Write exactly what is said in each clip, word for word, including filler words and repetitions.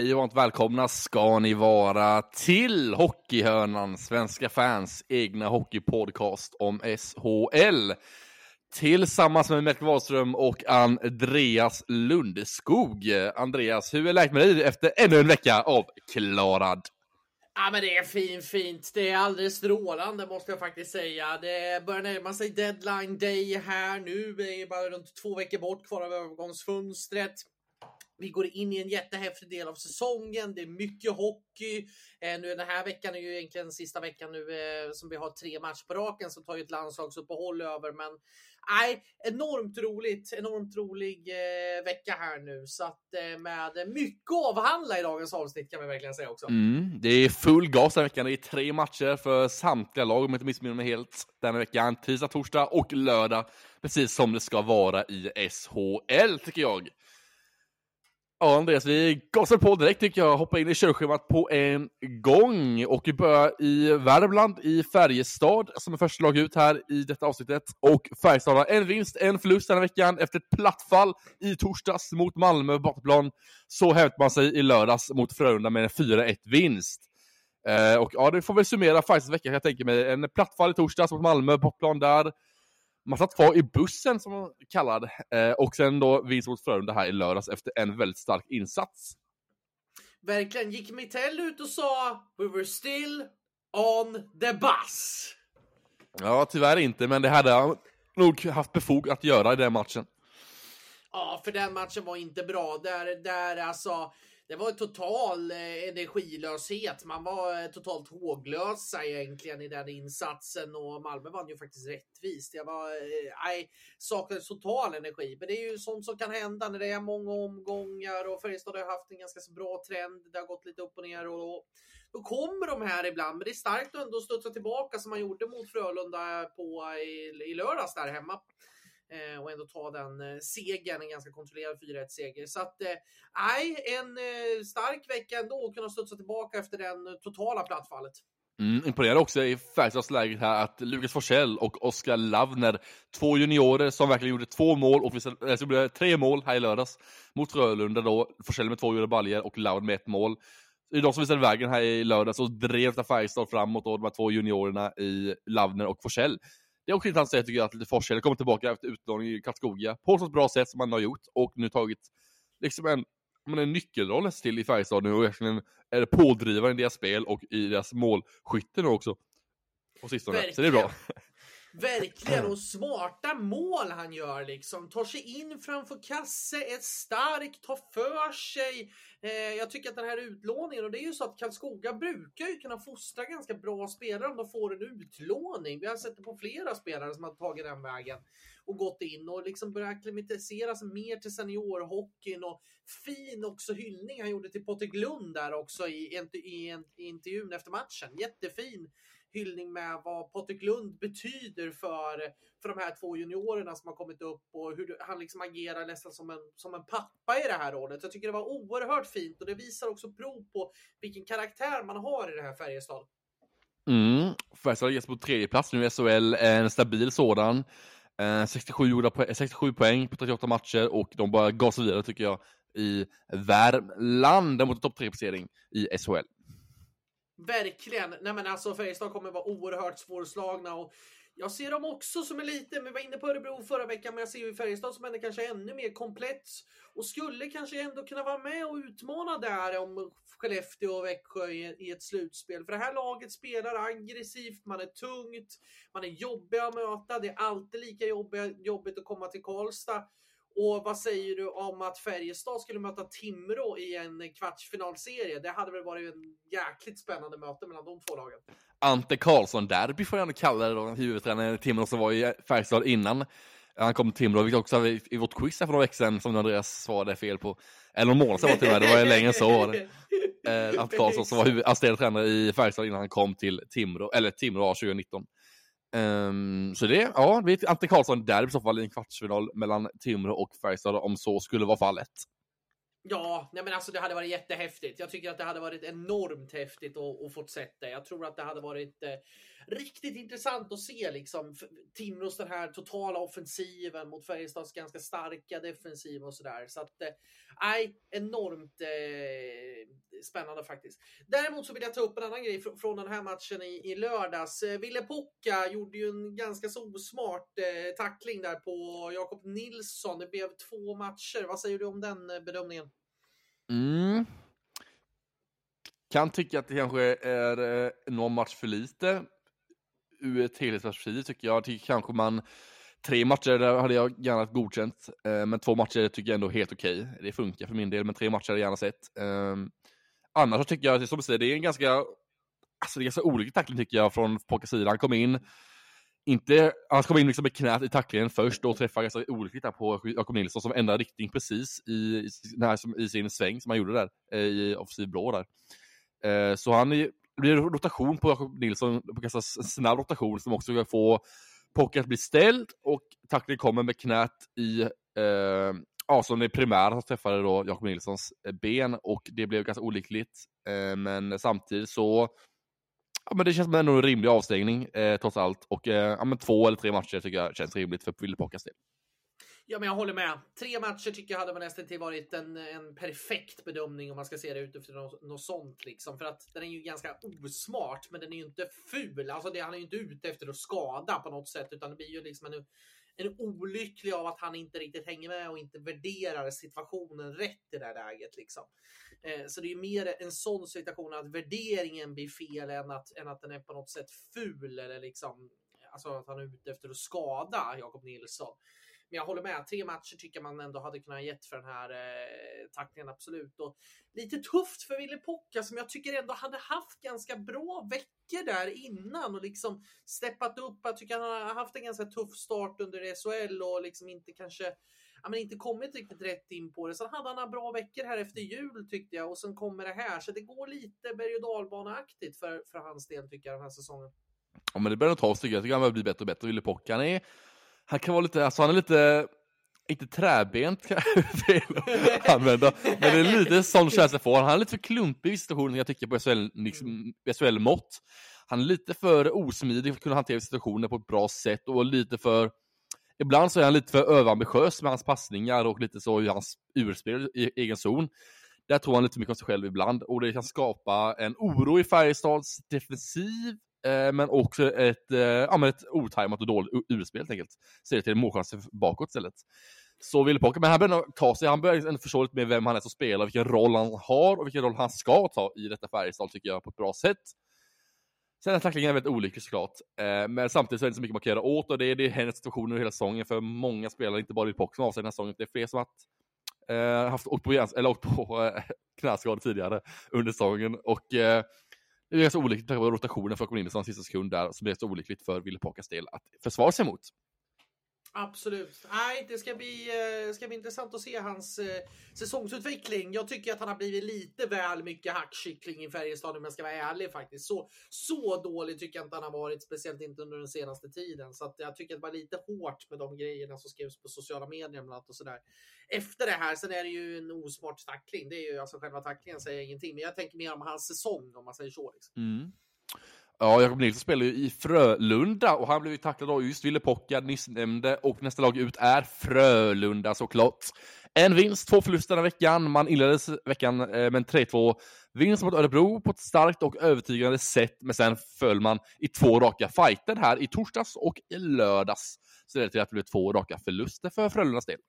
Hej och varmt välkomna ska ni vara till Hockeyhörnan, svenska fans egna hockeypodcast om S H L. Tillsammans med Melker Wahlström och Andreas Lundeskog. Andreas, hur är läget med dig efter ännu en vecka av klarad? Ja, men det är fint, fint. Det är alldeles strålande måste jag faktiskt säga. Det börjar närma sig deadline day här nu. Det är bara runt två veckor bort kvar av övergångsfönstret. Vi går in i en jättehäftig del av säsongen. Det är mycket hockey. Eh, nu den här veckan är ju egentligen sista veckan nu eh, som vi har tre matcher på raken, så tar ju ett landslagsuppehåll över. Men nej, enormt roligt. Enormt rolig eh, vecka här nu. Så att eh, med mycket att avhandla i dagens avsnitt kan vi verkligen säga också. Mm, det är full gas den veckan. Det är tre matcher för samtliga lag, om jag inte missminner mig helt. Den veckan, tisdag, torsdag och lördag. Precis som det ska vara i S H L tycker jag. Ja, Andreas, vi gasar på direkt tycker jag. Hoppa in i körschemat på en gång. Och vi börjar i Värmland, i Färjestad, som är första lag ut här i detta avsnittet. Och Färjestad har en vinst, en förlust den här veckan. Efter ett plattfall i torsdags mot Malmö bortaplan, så hävdade man sig i lördags mot Frölunda med en fyra ett vinst. Eh, och ja, det får väl summera Färjestads vecka, jag tänker mig. En plattfall i torsdags mot Malmö bortaplan där. Man satt kvar i bussen som man kallad. Eh, och sen då vinst mot Frölunda här i lördags efter en väldigt stark insats. Verkligen. Gick Mitell ut och sa we were still on the bus. Ja, tyvärr inte. Men det hade jag nog haft befog att göra i den matchen. Ja, för den matchen var inte bra. Där, där alltså... Det var en total eh, energilöshet. Man var eh, totalt håglösa egentligen i den insatsen. Och Malmö vann ju faktiskt rättvist. Jag var, eh, saknade total energi. Men det är ju sånt som kan hända när det är många omgångar. Och Färjestad har haft en ganska så bra trend. Det har gått lite upp och ner. Och då, då kommer de här ibland. Men det är starkt ändå att studsa tillbaka som man gjorde mot Frölunda på, i, i lördags där hemma. Eh, och ändå ta den eh, segern, en ganska kontrollerad fyra ett seger. Så att, nej, eh, en eh, stark vecka ändå att kunna studsa tillbaka efter den eh, totala plattfallet. Mm, imponerande också i Färjestads läget här att Lukas Forsell och Oskar Lavner, två juniorer som verkligen gjorde två mål, och vi så blev det tre mål här i lördags mot Frölunda då. Forsell med två gjorda baljor och Lavner med ett mål. Det är de som visade vägen här i lördags och drev Färjestad framåt, och de här två juniorerna i Lavner och Forsell. Det är också intressant att tycker jag att lite Forsell kommer tillbaka efter utlåning i Karlskoga på ett så bra sätt som man har gjort, och nu tagit liksom en, en nyckelroll till i Färjestad nu, och verkligen är pådrivare i deras spel och i deras målskytte nu också på sistone. Så det är bra. Verkligen, och smarta mål han gör liksom. Tar sig in framför kasse, är stark, tar för sig. Eh, jag tycker att den här utlåningen, och det är ju så att Karlskoga brukar ju kunna fostra ganska bra spelare om de får en utlåning. Vi har sett det på flera spelare som har tagit den vägen och gått in och liksom börjat akklimatiseras mer till seniorhockeyn. Och fin också hyllning han gjorde till Patrik Lund där också i, i, i, i intervjun efter matchen. Jättefin hyllning med vad Patrik Lund betyder för, för de här två juniorerna som har kommit upp, och hur han liksom agerar nästan som en, som en pappa i det här rådet. Jag tycker det var oerhört fint, och det visar också prov på vilken karaktär man har i det här Färjestad. Mm, Färjestad har gett på tredje plats nu i S H L, en stabil sådan. Eh, sextiosju, gjorda po- sextiosju poäng på trettioåtta matcher, och de bara gasar vidare tycker jag i Värmland mot topp tre-placering i S H L. Verkligen. Nej, men alltså Färjestad kommer vara oerhört svårslagna, och jag ser dem också som är lite, vi var inne på Örebro förra veckan, men jag ser ju Färjestad som är kanske ännu mer komplett och skulle kanske ändå kunna vara med och utmana där om Skellefteå och Växjö i, i ett slutspel. För det här laget spelar aggressivt, man är tungt, man är jobbig att möta, det är alltid lika jobbigt, jobbigt att komma till Karlstad. Och vad säger du om att Färjestad skulle möta Timrå i en kvartsfinalserie? Det hade väl varit en jäkligt spännande möte mellan de två lagen. Ante Karlsson derby får jag ändå kalla det då, huvudtränaren i Timrå som var i Färjestad innan han kom till Timrå. Vi också i, i vårt quiz här för några veckor sedan som Andreas svarade fel på. Eller någon månad sedan var det tyvärr, det var längre än så var det. Eh, Ante Karlsson som var huvud, assisterande tränare i Färjestad innan han kom till Timrå, eller Timrå tjugonitton. Um, så det, ja, det är Ante Karlsson där i så fall i en kvartsfinal mellan Timrå och Färjestad om så skulle vara fallet. Ja, nej men alltså det hade varit jättehäftigt. Jag tycker att det hade varit enormt häftigt att, att få sett det. Jag tror att det hade varit eh, riktigt intressant att se liksom Timrås den här totala offensiven mot Färjestads ganska starka defensiv och sådär. Så att, nej, eh, enormt eh, spännande faktiskt. Däremot så vill jag ta upp en annan grej fr- från den här matchen i, i lördags. Eh, Ville Pocka gjorde ju en ganska så osmart eh, tackling där på Jakob Nilsson. Det blev två matcher. Vad säger du om den eh, bedömningen? Mm. Kan tycka att det kanske är eh, någon match för lite. Ur ett helhetsperspektiv tycker jag. Tycker kanske man tre matcher där hade jag gärna godkänt. Eh, men två matcher tycker jag ändå helt okej. Okay. Det funkar för min del, men tre matcher hade jag gärna sett. Eh, annars så tycker jag att som du säger, det är en ganska alltså det är ganska olycklig tackling tycker jag från Pockas sida. Han kom in inte, han kom in liksom med knät i tacklingen först och träffade ganska olyckligt där på Jakob Nilsson som ändrade riktning precis i, i, här, som, i sin sväng som han gjorde där eh, i offensiv blå där. Eh, så han det blir rotation på Jakob Nilsson, på ganska snabb rotation som också ska få Pocka att bli ställd och tacklingen kommer med knät i eh, ja, som det primära som träffade då Jakob Nilssons ben och det blev ganska olyckligt. Eh, men samtidigt så ja, men det känns som en rimlig avstängning eh, trots allt. Och eh, ja, men två eller tre matcher tycker jag känns rimligt för Ville Pockas del. Ja, men jag håller med. Tre matcher tycker jag hade man nästan till varit en, en perfekt bedömning om man ska se det utifrån något, något sånt liksom. För att den är ju ganska osmart, men den är ju inte ful. Alltså det, han är ju inte ute efter att skada på något sätt, utan det blir ju liksom en, en olycklig av att han inte riktigt hänger med och inte värderar situationen rätt i det här läget liksom. Eh, så det är ju mer en sån situation att värderingen blir fel än att, än att den är på något sätt ful eller liksom, alltså att han är ute efter att skada Jakob Nilsson. Men jag håller med, tre matcher tycker man ändå hade kunnat gett för den här eh, tacklingen, absolut. Och lite tufft för Ville Pocka som jag tycker ändå hade haft ganska bra veckor där innan och liksom steppat upp. Jag tycker han har haft en ganska tuff start under S H L och liksom inte kanske, ja, men inte kommit riktigt rätt in på det. Sen hade han några bra veckor här efter jul tyckte jag och sen kommer det här. Så det går lite berg- och dalbaneaktigt för, för hans del tycker jag den här säsongen. Ja, men det börjar nog ta oss tycker jag. Jag tycker han blir bättre och bättre. Ville Pocka, han är Han kan vara lite, alltså han är lite, inte träbent kan jag använda, men det är lite sån känsla för han är lite för klumpig i situationen jag tycker på S H L, liksom, S H L-mått. Han är lite för osmidig för att kunna hantera situationer på ett bra sätt och lite för, ibland så är han lite för överambitiös med hans passningar och lite så i hans urspel i egen zon. Där tror han lite mycket om sig själv ibland och det kan skapa en oro i Färjestads defensiv. Men också ett, ja, men ett otajmat och dåligt urspel helt enkelt. Så det till en målchans bakåt istället. Så Ville Pocka, men han börjar ta sig, han börjar förstå lite med vem han är som spelar, vilken roll han har och vilken roll han ska ta i detta Färjestad tycker jag på ett bra sätt. Sen är tacklingen väldigt olycklig såklart. Men samtidigt så är det inte så mycket man kan göra åt och det är det händer situationer hela säsongen för många spelare, inte bara Ville Pocka som avser den här säsongen. Det är fler som har haft, haft åkt på, eller åkt på knäskador tidigare under säsongen och det är så olyckligt på rotationen för att komma in i en sista sekund där som är så olyckligt för Ville Pockas del att försvara sig mot. Absolut. Nej, det ska bli, ska bli intressant att se hans eh, säsongsutveckling. Jag tycker att han har blivit lite väl mycket hackkyckling i Färjestad om jag ska vara ärlig faktiskt. Så, så dålig tycker jag inte han har varit, speciellt inte under den senaste tiden. Så att jag tycker att det var lite hårt med de grejerna som skrevs på sociala medier bland annat och sådär. Efter det här, sen är det ju en osmart tackling. Det är ju alltså själva tacklingen säger ingenting. Men jag tänker mer om hans säsong om man säger så liksom. Mm. Ja, Jakob Nilsson spelar ju i Frölunda och han blev ju tacklad av just Ville Pocka nyss nämnde och nästa lag ut är Frölunda såklart. En vinst, två förluster den veckan. Man inleddes veckan med en tre två vinst mot Örebro på ett starkt och övertygande sätt, men sen föll man i två raka fighter här i torsdags och i lördags. Så det är till att det blev två raka förluster för Frölundas del.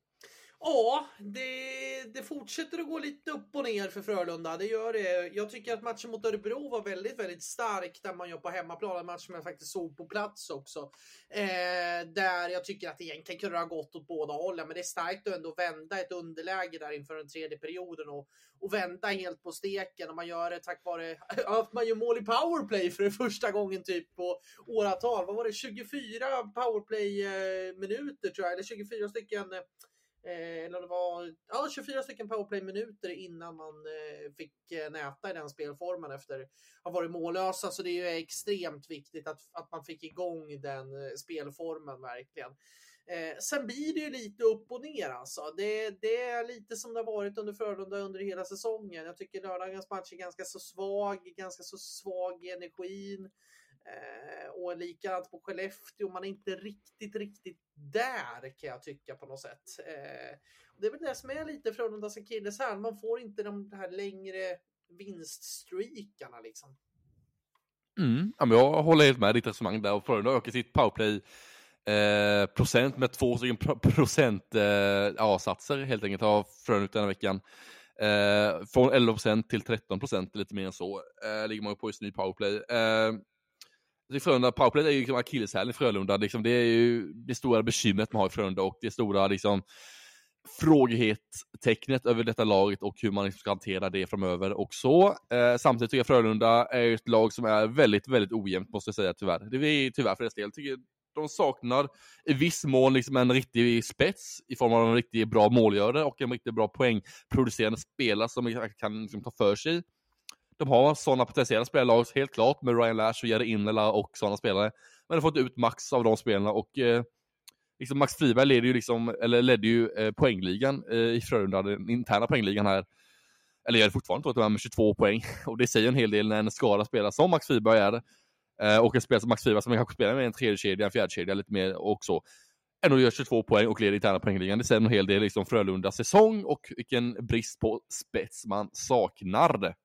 Ja, det, det fortsätter att gå lite upp och ner för Frölunda. Det gör det. Jag tycker att matchen mot Örebro var väldigt, väldigt stark. Där man gör på hemmaplan. En match som jag faktiskt såg på plats också. Eh, där jag tycker att det egentligen kunde ha gått åt båda hållen. Men det är starkt att ändå vända ett underläge där inför den tredje perioden. Och, och vända helt på steken. Och man gör det tack vare att man gör mål i powerplay för det första gången typ på åratal. Vad var det? tjugofyra powerplay-minuter tror jag. Eller tjugofyra stycken... Eh, eller det var ja, tjugofyra stycken powerplay-minuter innan man eh, fick eh, näta i den spelformen efter att ha varit mållösa. Så det är ju extremt viktigt att, att man fick igång den eh, spelformen verkligen. Eh, sen blir det ju lite upp och ner alltså. Det, det är lite som det har varit under Frölunda under hela säsongen. Jag tycker lördagens match är ganska så svag, ganska så svag i energin. Eh, och likadant på Skellefteå, man är inte riktigt, riktigt där kan jag tycka på något sätt. Eh, det är väl det som är lite Frölundas akilles här. Man får inte de här längre vinststreakarna liksom. Mm, ja, men jag håller helt med ditt resonemang där. Och Frölunda ökar sitt powerplay eh, procent med två stycken pro- procent eh, avsatser helt enkelt har Frölunda den här veckan. Eh, från elva procent till tretton procent, lite mer än så, eh, ligger man på just nu i powerplay. Eh, Frölunda, powerplay är ju liksom akilleshälen i Frölunda. Liksom, det är ju det stora bekymret man har i Frölunda och det stora liksom, frågetecknet över detta laget och hur man liksom ska hantera det framöver och så. Eh, samtidigt tycker jag Frölunda är ett lag som är väldigt, väldigt ojämnt, måste jag säga tyvärr. Det är tyvärr för deras del. Jag tycker de saknar i viss mån liksom en riktig spets i form av en riktigt bra målgörare och en riktigt bra poängproducerande spelare som kan liksom ta för sig. De har sådana potentiella spelare helt klart med Ryan Lash och Jerry Innela och sådana spelare. Men de har fått ut max av de spelarna och eh, liksom Max Friberg ledde ju, liksom, eller ledde ju eh, poängligan eh, i Frölunda, den interna poängligan här. Eller jag är fortfarande tror jag med tjugotvå poäng. Och det säger en hel del när en skadad spelare som Max Friberg är. Eh, och en spelare som Max Friberg som kanske spelar med en tredje kedja, en fjärde kedja lite mer och så. Ändå gör tjugotvå poäng och leder interna poängligan. Det säger en hel del liksom Frölundas säsong och vilken brist på spets man saknar.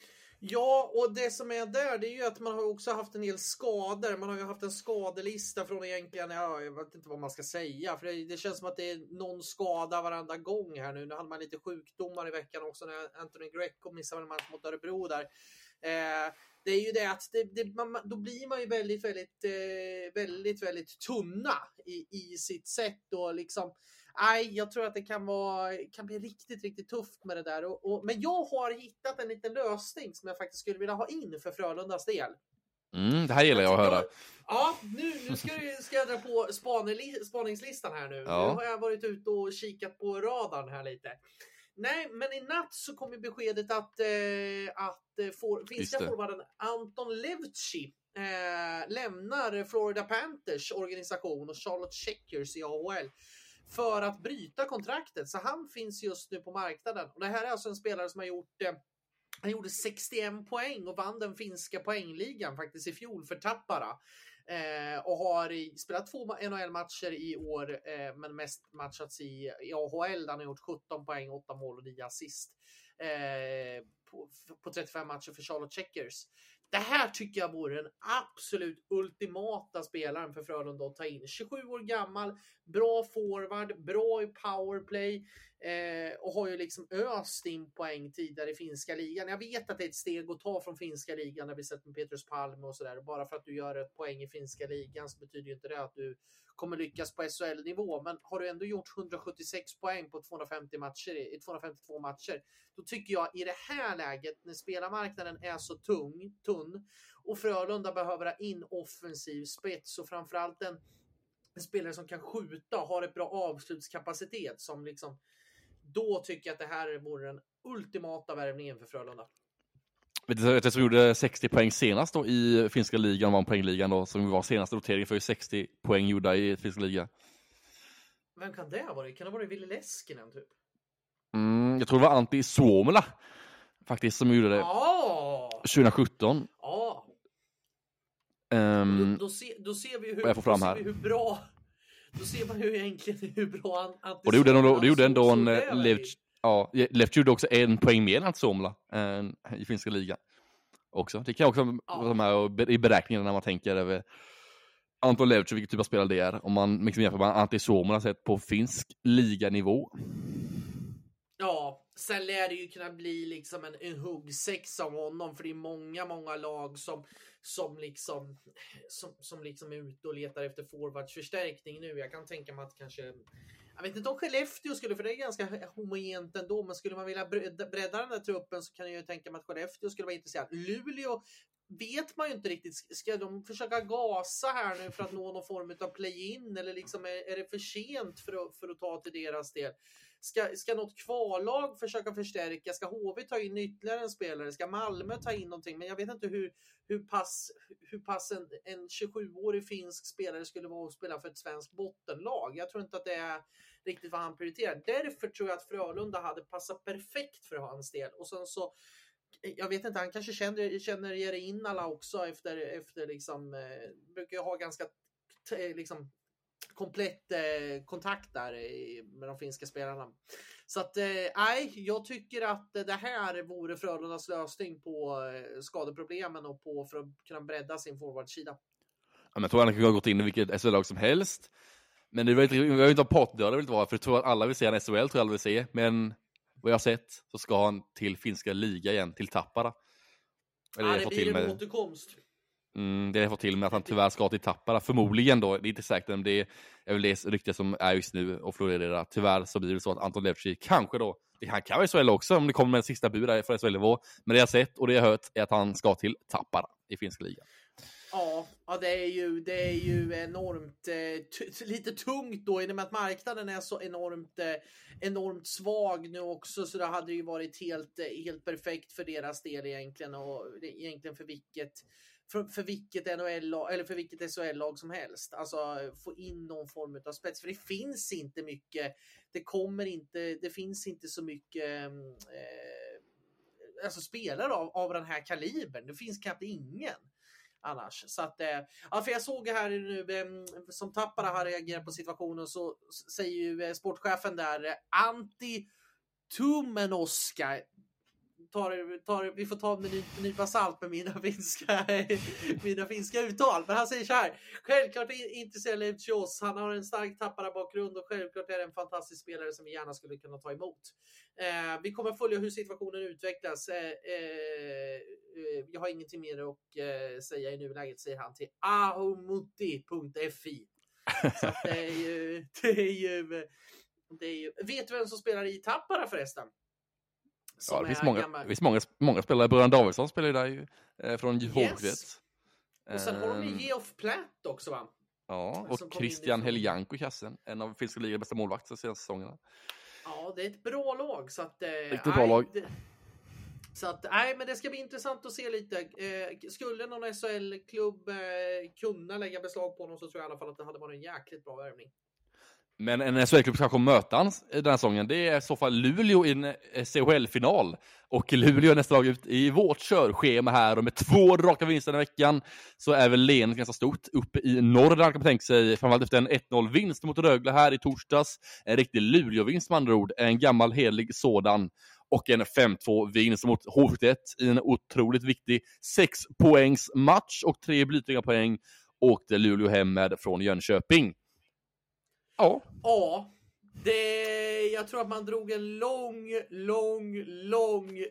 Ja, och det som är där, det är ju att man har också haft en del skador. Man har ju haft en skadelista från egentligen, ja, jag vet inte vad man ska säga. För det, det känns som att det är någon skada varenda gång här nu. Nu hade man lite sjukdomar i veckan också när Anthony Greco missade en match mot Örebro där. Eh, det är ju det att det, det, man, då blir man ju väldigt, väldigt, eh, väldigt, väldigt tunna i, i sitt sätt och liksom. Nej, jag tror att det kan, vara, kan bli riktigt, riktigt tufft med det där. Och, och, men jag har hittat en liten lösning som jag faktiskt skulle vilja ha in för Frölundas del. Mm, det här gillar jag, jag att höra. Ja, nu, nu ska, du, ska jag dra på spaneli, spaningslistan här nu. Ja. Nu har jag varit ute och kikat på radarn här lite. Nej, men i natt så kom ju beskedet att, eh, att for, finska forwarden Anton Levci eh, lämnar Florida Panthers organisation och Charlotte Checkers i A H L för att bryta kontraktet. Så han finns just nu på marknaden. Och det här är alltså en spelare som har gjort eh, han gjorde sextioen poäng och vann den finska poängligan faktiskt i fjol för Tappara. Eh, och har i, spelat två N H L-matcher i år, eh, men mest matchats i, i A H L där han har gjort sjutton poäng, åtta mål och nio assist eh, på, på trettiofem matcher för Charlotte Checkers. Det här tycker jag vore den absolut ultimata spelaren för Frölunda att ta in. tjugosju år gammal, bra forward, bra i powerplay eh, och har ju liksom öst in poäng tidigare i finska ligan. Jag vet att det är ett steg att ta från finska ligan när vi sett med Petrus Palme och sådär. Bara för att du gör ett poäng i finska ligan så betyder ju inte det att du kommer lyckas på S H L-nivå. Men har du ändå gjort hundrasjuttiosex poäng på tvåhundrafemtio matcher, i tvåhundrafemtiotvå matcher, då tycker jag i det här läget när spelarmarknaden är så tung, tunn och Frölunda behöver ha in offensiv spets och framförallt en, en spelare som kan skjuta och har ett bra avslutskapacitet som liksom, då tycker jag att det här vore den ultimata värvningen för Frölunda. Vet du att som gjorde sextio poäng senast då i finska ligan, vann poängligan då, som var senaste noteringen för sextio poäng gjorda i finska ligan. Vem kan det ha varit? Kan det vara Ville Leskinen typ? Mm, jag tror det var Antti Suomela faktiskt som gjorde det. Oh! tjugohundrasjutton. Ja. Um, då, då, se, då ser vi hur, jag får fram då här. ser vi hur bra. Då ser man ju egentligen hur bra Antti och det gjorde ändå, det gjorde ändå en Levci. Ja, Left gjorde också en poäng mer än Antti Suomela i finska ligan. Också. Det kan också vara med i beräkningen när man tänker över Anton Levci, vilken typ av spelare det är. Om man liksom jämför med Antti Suomela sett på finsk liganivå. Ja, sen lär det ju kunna bli liksom en, en huggsex av honom. För det är många, många lag som, som, liksom, som, som liksom är ute och letar efter forwardsförstärkning nu. Jag kan tänka mig att kanske... Jag vet inte om Skellefteå skulle, för det är ganska homogent ändå, men skulle man vilja bredda den här truppen så kan jag ju tänka mig att Skellefteå skulle vara intresserad. Luleå vet man ju inte riktigt. Ska de försöka gasa här nu för att nå någon form av play-in, eller liksom är, är det för sent för att, för att ta till deras del? Ska, ska något kvallag försöka förstärka? Ska H V ta in ytterligare en spelare? Ska Malmö ta in någonting? Men jag vet inte hur, hur pass, hur pass en, en tjugosjuårig finsk spelare skulle vara att spela för ett svenskt bottenlag. Jag tror inte att det är riktigt vad han prioriterar. Därför tror jag att Frölunda hade passat perfekt för hans del. Och sen så, jag vet inte, han kanske känner, känner Jere Innala också efter, efter liksom, eh, brukar ju ha ganska t- liksom komplett eh, kontakt där eh, med de finska spelarna. Så att, nej, eh, jag tycker att det här vore Frölundas lösning på eh, skadeproblemen och på för att kunna bredda sin forwardsida. Ja, men jag tror att han kan ha gått in i vilket S H L-lag som helst. Men det vill inte, jag inte ha pottdörrar, det vill inte vara, för jag tror att alla vill se en S H L, tror jag alla vill se. Men vad jag har sett så ska han till finska liga igen, till Tappara. Eller ja, det, det blir en med... återkomst. Mm, det har fått till med att han tyvärr ska till Tappara. Förmodligen då, det är inte säkert om det är väl det rykte som är just nu och florerar. Tyvärr så blir det så att Anton Levci kanske då, det, han kan vara S H L också om det kommer en sista bud där för S H L-nivå. Men det jag har sett och det jag har hört är att han ska till Tappara i finska ligan. Ja, ja det, är ju, det är ju enormt eh, t- lite tungt då, i och med att marknaden är så enormt, eh, enormt svag nu också, så det hade ju varit helt, eh, helt perfekt för deras del egentligen, och egentligen för vilket för, för vilket N H L eller för vilket S H L-lag som helst. Alltså få in någon form av spets, för det finns inte mycket, det kommer inte, det finns inte så mycket eh, alltså spelare av, av den här kalibern. Det finns knappt ingen annars. Så att, ja, för jag såg här nu som Tappara har reagerat på situationen, så säger ju sportchefen där Antti Tumenoska, tar, tar, vi får ta en nypa salt med mina finska mina finska uttal, men han säger så här: självklart är intresserad Levci oss, han har en stark Tappara bakgrund och självklart är det en fantastisk spelare som vi gärna skulle kunna ta emot. Eh, vi kommer följa hur situationen utvecklas. Eh, eh, jag har ingenting mer att eh, säga i nuläget, säger han till ahomutti punkt fi. Så att det är ju det är ju, det är ju vet du vem som spelar i Tappara förresten? Som ja, det finns många, det finns många, många spelare. Brian Davidsson spelar ju där ju, eh, från H V. Yes. Och sen har de ju Geoff Platt också, va? Ja, och Christian Helianko i kassen. En av finska ligans bästa målvakter senaste säsongerna. Ja, det är ett bra lag. Så att, eh, Riktigt bra lag. Det, så att, nej, men det ska bli intressant att se lite. Eh, skulle någon S H L-klubb eh, kunna lägga beslag på honom, så tror jag i alla fall att det hade varit en jäkligt bra värvning. Men en S H L-klubb ska komma möta hans den här säsongen. Det är i så fall Luleå i en C H L-final. Och Luleå är nästa lag ut i vårt körschema här. Och med två raka vinster den veckan så är väl Len ganska stort uppe i Norrland, kan man tänka sig. Framförallt efter en ett noll-vinst mot Rögle här i torsdags. En riktig Luleå-vinst med andra ord. En gammal helig sådan. Och en fem två-vinst mot H V ett i en otroligt viktig sex poängs match. Och tre blytunga poäng åkte Luleå hem med från Jönköping. Ja. Ja, det, jag tror att man drog en lång, lång, lång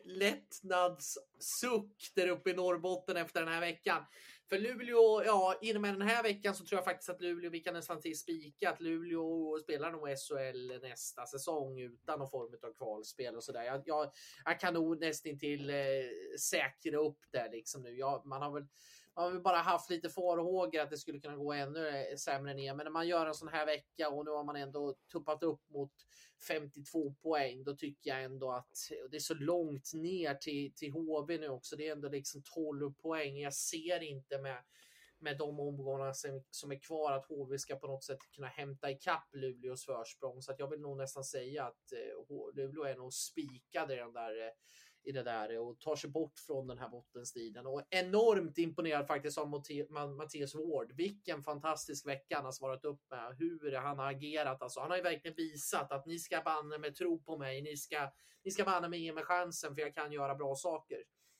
lättnadssuck där uppe i Norrbotten efter den här veckan. För Luleå, ja, inom den här veckan så tror jag faktiskt att Luleå, vi kan nästan till spika att Luleå spelar nog S H L nästa säsong utan någon form av kvalspel och sådär. Jag, jag, jag kan nog nästan till eh, säkra upp det liksom nu. Jag, man har väl Man har väl bara haft lite farhågor att det skulle kunna gå ännu sämre ner. Men när man gör en sån här vecka och nu har man ändå tuppat upp mot femtiotvå poäng, då tycker jag ändå att det är så långt ner till, till H V nu också. Det är ändå liksom tolv poäng. Jag ser inte med, med de omgångarna som, som är kvar att H V ska på något sätt kunna hämta ikapp Luleås försprång. Så att jag vill nog nästan säga att eh, Luleå är nog spikade i den där eh, i det där och tar sig bort från den här bottenstriden. Och enormt imponerad faktiskt av Mattias Ward. Vilken fantastisk vecka han har svarat upp med. Hur han har agerat. Alltså, han har ju verkligen visat att ni ska banna med tro på mig. Ni ska, ni ska banna mig ge mig chansen, för jag kan göra bra saker.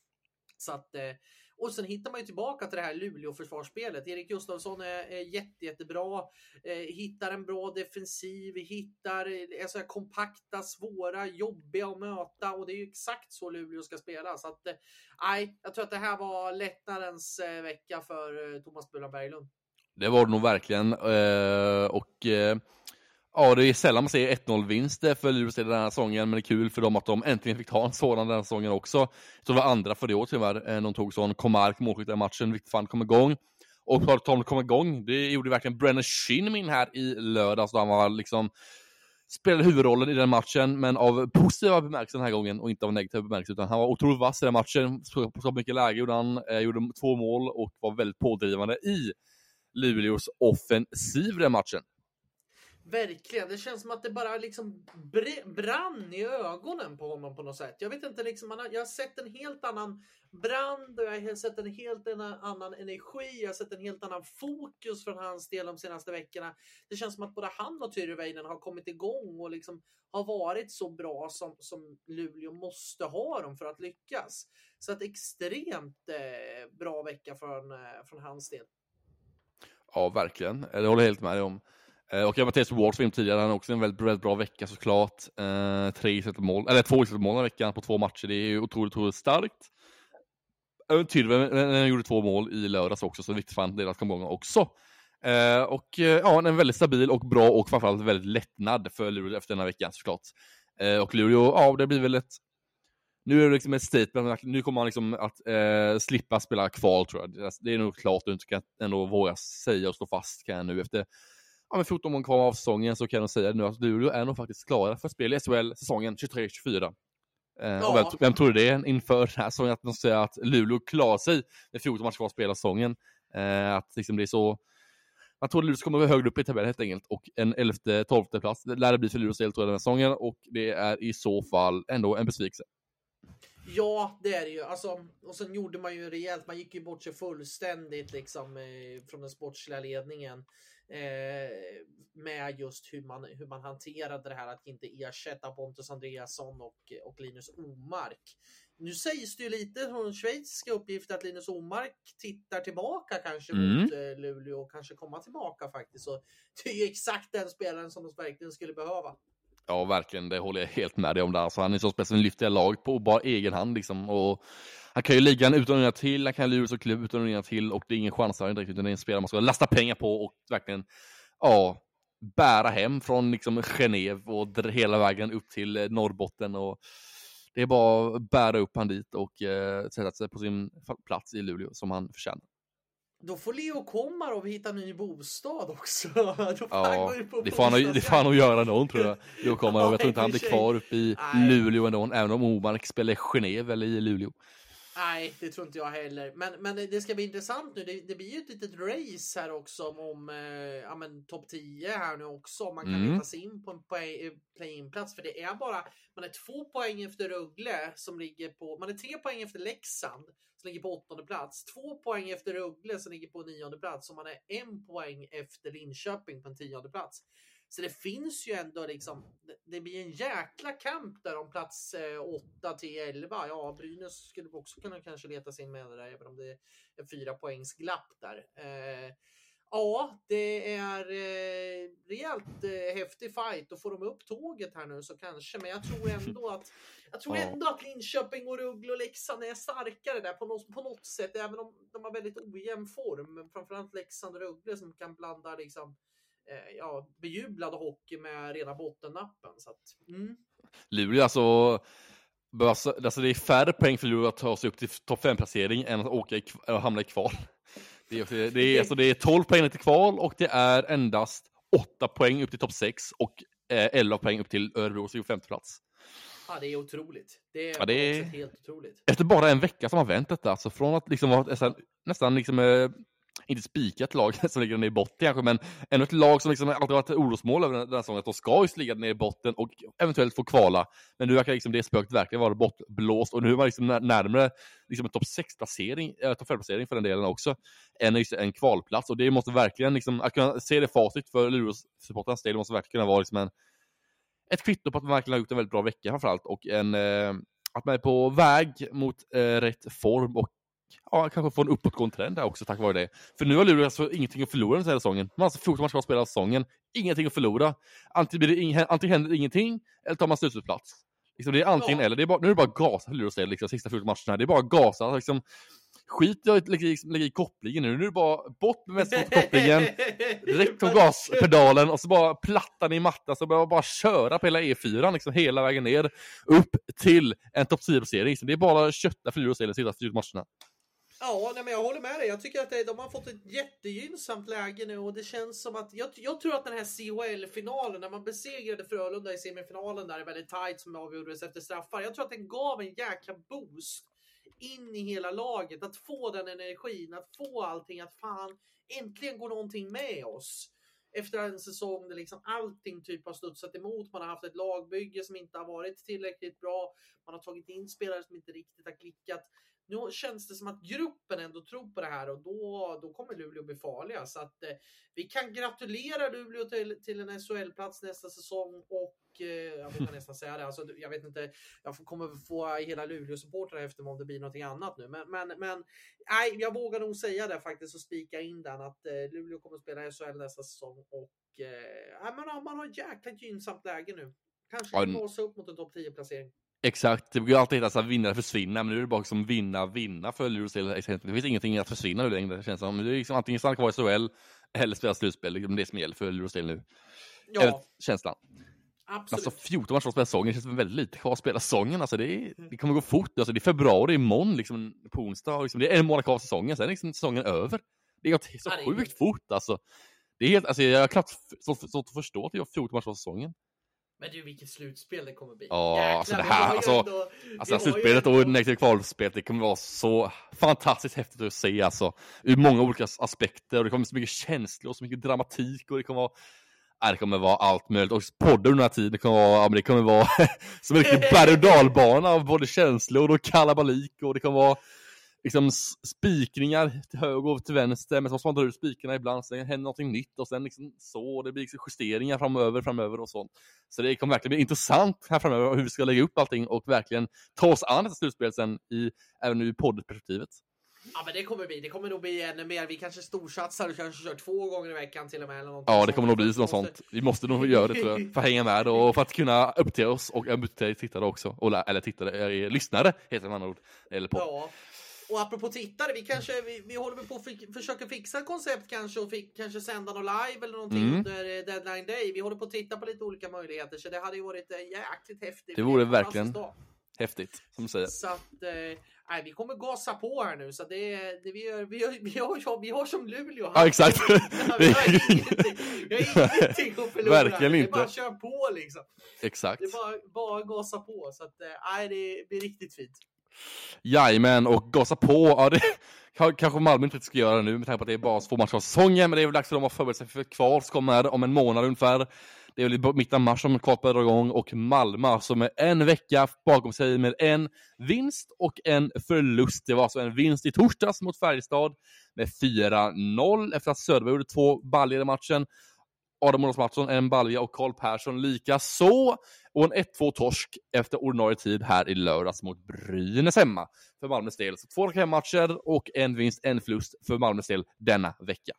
Så att, och sen hittar man ju tillbaka till det här Luleå-försvarsspelet. Erik Gustafsson är, är jätte, jättebra. Eh, hittar en bra defensiv. Hittar är så här kompakta, svåra, jobbiga att möta. Och det är ju exakt så Luleå ska spela. Så att, nej, eh, jag tror att det här var lättnadens eh, vecka för eh, Thomas Bullan Berglund. Det var det nog verkligen. Eh, och... Eh... Ja, det är sällan man ser ett noll-vinst för Luleå den här säsongen, men det är kul för dem att de äntligen fick ta en sådan den här säsongen också. Jag tror det var andra för det år tyvärr. De tog sån Komark målskytt i matchen, vilket fan kom igång. Och för att de kom igång, det gjorde verkligen Brennan Shinnimin här i lördags, då han var liksom spelade huvudrollen i den matchen, men av positiva bemärkelser den här gången och inte av negativa bemärkelser, utan han var otroligt vass i den matchen, så mycket läge gjorde han, eh, gjorde två mål och var väldigt pådrivande i Luleås offensiv den matchen. Verkligen, det känns som att det bara liksom br- brann i ögonen på honom på något sätt. Jag vet inte, liksom, man har, jag har sett en helt annan brand och jag har sett en helt annan energi, jag har sett en helt annan fokus från hans del de senaste veckorna. Det känns som att både han och Tyrväinen har kommit igång och liksom har varit så bra som, som Luleå måste ha dem för att lyckas. Så att extremt eh, bra vecka från, eh, från hans del. Ja, verkligen. Det håller jag helt med dig om. Och jag Mattias Ward som tidigare, han har också en väldigt, väldigt bra vecka såklart. Eh, tre mål, eller två mål den veckan på två matcher. Det är ju otroligt, otroligt starkt. Tydligen gjorde två mål i lördags också, så det är viktigt för han deras komgångar också. Eh, och ja, en väldigt stabil och bra och framförallt väldigt lättnad för Luleå efter den här veckan såklart. Eh, och Luleå, ja, det blir väl ett... Nu är det liksom ett statement, nu kommer man liksom att eh, slippa spela kval, tror jag. Det är nog klart, och inte kan ändå våga säga och stå fast kan jag nu efter... Ja, men fjorton månader kvar av säsongen så kan jag säga nu att Luleå är nog faktiskt klara för att spela i S H L-säsongen tjugotre tjugofyra. Eh, ja. Och vem, vem tror det inför den här säsongen att de säger att Luleå klarar sig med fjorton matcher kvar att spela säsongen? Eh, att liksom det är så... Jag tror att Luleå kommer vara högre upp i tabellen helt enkelt. Och en elfte tolfte plats det lär det bli för Luleås del, tror jag, den här säsongen. Och det är i så fall ändå en besvikelse. Ja, det är det ju. Alltså, och sen gjorde man ju rejält. Man gick ju bort sig fullständigt liksom, eh, från den sportsliga ledningen. Eh, med just hur man, hur man hanterade det här att inte ersätta Pontus Andreasson och, och Linus Omark. Nu sägs det ju lite från schweiziska uppgifter att Linus Omark tittar tillbaka kanske mm. mot eh, Luleå och kanske komma tillbaka faktiskt. Så det är ju exakt den spelaren som de verkligen skulle behöva. Ja, verkligen. Det håller jag helt med dig om där. Alltså, han är så speciellt lyfter lag på bara egen hand liksom. Och han kan ju ligga en utan att till, han kan lura så klubb utan att till, och det är ingen chans här direkt, utan det är en spelare man ska lasta pengar på och verkligen ja, bära hem från liksom Genève och hela vägen upp till Norrbotten, och det är bara att bära upp han dit och eh, sätta sig på sin plats i Luleå som han förtjänar. Då får Leo Komarov hitta ny bostad också. Då får ja, han gå in på det får han, det får han nog göra ändå, tror jag. Leo Komarov, ja, jag tror inte han blir kvar uppe i Nej. Luleå ändå, även om Omark spelar Genève eller i Luleå. Nej, det tror inte jag heller. Men, men det ska bli intressant nu. Det, det blir ju ett litet race här också om eh, ja, men topp tio här nu också. Man kan mm. leta sig in på en play-in-plats. För det är bara, man är två poäng efter Rögle som ligger på, man är tre poäng efter Leksand som ligger på åttonde plats. Två poäng efter Rögle som ligger på nionde plats. Och man är en poäng efter Linköping på en tionde plats. Så det finns ju ändå liksom, det blir en jäkla kamp där om plats eh, åtta till elva. Ja, Brynäs skulle också kunna kanske leta sig in med det där, även om det är fyra poängs glapp där. Eh, ja, det är eh, rejält eh, häftig fight, och får de upp tåget här nu så kanske, men jag tror ändå att jag tror ändå att Linköping och Rögle och Leksand är starkare där på något, på något sätt, även om de har väldigt ojämn form, men framförallt Leksand och Rögle som kan blanda liksom ja, bejublad hockey med rena bottennappen. Så att, mm. Luleå, alltså, alltså det är färre poäng för Luleå att ta sig upp till topp fem-placering än att åka i, och hamna i kval. Det är, det, är, alltså, det är tolv poäng till kval, och det är endast åtta poäng upp till topp sex och eh, elva poäng upp till Örebros tjugofemte plats. Ja, det är otroligt. Det är, ja, det är helt otroligt. Efter bara en vecka som har vänt detta, alltså från att liksom vara nästan, nästan liksom eh, inte spikat lag som ligger ner i botten kanske, men ännu ett lag som liksom alltid varit ett orosmål över den här säsongen, att de ska just ligga ner i botten och eventuellt få kvala. Men nu verkar liksom det spöket verkligen vara bortblåst, och nu är man liksom närmare liksom en topp sex-placering, äh, topp fem-placering för den delen också, än just en kvalplats. Och det måste verkligen, liksom, att kunna se det facit för Luleås-supportarnas del, måste verkligen kunna vara liksom en, ett kvitto på att man verkligen har gjort en väldigt bra vecka framförallt, och en, eh, att man är på väg mot eh, rätt form och ja, kanske få en uppåtgående trend där också tack vare det. För nu har Luleå alltså ingenting att förlora den här säsongen. Man har alltså fjorton matcher att spela säsongen. Ingenting att förlora. Antingen, blir det ing- antingen händer det ingenting, eller tar man slutplats. Liksom det är antingen ja. eller. Det är bara, nu är det bara gasa Luleå säger liksom sista fjorton matcherna. Det är bara gasa. Liksom, skit i att lägga, liksom, lägga i kopplingen nu. Nu är det bara bort med mest mot kopplingen. Direkt på gaspedalen och så bara plattan i mattan. Så bara, bara köra på hela E fyra liksom, hela vägen ner. Upp till en topp tio-placering. Det är bara kötta för Luleå säger de sista fjorton matcherna. Ja, nej, men jag håller med dig. Jag tycker att det, de har fått ett jättegynnsamt läge nu och det känns som att jag, jag tror att den här C H L-finalen när man besegrade Frölunda i semifinalen där är väldigt tight som avgjordes efter straffar. Jag tror att den gav en jäkla boost in i hela laget, att få den energin, att få allting, att fan äntligen går någonting med oss. Efter en säsong där liksom allting typ har studsat emot. Man har haft ett lagbygge som inte har varit tillräckligt bra. Man har tagit in spelare som inte riktigt har klickat. Nu känns det som att gruppen ändå tror på det här och då, då kommer Luleå bli farliga. Så att eh, vi kan gratulera Luleå till, till en S H L-plats nästa säsong och eh, jag vågar nästan säga det. Alltså, jag vet inte, jag kommer få hela Luleå-supportrar efter om det blir någonting annat nu. Men, men, men nej, jag vågar nog säga det faktiskt och spika in den att eh, Luleå kommer att spela S H L nästa säsong och eh, man, man har ett jäkla gynnsamt läge nu. Kanske kan blåsa upp mot en topp tio-placering. Exakt, det går alltid heta att vinna försvinna, men nu är det bara som vinna, vinna för Luleå. Det finns ingenting att försvinna nu längre, det känns som. Det är liksom antingen stanna kvar i S H L eller spela slutspel, liksom det som gäller för Luleå nu. Ja. Eller känslan. Absolut. Alltså fjorton matcher att spela säsongen, det känns väldigt lite kvar att spela säsongen. Alltså det, är, det kommer gå fort, alltså det är februari imorgon liksom, på onsdag, liksom, det är en månad kvar av säsongen, sen är liksom säsongen över. Det är så ja, sjukt fort alltså. Det är helt, alltså jag har knappt så, så, så att förstå att det är fjorton matcher av säsongen. Men du, vilket slutspel det kommer bli. Ja, jäklar, alltså det här, alltså, ändå, alltså slutspelet och negativt kvalspelet, det kommer vara så fantastiskt häftigt att se, alltså, ur många olika aspekter, och det kommer så mycket känslor och så mycket dramatik, och det kommer vara, ja, det kommer vara allt möjligt, och podden under den här tiden, det kommer vara, ja, men det kommer vara som en riktig berg- och dalbana av både känslor och kalabalik, och det kommer vara liksom spikningar till höger och till vänster, men så måste man dra ut spikarna ibland, så det händer någonting nytt och sen liksom så, det blir liksom justeringar framöver, framöver och sånt. Så det kommer verkligen bli intressant här framöver hur vi ska lägga upp allting och verkligen ta oss an ett slutspel sen i, även nu i poddperspektivet. Ja, men det kommer bli, det kommer nog bli ännu mer. Vi kanske storsatsar och kanske kör två gånger i veckan till och med eller någonting. Ja, det kommer nog bli något måste... sånt. Vi måste nog göra det, tror jag, för att hänga med och för att kunna upptäcka oss och upptäcka tittare också, eller tittare, lyssnare heter det med andra ord, eller på. Ja. Och apropå tittare, vi kanske vi, vi håller på att f- försöka fixa ett koncept kanske och fick, kanske sända något live eller någonting mm. under deadline day. Vi håller på att titta på lite olika möjligheter, så det hade ju varit äh, jäkligt häftigt. Det vore verkligen häftigt, som du säger. Så att, äh, nej, vi kommer gasa på här nu, så det, det vi, gör, vi, gör, vi, har, vi har som Luleå. Ja, exakt. Vi har ingenting, vi har ingenting att förlora. Verkligen inte. Det är bara att köra på liksom. Exakt. Det är bara, bara gasa på, så att, nej, det blir riktigt fint. Jajamän, och gasa på. Ja, det kanske Malmö inte ska göra nu med tanke på att det är bara två matcher av säsongen, men det är väl dags för dem att förbereda sig för kval som kommer om en månad ungefär. Det är väl i mitten av mars som kval börjar igång, och Malmö som är en vecka bakom sig med en vinst och en förlust. Det var alltså en vinst i torsdags mot Färjestad med fyra noll efter att Söderberg gjorde två baljor i matchen. Adam Olofsson, en balja och Karl Persson lika så. Och en ett två torsk efter ordinarie tid här i lördags mot Brynäs hemma för Malmös del. Så två fem matcher och en vinst, en förlust för Malmös del denna vecka.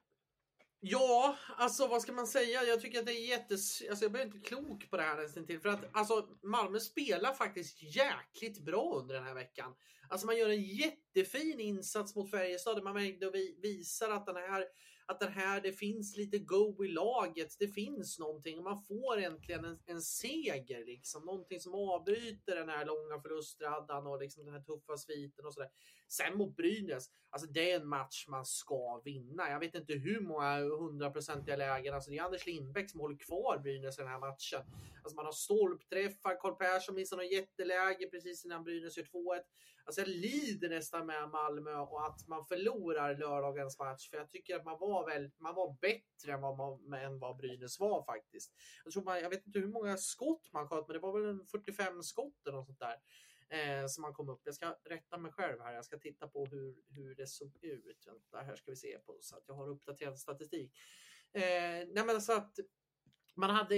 Ja, alltså vad ska man säga? Jag tycker att det är jättes... Alltså jag blir inte klok på det här nästan till. För att alltså, Malmö spelar faktiskt jäkligt bra under den här veckan. Alltså man gör en jättefin insats mot Färjestad. Man visar att den här... Att den här, det finns lite go i laget. Det finns någonting. Och man får äntligen en, en seger. Liksom. Någonting som avbryter den här långa förlustraddan. Och liksom den här tuffa sviten och sådär. Sen mot Brynäs. Alltså det är en match man ska vinna. Jag vet inte hur många hundraprocentiga lägen. Alltså det är Anders Lindbäck som håller kvar Brynäs i den här matchen. Alltså man har stolpträffar. Karl Persson missar något jätteläge precis innan Brynäs gör två ett. Alltså jag lider nästan med Malmö och att man förlorar lördagens match. För jag tycker att man var väl, man var bättre än vad, man, än vad Brynäs var faktiskt. Jag, tror man, jag vet inte hur många skott man sköt, men det var väl en fyrtiofem skott eller något sånt där. Eh, som man kom upp. Jag ska rätta mig själv här. Jag ska titta på hur, hur det såg ut. Vänta, här ska vi se på så att jag har uppdaterad statistik. Eh, nej men så att man hade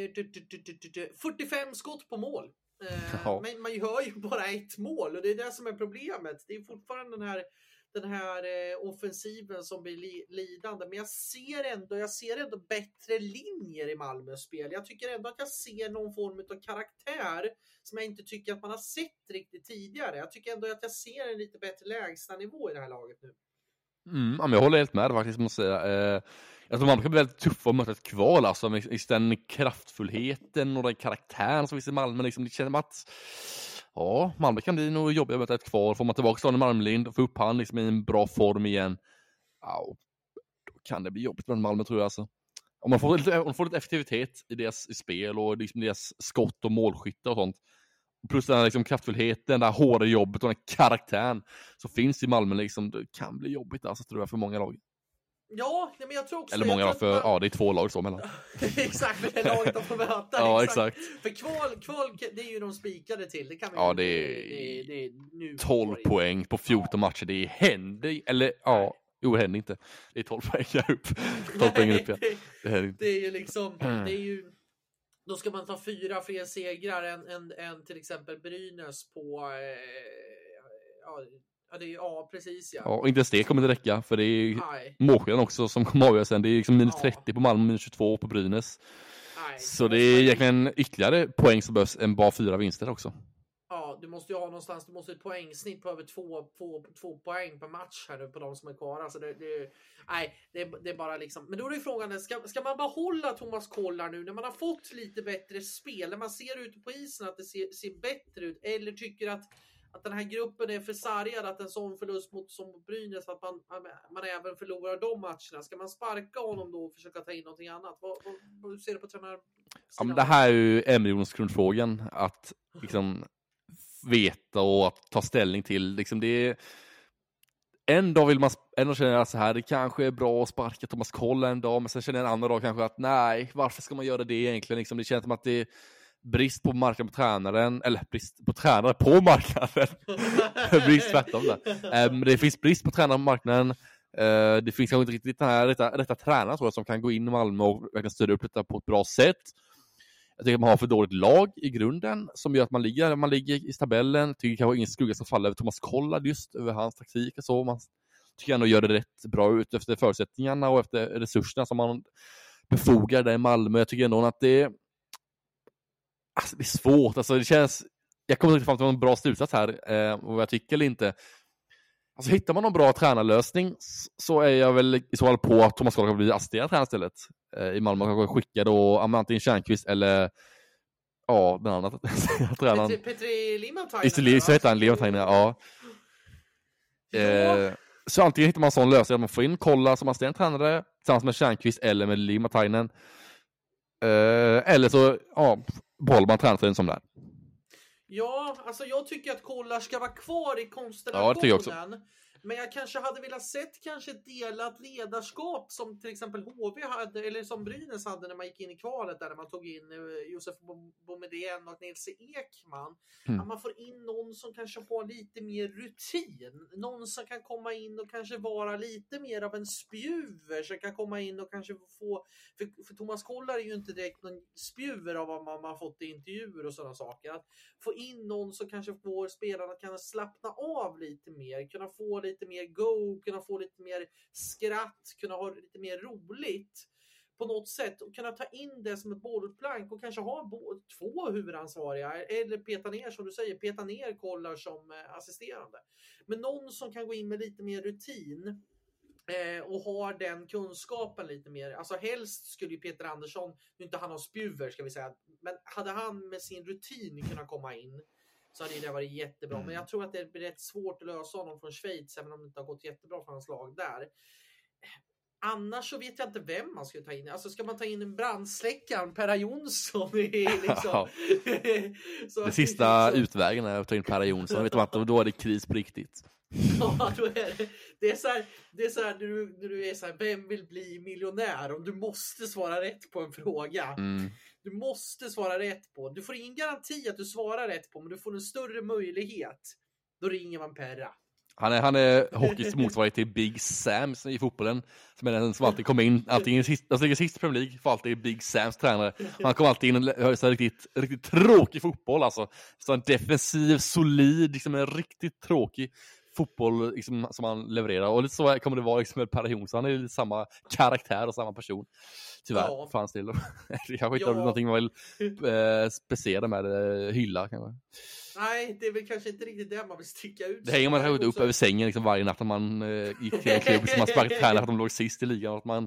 fyrtiofem skott på mål. Uh, men man gör ju bara ett mål och det är det som är problemet. Det är fortfarande den här, den här eh, offensiven som blir li- lidande. Men jag ser ändå jag ser ändå bättre linjer i Malmös spel. Jag tycker ändå att jag ser någon form av karaktär som jag inte tycker att man har sett riktigt tidigare. Jag tycker ändå att jag ser en lite bättre lägsta nivå i det här laget nu. Mm, men jag håller helt med faktiskt, måste jag säga. Eh, jag tror man kan bli väldigt tuffa att möta ett kval, alltså med den kraftfullheten och den karaktären som finns i Malmö. Liksom, det känns som att Ja, Malmö kan bli nog jobbiga med ett kvar. Får man tillbaka Daniel Malmlind och få upp han liksom i en bra form igen. Ja, då kan det bli jobbigt med Malmö, tror jag. Alltså. Om man får lite, om man får lite effektivitet i deras i spel och liksom deras skott och målskytte och sånt. Plus den här liksom kraftfullheten, den där hårda jobbet och den karaktären så finns i Malmö liksom. Det kan bli jobbigt alltså, tror jag, för många lag. Ja, men jag tror också... Eller många lag, för man... ja, det är två lag så mellan. Exakt, det är laget de får möta. Ja, exakt. exakt. För kval, kval, det är ju de spikade till. Det kan vi ja, ju, det är, det, det, det nu tolv poäng på fjorton ja. matcher. Det händer, eller ja, jo, det händer inte. Det är tolv poäng upp. tolv poäng upp, ja. Det, det, händer det är ju liksom, det är ju... Då ska man ta fyra fler segrar än, än, än till exempel Brynäs på... Eh, ja, Ja, det är, ja, precis ja. Ja, och inte ens det kommer det räcka, för det är målskillnaden också som kommer avgöra sen. Det är liksom minus trettio ja. på Malmö, minus tjugotvå på Brynäs. Nej, så det är egentligen ytterligare poäng som behövs än bara fyra vinster också. Ja, du måste ju ha någonstans, du måste ha ett poängsnitt på över två, två, två poäng per match här nu på de som är kvar. Alltså det, det, nej, det, det är bara liksom... Men då är det frågan, ska, ska man behålla Thomas Kollar nu när man har fått lite bättre spel? När man ser ute på isen att det ser, ser bättre ut? Eller tycker att att den här gruppen är för sargad, att en sån förlust mot som Brynäs, att man, man även förlorar de matcherna. Ska man sparka honom då och försöka ta in någonting annat? Vad, vad, vad ser du på tränaren? Ja, men det här är ju Emilions grundfrågan, att liksom veta och att ta ställning till. Liksom det är, en dag vill man en dag känner jag så här, det kanske är bra att sparka Thomas Koll en dag, men sen känner jag en annan dag kanske att nej, varför ska man göra det egentligen? Liksom, det känns som att det är brist på marknaden på tränaren, eller brist på tränare på marknaden. brist tvärtom där. Um, det finns brist på tränare på marknaden. Uh, det finns kanske inte riktigt den här rätta, rätta tränaren tror jag, som kan gå in i Malmö och verkligen styra upp detta på ett bra sätt. Jag tycker att man har för dåligt lag i grunden som gör att man ligger, man ligger i tabellen. Jag tycker kanske ingen skugga som faller över Thomas Kollard just över hans taktik och så. Man tycker ändå gör det rätt bra ut efter förutsättningarna och efter resurserna som man befogar där i Malmö. Jag tycker ändå att det Alltså, det är svårt, alltså det känns... Jag kommer inte fram till någon bra slutsats här, eh, vad jag tycker eller inte. Alltså hittar man någon bra tränarlösning så är jag väl i så fall på att Thomas Kollard bli assisterad tränare istället. Eh, I Malmö kanske skicka då antingen Tjärnqvist eller ja, den andra tränaren. Petri, Petri Limantainen. Istället så heter han Limantainen, ja. Eh, så antingen hittar man en sån lösning att man får in Kollard som assisterad tränare tillsammans med Tjärnqvist eller med Limantainen. Eh, eller så, ja, behåller man tränaren som där. Ja, alltså jag tycker att Kollard ska vara kvar i konstellationen. Ja, det tycker jag också. Men jag kanske hade velat sett kanske ett delat ledarskap som till exempel H V hade, eller som Brynäs hade när man gick in i kvalet där man tog in Josef Boumedienne och Nils Ekman. Mm. Att man får in någon som kanske har lite mer rutin. Någon som kan komma in och kanske vara lite mer av en spjuver. Som kan komma in och kanske få... För, för Thomas Kollard är ju inte direkt någon spjuver av vad man har fått i intervjuer och sådana saker. Att få in någon som kanske får spelarna kan slappna av lite mer. Kunna få lite mer go, kunna få lite mer skratt, kunna ha lite mer roligt på något sätt och kunna ta in det som ett bollplank och kanske ha bo- två huvudansvariga eller peta ner, som du säger, peta ner Kollar som eh, assisterande. Men någon som kan gå in med lite mer rutin eh, och har den kunskapen lite mer. Alltså helst skulle ju Peter Andersson, nu inte han har spjuver ska vi säga, men hade han med sin rutin kunnat komma in så hade det varit jättebra. Mm. Men jag tror att det blir rätt svårt att lösa honom från Schweiz, även om det inte har gått jättebra för hans lag där. Annars så vet jag inte vem man ska ta in. Alltså ska man ta in en brandsläckaren, Perra Jonsson? Liksom. så det sista liksom... utvägen är att ta in Perra Jonsson. Vet du att då är det kris på riktigt. Ja, då är det. Det är så här, det är så här när, du, när du är så här, vem vill bli miljonär? Om du måste svara rätt på en fråga. Mm. Du måste svara rätt på. Du får ingen garanti att du svarar rätt på, men du får en större möjlighet. Då ringer man Perra. Han är, han är hockeys motsvarighet till Big Sam i fotbollen. Som är den som alltid kommer in. Alltid sist, alltså ligger sist i Premier League. För alltid är Big Sams tränare. Han kommer alltid in och hör så riktigt, riktigt tråkig fotboll. Alltså. Så en defensiv, solid, liksom en riktigt tråkig fotboll liksom, som han levererar. Och lite så kommer det vara liksom, med Perra Jonsson. Han är samma karaktär och samma person. Tyvärr, ja. För hans del. Det kanske inte ja. någonting man vill eh, speciera med eh, hylla kanske. Nej, det är väl kanske inte riktigt det man vill sticka ut. Det hänger man högt upp över sängen liksom, varje natt när man eh, gick till en klubb som man sparkade tränare för att de låg sist i ligan. Att man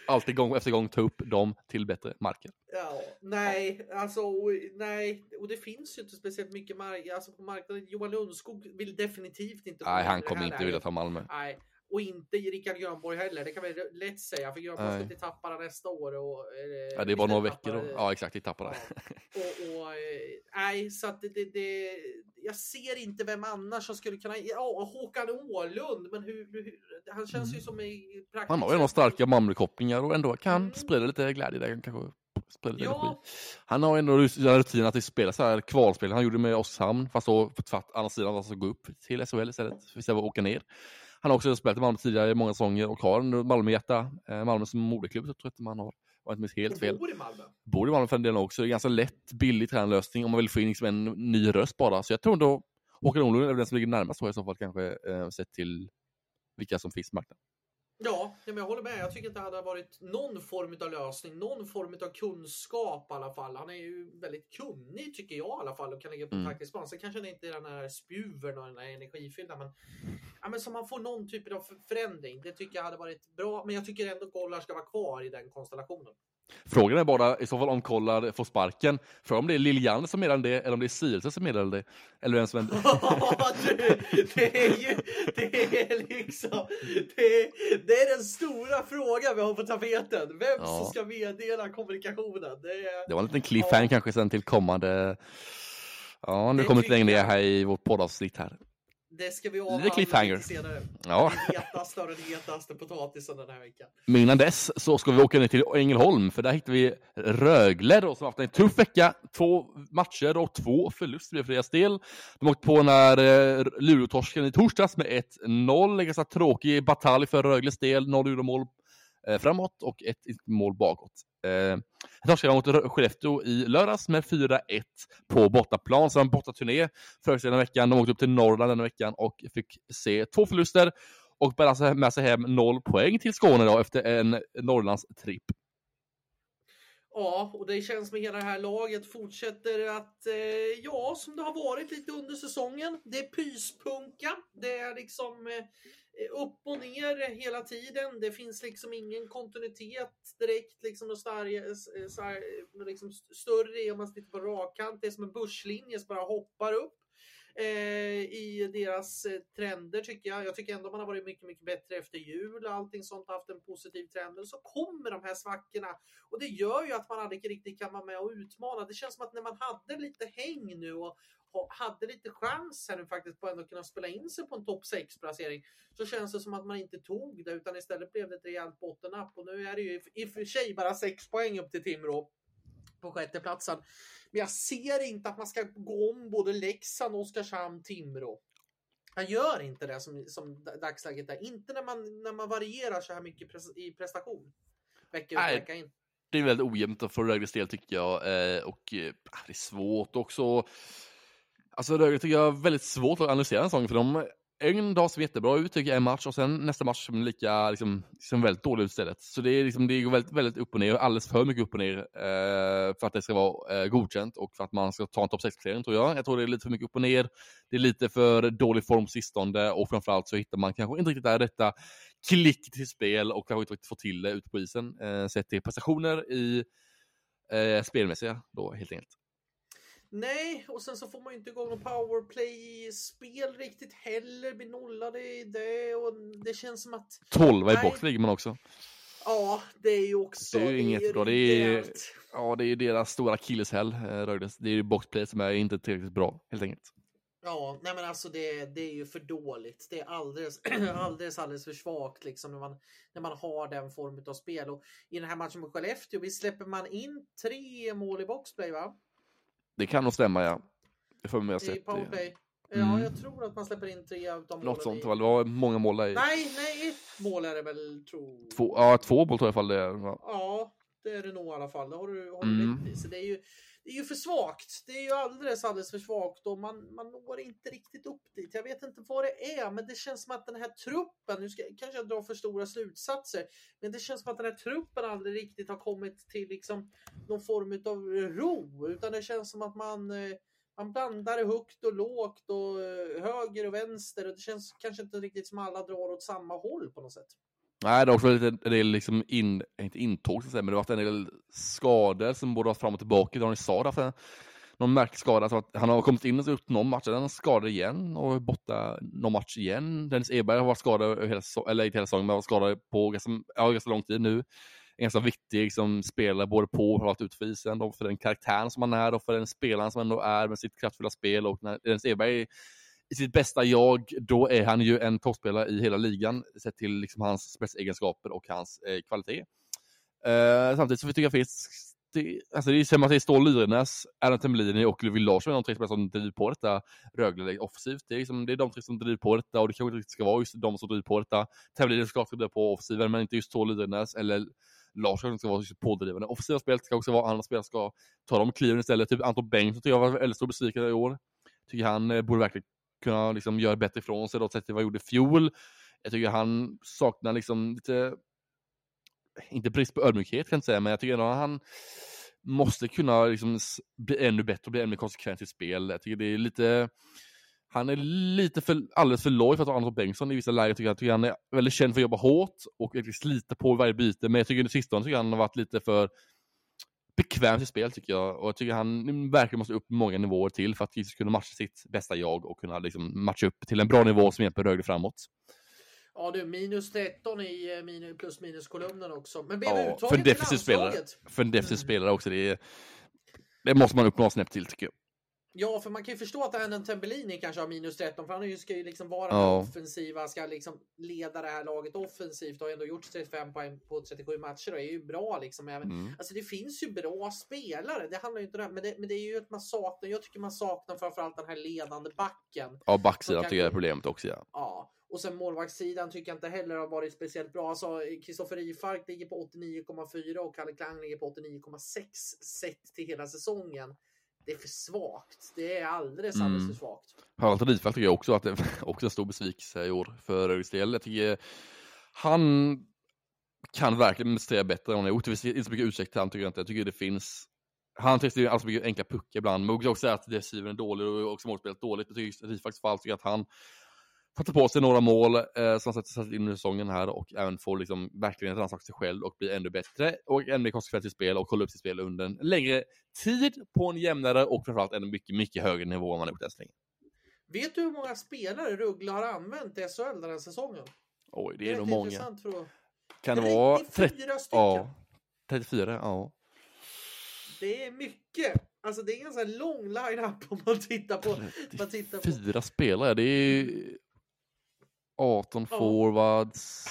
alltid gång efter gång ta upp dem till bättre marker. Ja, nej, alltså nej, och det finns ju inte speciellt mycket mark alltså på marknaden. Johan Lundskog vill definitivt inte. Nej, han kommer inte vilja ta Malmö. Nej, och inte Rickard Grönborg heller. Det kan vi lätt säga, för Grönborg ska till Tappara nästa år och eh, ja, det är bara några veckor då. Ja, exakt, i Tappara. Ja. Och, och eh, nej, så att det, det, det jag ser inte vem annars som skulle kunna. Ja, Håkan Åhlund, men hur, hur han känns mm. ju som i praktiskt. Han har ju några starka Malmö-kopplingar och ändå kan mm. sprida lite glädje där, kanske. Ja. Han har ändå rutin att spela så här kvalspel. Han gjorde det med Oskarshamn, fast då på andra sidan, alltså gå upp till S H L istället för att åka ner. Han har också spelat i Malmö tidigare i många säsonger och har en Malmö-hjärta. Malmö som moderklubb, så tror jag inte man har. Och inte minst helt fel. Bor i Malmö. Bor i Malmö för en del också. Det är ganska lätt, billig tränarlösning om man vill få in liksom en ny röst bara. Så jag tror ändå Håkan Åhlund är den som ligger närmast i så fall, kanske eh, sett till vilka som finns i marknaden. Ja, men jag håller med. Jag tycker att det hade varit någon form av lösning, någon form av kunskap i alla fall. Han är ju väldigt kunnig tycker jag i alla fall och kan lägga på mm. taktisk plan. Sen kanske det inte är den här spjuvern och den här energifyllda, men, ja, men som man får någon typ av förändring. Det tycker jag hade varit bra, men jag tycker ändå Kollar ska vara kvar i den konstellationen. Frågan är bara i så fall om Kollar får sparken. För om det är Liljan som meddelar det eller om det är Silse som meddelar det. Eller vem som är... det, det är ju det är liksom det, det är den stora frågan vi har på tapeten. Vem ja. som ska meddela kommunikationen. Det, är... det var en liten cliffhanger ja. kanske sen till kommande. Ja, nu kommer vi längre ner här i vårt poddavsnitt här. Det ska vi avhandla lite senare. Ja. Den hetaste och den hetaste potatisen den här veckan. Men innan dess så ska vi åka ner till Ängelholm. För där hittar vi Rögle då, som har haft en tuff vecka. Två matcher och två förluster för deras del. De åkte på när eh, Luleå-torsken i torsdags med ett noll. En ganska tråkig batalj för Rögles del. Noll Luleå-mål eh, framåt och ett mål bakåt. Eh, torskade mot Skellefteå i lördags med fyra ett på bortaplan. Så en bortaturné för den veckan. De åkte upp till Norrland den veckan och fick se två förluster och bärade med sig hem noll poäng till Skåne då efter en Norrlands tripp. Ja, och det känns med hela det här laget fortsätter att, eh, ja, som det har varit lite under säsongen. Det är pyspunka, det är liksom eh, upp och ner hela tiden. Det finns liksom ingen kontinuitet direkt, liksom något starre, liksom större om man sitter på rakkant. Det är som en börslinje som bara hoppar upp eh, i deras eh, trender tycker jag. Jag tycker ändå man har varit mycket, mycket bättre efter jul och allting sånt, haft en positiv trend. Och så kommer de här svackorna och det gör ju att man aldrig riktigt kan vara med och utmana. Det känns som att när man hade lite häng nu och hade lite chans här nu faktiskt på att kunna spela in sig på en topp sex placering, så känns det som att man inte tog det, utan istället blev det ett rejält bottennapp. Och nu är det ju i och för sig bara sex poäng upp till Timrå på sjätte platsen. Men jag ser inte att man ska gå om både Leksand, Oskarshamn, Timrå. Jag gör inte det som, som dagsläget är. Inte när man, när man varierar så här mycket pres- i prestation. Vecka ut, vecka in. Det är väldigt ojämnt för Rögles del tycker jag. Eh, och eh, det är svårt också. Alltså Rögle tycker jag är väldigt svårt att analysera en sång, för de en dag ser jättebra ut tycker jag, en match, och sen nästa match som är lika liksom, som väldigt dålig ut istället. Så det är liksom, det går väldigt, väldigt upp och ner, alldeles för mycket upp och ner eh, för att det ska vara eh, godkänt och för att man ska ta en topp sex-placering tror jag. Jag tror det är lite för mycket upp och ner. Det är lite för dålig form på sistone, och framförallt så hittar man kanske inte riktigt där detta klick till spel och kanske inte riktigt få till det ute på isen eh, sett till prestationer i eh, spelmässiga då helt enkelt. Nej, och sen så får man ju inte igång någon powerplay-spel riktigt heller. Blir nollade i det, och det känns som att... tolva i box ligger man också. Ja, det är ju också... Det är ju inget bra. Det är, ja, det är ju deras stora akilleshäl. Det är ju boxplay som är inte tillräckligt bra, helt enkelt. Ja, nej men alltså det, det är ju för dåligt. Det är alldeles, alldeles, alldeles för svagt liksom när man, när man har den formen av spel. Och i den här matchen med Skellefteå, vi släpper man in tre mål i boxplay, va? Det kan nog stämma, ja. Det får man ha sett. Powerplay. Ja, mm. Jag tror att man släpper in tre av de målen. Något sånt, i... det var många mål där i. Nej, nej, ett mål är det väl, tror två, ja, två mål tror jag i alla fall det är. Ja. ja, det är det nog i alla fall. Det har du, har du mm. rätt i. Så det är ju det är ju för svagt. Det är ju alldeles, alldeles för svagt, och man, man når inte riktigt upp dit. Jag vet inte vad det är, men det känns som att den här truppen, nu ska kanske jag dra för stora slutsatser, men det känns som att den här truppen aldrig riktigt har kommit till liksom någon form av ro, utan det känns som att man, man blandar högt och lågt och höger och vänster, och det känns kanske inte riktigt som alla drar åt samma håll på något sätt. Nej, det är också lite en del liksom in, inte intåg så att säga, men det har varit en del skador som både har fram och tillbaka. Daniel Saar har haft en, någon märklig skada, så att han har kommit in och gjort någon match, den skadad igen och är borta någon match igen. Dennis Eberg har varit skadad hela, eller inte hela säsongen, men har varit skadad på ganska, ja, ganska lång tid nu. En ganska viktig liksom, spelare både på och varit ut för isen, och för den karaktären som han är och för den spelaren som han ändå är med sitt kraftfulla spel. Och när Dennis Eberg i sitt bästa jag, då är han ju en toppspelare i hela ligan sett till liksom hans spetsegenskaper och hans eh, kvalitet. Eh, samtidigt så tycker jag finns det, alltså det är som att det är Stål Lyrenäs, Erland Temmelini och Ludvig Larsson, de tre spelare som driver på detta Rögle offensivt. Det är, liksom, det är de tre som driver på detta, och det kanske inte riktigt ska vara just de som driver på detta. Temmelini ska driva på offensiven, men inte just Stål Lyrenäs eller Larsson ska vara just pådrivande. Offensiva spelet ska också vara andra spelare ska ta de kliven istället. Typ Anton Bengtsson tycker jag var väldigt stor besviken i år. Tycker han eh, borde verkligen kunna liksom göra bättre ifrån sig då, sett till vad han gjorde i fjol. Jag tycker han saknar liksom lite, inte brist på ödmjukhet kan jag inte säga, men jag tycker att han måste kunna liksom bli ännu bättre och bli ännu mer konsekvent i spel. Jag tycker det är lite, han är lite för, alldeles för loj för att ha Anton Bengtsson i vissa lägen. Jag tycker, jag tycker han är väldigt känd för att jobba hårt och slita på varje byte, men jag tycker i det sista tycker han har varit lite för bekvämt i spel tycker jag, och jag tycker han verkligen måste upp många nivåer till för att kunna matcha sitt bästa jag och kunna liksom matcha upp till en bra nivå som hjälper Rögle framåt. Ja du, minus tretton i minus, plus minus kolumnen också. Men blev ja, uttaget för en defensiv spelare, för en defensiv spelare också, det, är, det måste man uppnå snäpp till tycker jag. Ja, för man kan ju förstå att Erland Temmelini kanske har minus tretton, för han ska ju liksom vara ja. den offensiva, ska liksom leda det här laget offensivt och har ändå gjort trettiofem poäng på trettiosju matcher och är ju bra liksom. Även, mm. Alltså det finns ju bra spelare, det handlar ju inte om det, men det, men det är ju att man saknar, jag tycker man saknar framförallt den här ledande backen. Ja, backsidan tycker jag är problemet också, ja. Ja. Och sen målvaktssidan tycker jag inte heller har varit speciellt bra. Alltså Kristoffer Ifark ligger på åttionio komma fyra och Kalle Klang ligger på åttionio komma sex sett till hela säsongen. Det är för svagt. Det är alldeles, mm. alldeles för svagt. Harald Rydfeldt tycker jag också att det är också en stor besvikelse i år för Rögles del. Jag tycker han kan verkligen demonstrera bättre än han har gjort. Det finns inte så mycket ursäkt till han tycker jag inte. Jag tycker det finns, han testar ju alltid mycket enkla puckar ibland. Men också att defensiven är dålig och också målspelet dåligt. Jag tycker Rydfeldts fall tycker att han fattar på sig några mål eh, som sätter sig in i säsongen här och även får liksom verkligen rannsaka sig själv och bli ännu bättre och ännu mer konsekvent i spel och hålla upp sitt spel under en längre tid på en jämnare och framförallt en mycket, mycket högre nivå än man har gjort än så länge. Vet du hur många spelare Rögle har använt i S H L den här säsongen? Oj, det är, det är nog många. För att... Kan det vara trettiofyra stycken? Ja, trettiofyra, ja. Det är mycket. Alltså det är en ganska lång line-up om man tittar på. Man tittar på. Fyra spelare, det är arton ja. Forwards,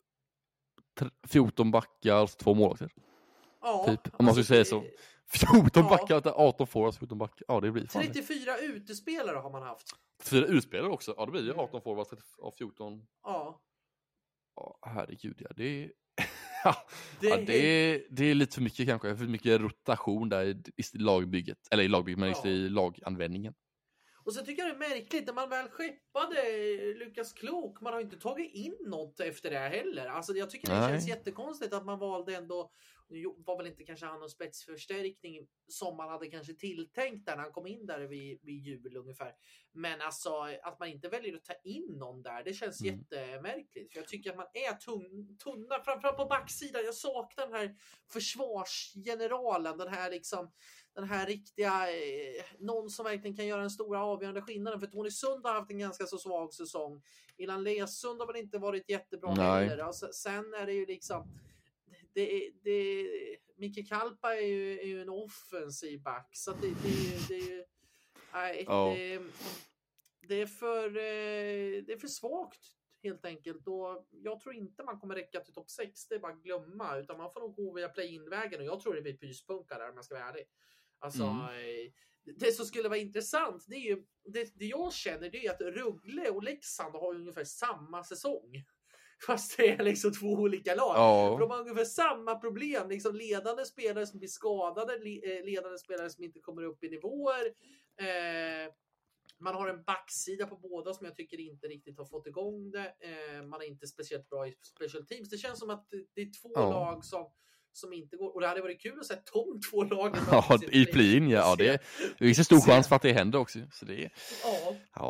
fjorton backar och två målvakter. Ja. Typ, om man alltså skulle säga så. fjorton ja. Backar, arton forwards, fjorton backar. Ja, det blir fan. trettiofyra utespelare har man haft. trettiofyra utespelare också. Ja, det blir ju arton forwards och fjorton. Ja. Ja, herregud, ja. Det är ja, det, ja, det, är, det är lite för mycket kanske. För mycket rotation där i, i lagbygget. Eller i lagbygget, men ja. I laganvändningen. Och så tycker jag det är märkligt när man väl skeppade Lukas Klok, man har inte tagit in något efter det heller. Alltså jag tycker det Nej. Känns jättekonstigt att man valde ändå, var väl inte kanske han någon spetsförstärkning som man hade kanske tilltänkt där när han kom in där vid, vid jul ungefär. Men alltså att man inte väljer att ta in någon där, det känns mm. jättemärkligt. För jag tycker att man är tunn, tunna, framförallt på backsidan. Jag saknar den här försvarsgeneralen, den här liksom den här riktiga, eh, någon som verkligen kan göra en stora avgörande skillnaden. För Tony Sund har haft en ganska så svag säsong. Ilan Lesund har väl inte varit jättebra Nej. heller. Alltså, sen är det ju liksom, det, det, Micke Kalpa är ju, är ju en offensiv back. Så det, det, det, nej, oh. det, det är för det är för svagt helt enkelt. Och jag tror inte man kommer räcka till topp sex. Det är bara att glömma. Utan man får nog gå via play-in-vägen. Och jag tror det blir pyspunkar där om jag ska vara ärlig. Alltså, mm. det som skulle vara intressant, det är ju, det, det jag känner, det är att Rögle och Leksand har ungefär samma säsong. Fast det är liksom två olika lag. Oh. De har ungefär samma problem. Liksom ledande spelare som blir skadade, ledande spelare som inte kommer upp i nivåer. Eh, man har en backsida på båda som jag tycker inte riktigt har fått igång det. Eh, man är inte speciellt bra i special teams. Det känns som att det är två oh. lag som som inte går, och det hade varit kul att se de två lagen ja, i play-in, ja, det är, det är så stor chans för att det händer också, så det är, ja. ja,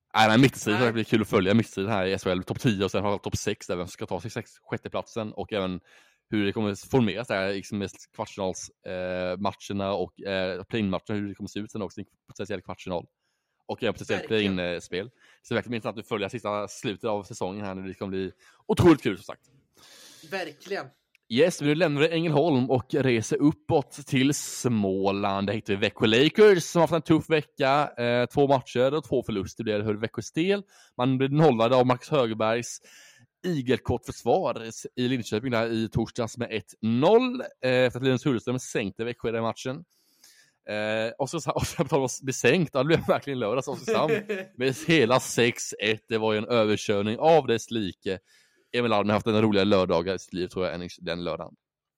Nej, nej, mittsidan det blir kul att följa mittsidan här i S H L. Topp tio och sen har topp sex där vem ska ta sig sex, sjätte platsen och även hur det kommer formeras där liksom med kvartsfinalsmatcherna eh, och eh, play-in-matcherna, hur det kommer se ut sen också i potentiell kvartsfinal. Och även potentiellt play-in-spel. Så det är verkligen intressant att följa sista slutet av säsongen här nu. Det kommer bli otroligt kul som sagt. Verkligen. Yes, vi lämnar Ängelholm och reser uppåt till Småland. Det heter Växjö Lakers som har haft en tuff vecka. Eh, två matcher och två förluster blev det för Växjös del. Man blev nollade av Max Högbergs igelkottförsvar i Linköping där i torsdags med ett noll. Eh, efter att Linus Hultström sänkte Växjö i den matchen. Eh, och så Oskarshamn blev sänkt. Det blev verkligen lördags Oskarshamn med hela sex ett. Det var ju en överkörning av dess like. Emil Alm har haft en roligare lördag i sitt liv tror jag än den lördagen.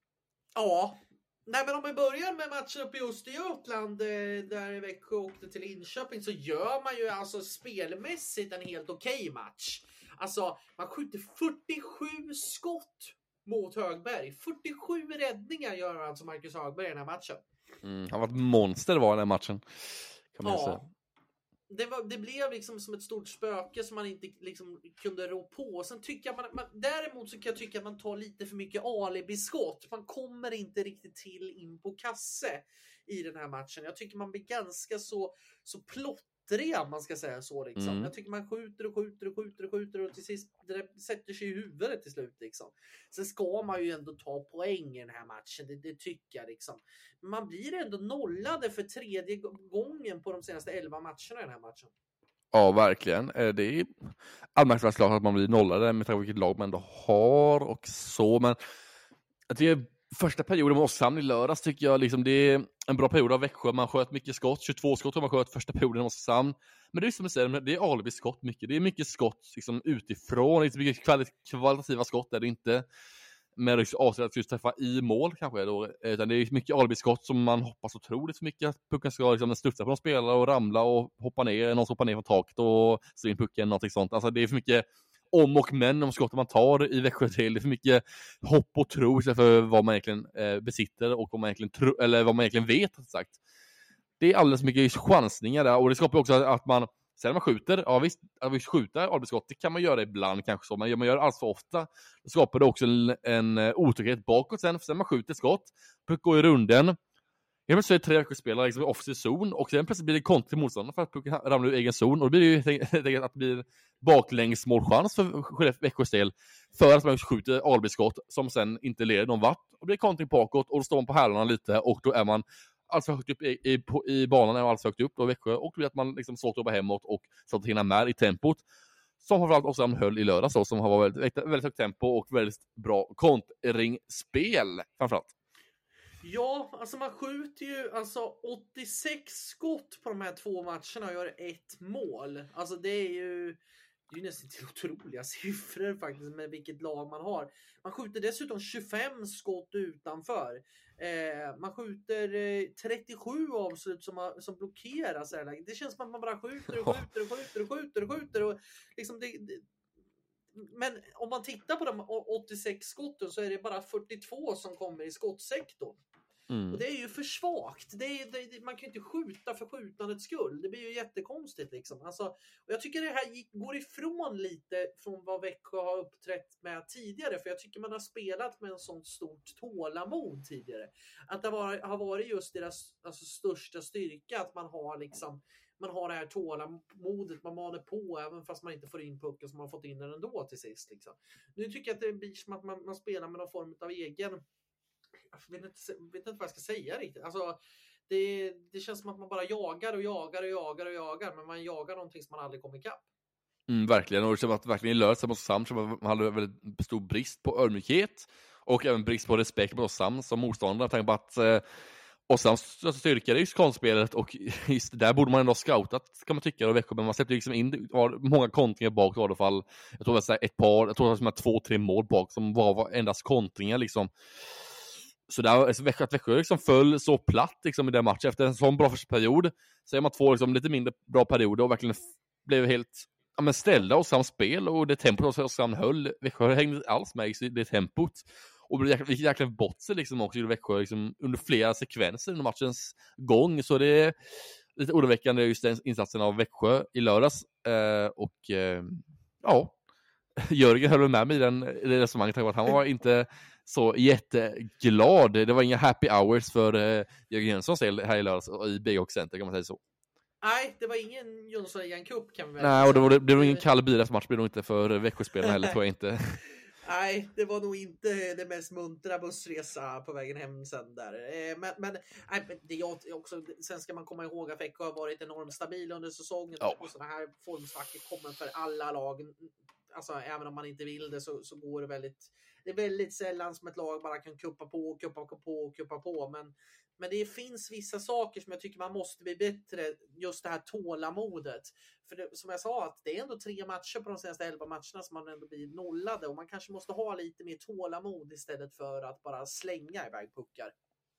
Ja. Nej, men om vi börjar med matchen uppe i Östergötland där Växjö åkte till Linköping så gör man ju alltså spelmässigt en helt okej match. Alltså man skjuter fyrtiosju skott mot Högberg. fyrtiosju räddningar gör alltså Marcus Högberg i den här matchen. Mm, han var ett monster var i den här matchen. Kan man ja. säga. Det, var, det blev liksom som ett stort spöke som man inte liksom kunde rå på. Sen tycker jag man, man, däremot så kan jag tycka att man tar lite för mycket alibiskott. Man kommer inte riktigt till in på kasse i den här matchen. Jag tycker man blir ganska så, så plottrig om man ska säga så. Liksom. Mm. Jag tycker man skjuter och skjuter och skjuter och skjuter och till sist det sätter sig i huvudet till slut. Liksom. Sen ska man ju ändå ta poäng i den här matchen. Det, det tycker jag liksom. Men man blir ändå nollade för tredje gången på de senaste elva matcherna i den här matchen. Ja, verkligen. Det är anmärkningsvärt att man blir nollade med tanke på vilket lag man ändå har och så. Men jag tycker första perioden med Oskarshamn i lördags tycker jag liksom det är en bra period av Växjö. Man sköt mycket skott, tjugotvå skott har man sköt första perioden av Oskarshamn. Men det är som jag säger, det är alibi skott mycket. Det är mycket skott liksom utifrån, inte mycket kvalit- kvalitativa skott där det inte med avsikt att just träffa i mål kanske då, utan det är mycket alibiskott som man hoppas och tror lite för mycket att pucken ska liksom studsa på de spelare och ramla och hoppa ner, någon som hoppar ner från taket och slå in pucken, någonting sånt. Alltså det är för mycket om och men om skottet man tar i Växjö till. Det är för mycket hopp och tro istället för vad man egentligen eh, besitter och vad man egentligen tro, eller vad man egentligen vet sagt. Det är alldeles mycket chansningar där och det skapar också att man sen när man skjuter, ja visst, att vi skjuter arbetsskott, det kan man göra ibland kanske så, men man gör det alls för ofta. Då skapar det också en, en otrygghet bakåt sen, för sen man skjuter skott, puck går i runden. Jag vill säga tre Växjö-spelare liksom i offensiv zon, och sen plötsligt blir det kontra till motståndaren för att pucken ramlar ur egen zon, och då blir det ju att det blir baklängsmålchans för Växjös del, för att man skjuter arbetsskott som sen inte leder någon vart, och blir kontring bakåt, och då står man på hälarna lite, och då är man alltså högt upp i, i, på, i banan är alltså högt upp då Växjö, och då blir att man liksom svårt att jobba hemåt och så att hinna med i tempot som framförallt också höll i lördags då, som har varit väldigt, väldigt högt tempo och väldigt bra kontringspel framförallt. Ja, alltså man skjuter ju alltså åttiosex skott på de här två matcherna och gör ett mål. Alltså det är ju det är ju nästan till otroliga siffror faktiskt med vilket lag man har. Man skjuter dessutom tjugofem skott utanför. Eh, man skjuter eh, trettiosju avslut som, som blockeras. Här. Det känns som att man bara skjuter och skjuter och skjuter och skjuter och skjuter. Och liksom det, det... Men om man tittar på de åttiosex skotten så är det bara fyrtiotvå som kommer i skottsektorn. Mm. Och det är ju för svagt. Det är, det, man kan ju inte skjuta för skjutandets skull. Det blir ju jättekonstigt liksom. Alltså, och jag tycker det här gick, går ifrån lite från vad Växjö har uppträtt med tidigare. För jag tycker man har spelat med en sån stort tålamod tidigare. Att det var, har varit just deras alltså, största styrka. Att man har liksom man har det här tålamodet, man manar på även fast man inte får in pucken som man har fått in den ändå till sist. Liksom. Nu tycker jag att det blir som att man, man spelar med någon form av egen... Jag vet inte, vet inte vad jag ska säga riktigt. Alltså, det, det känns som att man bara jagar och jagar och jagar och jagar. Men man jagar någonting som man aldrig kommer ikapp. Mm, verkligen, och det känns att verkligen i lördags mot Sam man hade väldigt stor brist på ödmjukhet. Och även brist på respekt mot Sam som motståndare. Jag tänker på att eh, och Sams styrka är ju kontspelet. Och just där borde man ändå ha scoutat kan man tycka. Och Växjö, men man släppte liksom in var många kontringar bak i alla fall. Jag tror att det var ett par, jag tror att det var två, tre mål bak som var, var endast kontringar liksom. Så där, alltså, Växjö, att Växjö liksom föll så platt liksom, i den matchen. Efter en sån bra första period så är man två liksom, lite mindre bra perioder och verkligen blev helt ja, men ställda och samspel. Och det tempot och Sam höll. Växjö hängde inte alls med i det tempot. Och det gick jäkla bort sig liksom, också i Växjö liksom, under flera sekvenser under matchens gång. Så det lite oroväckande just den insatsen av Växjö i lördags. Eh, och eh, ja, Jörgen höll med mig i den i det resonemanget. Att han var inte så jätteglad. Det var inga happy hours för eh, Jörgen Jönssons del här i lördags i B H Center, kan man säga så. Nej, det var ingen Jönssonligan Cup kan vi väl. Nej, och det var, det, det var ingen kall bil efter match, blir nog inte för Växjöspelarna heller, tror jag inte. Nej, det var nog inte det mest muntra bussresa på vägen hem sen där. Men, men, nej, men det är också, sen ska man komma ihåg att Växjö har varit enormt stabil under säsongen. Ja. Och sådana här formsvackor kommer för alla lag. Alltså, även om man inte vill det så, så går det väldigt... Det är väldigt sällan som ett lag bara kan kuppa på, kuppa på, kuppa på. Men, men det finns vissa saker som jag tycker man måste bli bättre. Just det här tålamodet. För det, som jag sa, att det är ändå tre matcher på de senaste elva matcherna som man ändå blir nollade. Och man kanske måste ha lite mer tålamod istället för att bara slänga iväg puckar.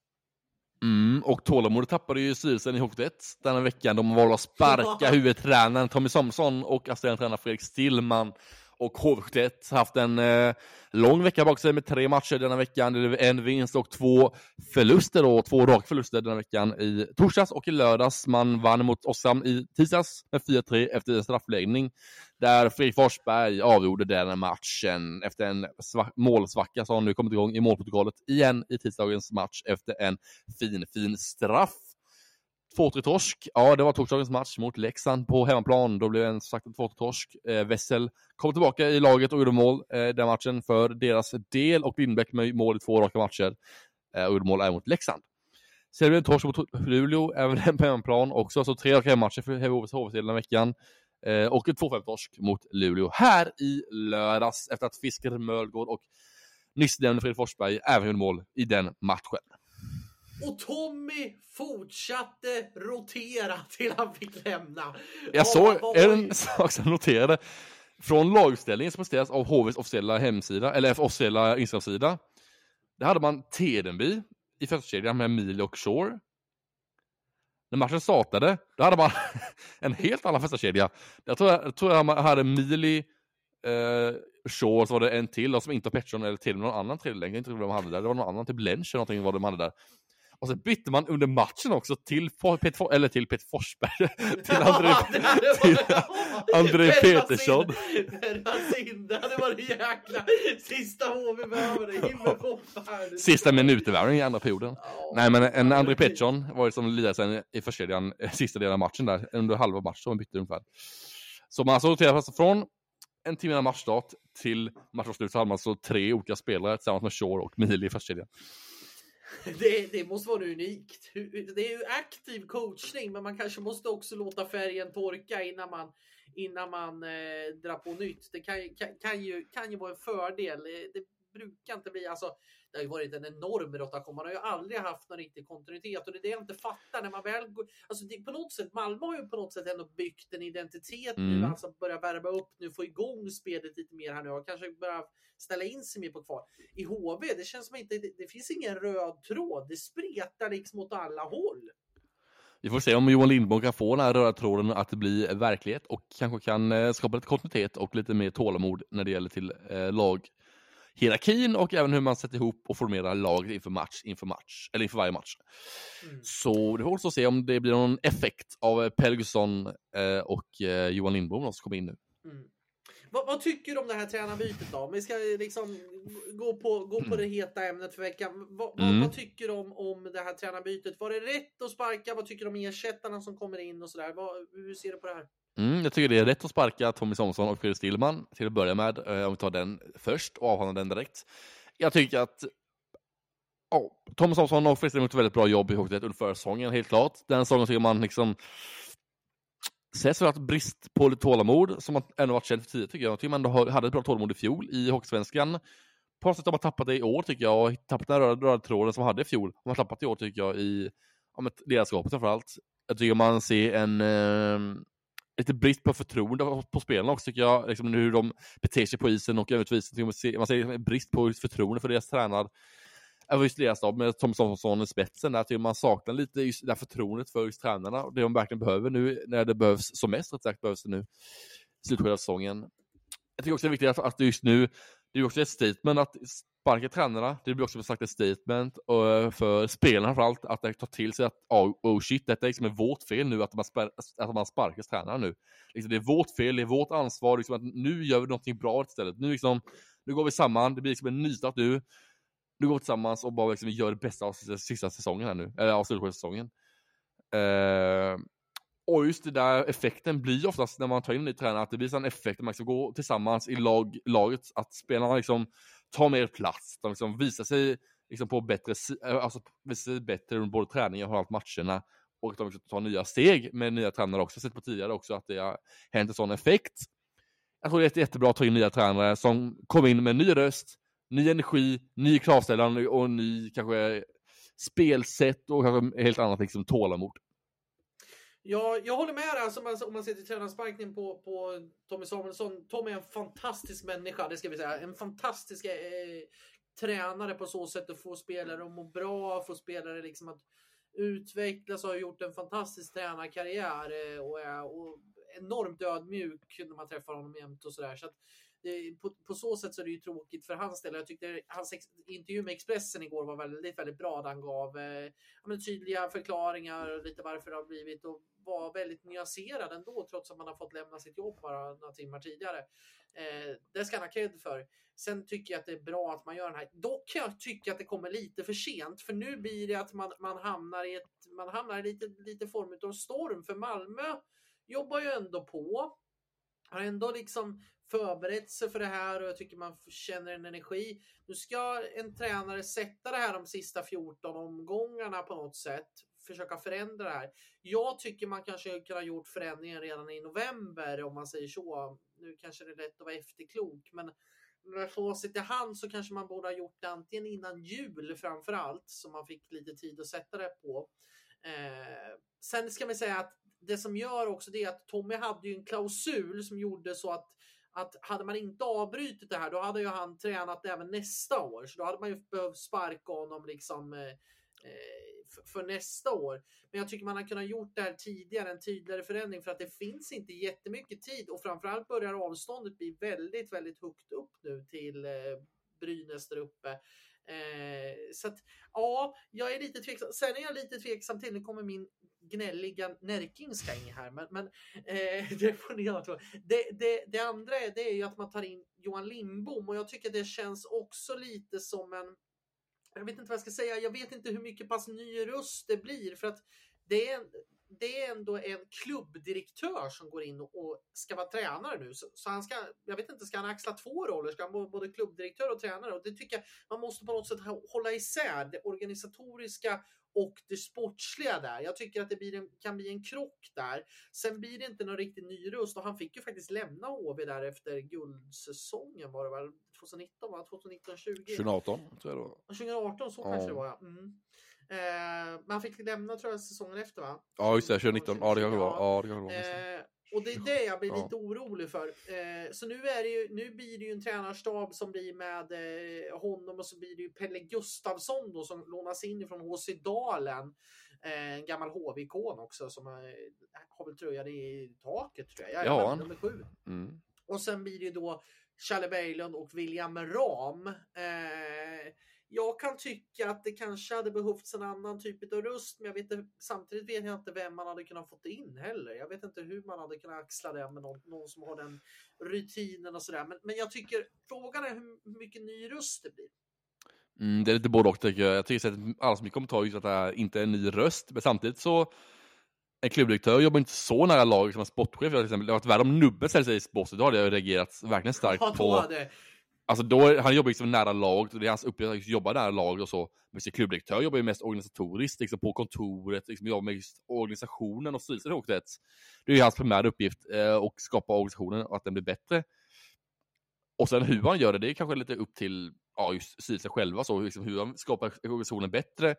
Mm, och tålamodet tappade ju styrelsen i Hockeyett denna veckan. De valde att sparka huvudtränaren Tommy Somsson och assisterande Fredrik Stillman. Och H V sjuttioett har haft en eh, lång vecka bak sig med tre matcher denna veckan. Det är en vinst och två förluster då. Två raka förluster denna veckan i torsdags och i lördags. Man vann mot Oskarshamn i tisdags med fyra tre efter en straffläggning. Där Fredrik Forsberg avgjorde den matchen efter en sva- målsvacka som nu kommit igång i målprotokollet igen i tisdagens match efter en fin, fin straff. två tre torsk. Ja, det var torsdagens match mot Leksand på hemmaplan. Då blev det en sagt två tre torsk. Eh, Wessel kom tillbaka i laget och gjorde mål eh, den matchen för deras del. Och Lindbäck med mål i två raka matcher. Eh, och gjorde mål även mot Leksand. Sen blev det en torsk mot Luleå, även den på hemmaplan också. Så tre raka matcher för H V den veckan. Eh, och en två fem torsk mot Luleå här i lördags. Efter att Fisker Mölgård och nyss nämnde Fredrik Forsberg även gjorde mål i den matchen. Och Tommy fortsatte rotera till han fick lämna. Jag såg en sak som noterade. Från lagställningen som presenteras av H V:s officiella hemsida, eller officiella Instagram-sida. Där hade man Tedenby i första kedjan med Mili och Shore. När matchen startade, då hade man en helt annan första kedja. Jag tror jag, jag, tror jag man hade Mili, eh, Shore, så var det en till och som inte var Pettersson eller till någon annan tredje. Jag inte vad de hade där. Det var någon annan, typ Lench eller någonting vad de hade där. Och så bytte man under matchen också till Peter, eller till Peter Forsberg till André, till André Petersson. Det var det jäkla sista H V behöver. Sista minuter i andra perioden. Oh, Nej, men en André Petersson var ju som lirade sen i första delen, sista delen av matchen där under halva matchen som man bytte ungefär. Så man alltså noterade alltså från en timme av matchstart till matchslut så hade man så tre olika spelare tillsammans med Shore och Mili i första kedjan. Det, det måste vara unikt. Det är ju aktiv coachning, men man kanske måste också låta färgen torka innan man, innan man eh, drar på nytt. Det kan, kan, kan, ju, kan ju vara en fördel. Det brukar inte bli, alltså, det har ju varit en enorm rotation. Man har ju aldrig haft någon riktig kontinuitet, och det är det jag inte fattar när man väl går, alltså det, på något sätt, Malmö har ju på något sätt ändå byggt en identitet mm. nu, alltså börja värva upp nu, få igång spelet lite mer här nu och kanske börja ställa in sig mer på kvar. I H V, det känns som inte, det, det finns ingen röd tråd, det spretar liksom åt alla håll. Vi får se om Johan Lindbom kan få den här röda tråden att det blir verklighet och kanske kan skapa lite kontinuitet och lite mer tålamod när det gäller till eh, lag hierarkin och även hur man sätter ihop och formerar laget inför match, inför match eller inför varje match. Mm. Så det får också se om det blir någon effekt av Pelgusson eh, och eh, Johan Lindbom som kommer in nu. Mm. Vad, vad tycker du om det här tränarbytet då? Vi ska liksom gå på, gå på det heta ämnet för veckan. Vad, mm. vad, vad tycker du om, om det här tränarbytet? Var det rätt att sparka? Vad tycker du om ersättarna som kommer in och sådär? Vad, hur ser du på det här? Mm, jag tycker det är rätt att sparka Tommy Somsson och Fredrik Stillman till att börja med. Eh, om vi tar den först och avhandlar den direkt. Jag tycker att oh, Tommy Somsson och Fredrik Stillman har gjort ett väldigt bra jobb i Hockeyett under förra säsongen, helt klart. Den säsongen tycker man liksom ses för att brist på tålamod som man ändå varit känd för tidigare, tycker jag. Jag tycker man ändå hade ett bra tålamod i fjol i Hockeysvenskan. På något sätt har man tappat det i år, tycker jag. Och tappat den röda, röda tråden som man hade i fjol. Man har tappat i år, tycker jag, i om ett ledarskapet framförallt. Jag tycker man ser en eh, lite brist på förtroende på spelarna också, tycker jag. Liksom hur de beter sig på isen och övertvis. Man ser, man ser en brist på förtroende för deras tränare. Även just deras stab med Tom Somsson i spetsen. Där tycker man saknar lite just det här förtroendet för just tränarna. Och det de verkligen behöver nu, när det behövs som mest, rätt sagt, behövs det nu i slutskedet av säsongen. Jag tycker också det är viktigt att, att just nu, det är också ett statement att sparka tränarna, det blir också som sagt ett statement och för spelarna framförallt att det tar till sig att oh, oh shit, detta är liksom vårt fel nu att man, spar- att man sparkar tränarna nu. Liksom, det är vårt fel, det är vårt ansvar, liksom, att nu gör vi någonting bra istället. Nu, liksom, nu går vi samman, det blir liksom en nystart nu. Nu går vi tillsammans och bara liksom, vi gör det bästa av sista säsongen här nu, eller av slutet på säsongen. Uh, och just det där effekten blir oftast när man tar in en ny tränare att det blir en effekt att man ska gå tillsammans i lag, laget, att spelarna liksom tar mer plats, de liksom visar sig liksom på bättre, alltså visar sig bättre under både träningen och allt matcherna och att de liksom tar nya steg med nya tränare också. Jag har sett på tidigare också att det har hänt en sån effekt. Jag tror det är jättebra att ta in nya tränare som kommer in med ny röst, ny energi, ny kravställan och ny kanske spelsätt och kanske helt annat liksom tålamod. Ja, jag håller med dig. Alltså, om, man, om man ser till tränarsparkning på, på Tommy Samuelsson. Tommy är en fantastisk människa, det ska vi säga. En fantastisk eh, tränare på så sätt att få spelare att må bra, få spelare liksom att utvecklas och har gjort en fantastisk tränarkarriär eh, och är och enormt ödmjuk när man träffar honom jämt och sådär. Så att det, på, på så sätt så är det ju tråkigt för hans del. Jag tyckte hans ex, intervju med Expressen igår var väldigt, väldigt bra. Han gav eh, men, tydliga förklaringar och lite varför det har blivit och var väldigt nyanserad ändå trots att man har fått lämna sitt jobb bara några timmar tidigare. Eh, det ska han ha cred för. Sen tycker jag att det är bra att man gör den här. Dock kan jag tycka att det kommer lite för sent, för nu blir det att man, man hamnar i ett, man hamnar i lite, lite form av storm, för Malmö jobbar ju ändå på. Har ändå liksom förberett sig för det här och jag tycker man känner en energi. Nu ska en tränare sätta det här de sista fjorton omgångarna på något sätt. Försöka förändra det här. Jag tycker man kanske kan ha gjort förändringen redan i november om man säger så. Nu kanske det är lätt att vara efterklok, men med facit i hand så kanske man borde ha gjort det antingen innan jul framförallt, så man fick lite tid att sätta det på. Eh, sen ska vi säga att det som gör också det är att Tommy hade ju en klausul som gjorde så att att hade man inte avbrytit det här, då hade ju han tränat även nästa år. Så då hade man ju behövt sparka honom liksom eh, för, för nästa år. Men jag tycker man har kunnat gjort det här tidigare, en tydligare förändring, för att det finns inte jättemycket tid och framförallt börjar avståndet bli väldigt, väldigt högt upp nu till eh, Brynäs där uppe. Eh, så att ja, jag är lite tveksam. Sen är jag lite tveksam till, nu kommer min gnälliga närkingska in här, men, men eh, det får ni göra. Det, det, det andra är, det är ju att man tar in Johan Lindbom och jag tycker det känns också lite som en, jag vet inte vad jag ska säga, jag vet inte hur mycket pass ny röst det blir, för att det är, det är ändå en klubbdirektör som går in och, och ska vara tränare nu. Så, så han ska, jag vet inte, ska han axla två roller? Ska han vara både klubbdirektör och tränare? Och det tycker jag man måste på något sätt hålla isär det organisatoriska och det sportsliga där. Jag tycker att det blir en, kan bli en krock där. Sen blir det inte någon riktigt ny röst och han fick ju faktiskt lämna H V där efter guldsäsongen, var det väl tjugonitton, va? tjugonitton tjugo tjugoarton tror jag det var. tjugoarton så ja. Kanske det var, ja. Mm. Eh, man fick lämna tror jag säsongen efter, va? Ja just det, tjugonitton, ja det kan det vara. Ja, det kan det vara. Eh, och det är det jag blir ja. lite orolig för. Eh, så nu, är det ju, nu blir det ju en tränarstab som blir med eh, honom och så blir det ju Pelle Gustafsson då, som lånas in från H C Dalen. Eh, en gammal H V-ikon också som eh, har väl tröjat i taket tror jag. jag ja. Nummer sju. Mm. Och sen blir det ju då Challe Berglund och William Ram. Eh, jag kan tycka att det kanske hade behövts en annan typ av röst, men jag vet inte, samtidigt vet jag inte vem man hade kunnat fått in heller. Jag vet inte hur man hade kunnat axla det med någon, någon som har den rutinen och sådär. Men, men jag tycker, frågan är hur mycket ny röst det blir. Mm, det är lite både och tycker jag. Jag tycker att alla som kommer ta just att det inte är en ny röst, men samtidigt så en klubbdirektör jobbar inte så nära laget som en sportchef. Till exempel. Det har varit värre om Nubbe säger sig i sporten. Då hade jag reagerat verkligen starkt ja, på... Hade... Alltså då, han jobbar liksom nära laget och det är hans uppgift att jobba nära laget och så. Men sin klubbdirektör jobbar ju mest organisatoriskt liksom på kontoret, liksom jobbar med just organisationen och styrelsen och det. Det är ju hans primära uppgift eh, och skapa organisationen och att den blir bättre. Och sen hur han gör det, det är kanske lite upp till ja, just styrelsen själva, så liksom hur han skapar organisationen bättre.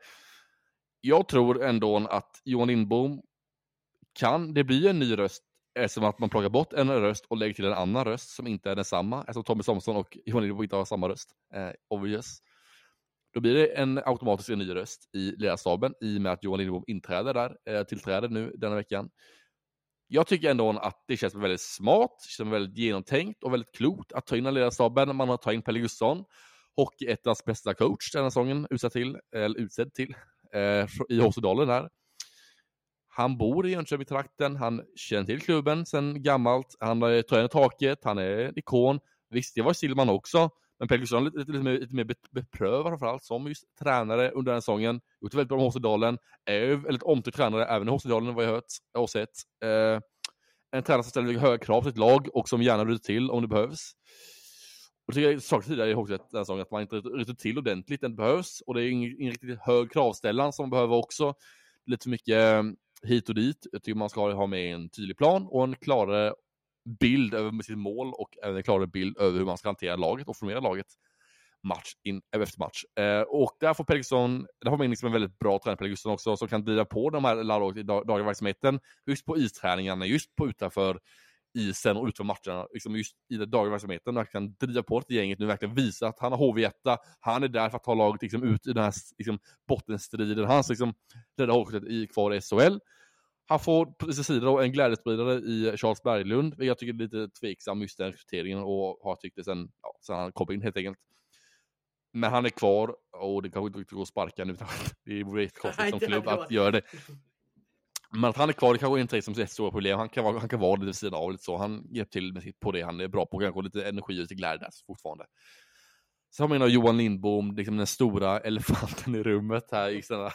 Jag tror ändå att Johan Lindbom kan, det blir en ny röst eftersom att man plockar bort en röst och lägger till en annan röst som inte är densamma. Eftersom Tommy Samuelsson och Johan Lindbom inte har samma röst. Eh, obvious. Då blir det en automatisk en ny röst i ledarstaben i och med att Johan Lindbom inträder där, eh, tillträder nu denna veckan. Jag tycker ändå att det känns väldigt smart, känns väldigt genomtänkt och väldigt klokt att ta in en ledarstaben. Man har tagit in Pelle Gustafsson Hockeyettans bästa coach den här säsongen utsedd till, eller utsedd till eh, i Håsedalen där. Han bor i Jönköping-trakten, han känner till klubben sedan gammalt, han är tröjan i taket, han är en ikon. Visst, det var Silman också, men Per Gustafsson är lite, lite, lite, mer, lite mer beprövad framförallt som just tränare under den säsongen. Gjort väldigt bra med Håsedalen, är väldigt omtyckt tränare även i Håsedalen vad jag hört och sett. Eh, en tränare som ställer höga krav på sitt lag och som gärna ryter till om det behövs. Och det jag sa tidigare i Håkstedt den säsongen att man inte ryter till ordentligt, det behövs. Och det är ingen, ingen riktigt hög kravställan som man behöver också. Lite för mycket hit och dit. Jag tycker man ska ha med en tydlig plan och en klarare bild över sitt mål och även en klarare bild över hur man ska hantera laget och formera laget match in, efter match. Eh, och där får Pellegrino, där får man in liksom en väldigt bra tränare Pellegrino också som kan driva på de här laget i dag, dagliga verksamheten just på isträningarna, just på utanför isen och utanför matcherna, liksom just i den dagliga verksamheten. Han kan driva på ett gänget nu, verkligen visa att han har H V ett, han är där för att ta laget liksom ut i den här liksom bottenstriden. Han liksom rädda Håkstedt i kvar i S H L. Han får på sin sida då en glädjespridare i Charles Berglund. Jag tycker det är lite tveksam just den rekryteringen och har tyckt det sen, ja, sen han kom in helt enkelt. Men han är kvar och det kanske inte går att sparka nu. Det vore konstigt som klubb att göra det. Men att han är kvar, det kanske inte är som ett stora problem. Han kan vara, han kan vara lite vid sidan av lite så. Han hjälper till med sitt på det han är bra på. Kanske lite energi och lite glädje där fortfarande. Så har man in Johan Lindbom, liksom den stora elefanten i rummet här. I denna,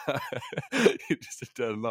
denna,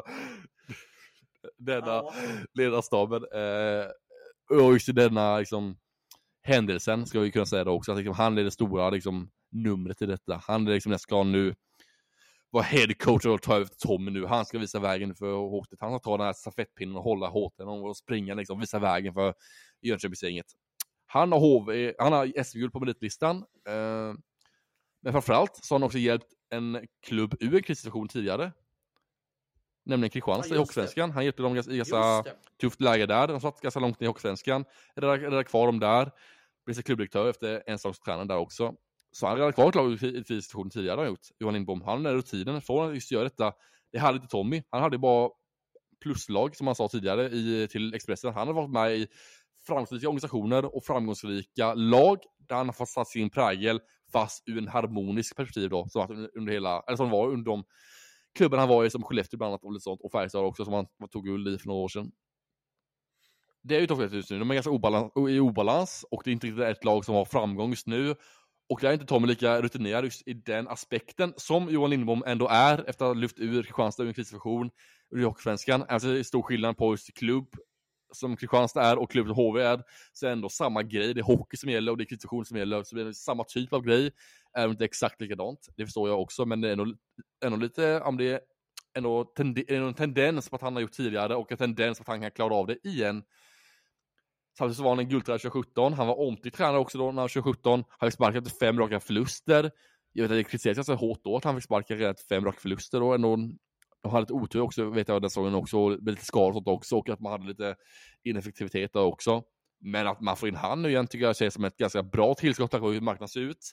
denna ja. ledarstaben. Eh, och just i denna liksom, händelsen ska vi kunna säga det också. Att liksom, han är det stora liksom, numret i detta. Han är liksom den ska nu vara headcoach och ta över Tommy nu. Han ska visa vägen för Håkstedt. Han ska ta den här stafettpinnen och hålla håten och springa liksom, visa vägen för Jönköpingsgänget. Han har H V, han har S V-guld på meritlistan. Eh, men framförallt så har han också hjälpt en klubb ur en krissituation tidigare. Nämligen Kristianstad ja, i Hockeysvenskan. Han hjälpte dem i ganska tufft läge där. De satt ganska långt ner i Hockeysvenskan. Räddade kvar dem där. Blev klubbdirektör efter en slags tränare där också. Så han hade kvar ett lag i krissituation tidigare har gjort. Johan Lindbom, han är rutinen från att just göra detta. Det hade inte Tommy. Han hade bara pluslag som han sa tidigare i, till Expressen. Han har varit med i framgångsrika organisationer och framgångsrika lag där han har fått satt sin prägel fast ur en harmonisk perspektiv då, som, att under hela, eller som var under de klubben han var i som Skellefteå bland annat och lite sånt och Färjestad också som han tog guld i för några år sedan. Det är ju tofft just nu. De är ganska obalans, i obalans och det är inte riktigt ett lag som har framgång just nu. Och det är inte Tommy lika rutinerad just i den aspekten som Johan Lindbom ändå är efter att ha lyft ur Kristianstad ur en krissituation ur Hockeysvenskan. Alltså det är stor skillnad på just klubb som Kristianstad är och klubb som H V är. Så är ändå samma grej. Det är hockey som gäller och det är krissituation som gäller. Så det är samma typ av grej. Även inte exakt likadant. Det förstår jag också. Men det är ändå, ändå lite om det är ändå, tende, ändå en tendens på att han har gjort tidigare och en tendens på att han kan klara av det igen. Samtidigt så var han en guldtränare tjugo sjutton. Han var omtyckt tränare också då när han tjugo sjutton. Han fick sparka efter fem raka förluster. Jag vet att det kritiserades så hårt då att han fick sparka redan efter fem raka förluster. Då. Ändå, han hade lite otur också, vet jag den säsongen också. Med lite skador också. Och att man hade lite ineffektivitet där också. Men att man får in han nu igen tycker jag ser som ett ganska bra tillskott. Tack vare hur marknaden ser ut.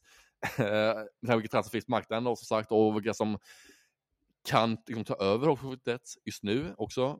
Med vilka transfer finns på marknaden och som sagt. Och vilka som kan liksom, ta över Håkstedt just nu också.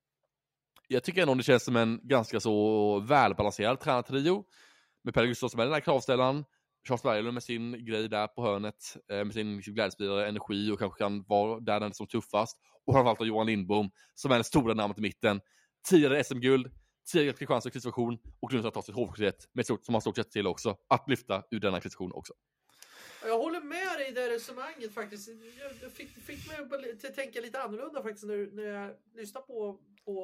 Jag tycker ändå det känns som en ganska så välbalanserad tränartrio. Med Per Gustafsson som är den här kravställan. Charles Berglund med sin grej där på hörnet. Med sin liksom, glädjespridare, energi och kanske kan vara där den är som tuffast. Och framförallt Johan Lindbom som är den stora namnet i mitten. Tidigare S M-guld, tidigare Kristianstad krissituation och nu ska ta sitt Håkstedt med stort, som har stort sett till också. Att lyfta ur denna krissituation också. Jag håller med dig i det resonemanget faktiskt. Jag fick, fick mig att tänka lite annorlunda faktiskt när, när jag lyssnar på, på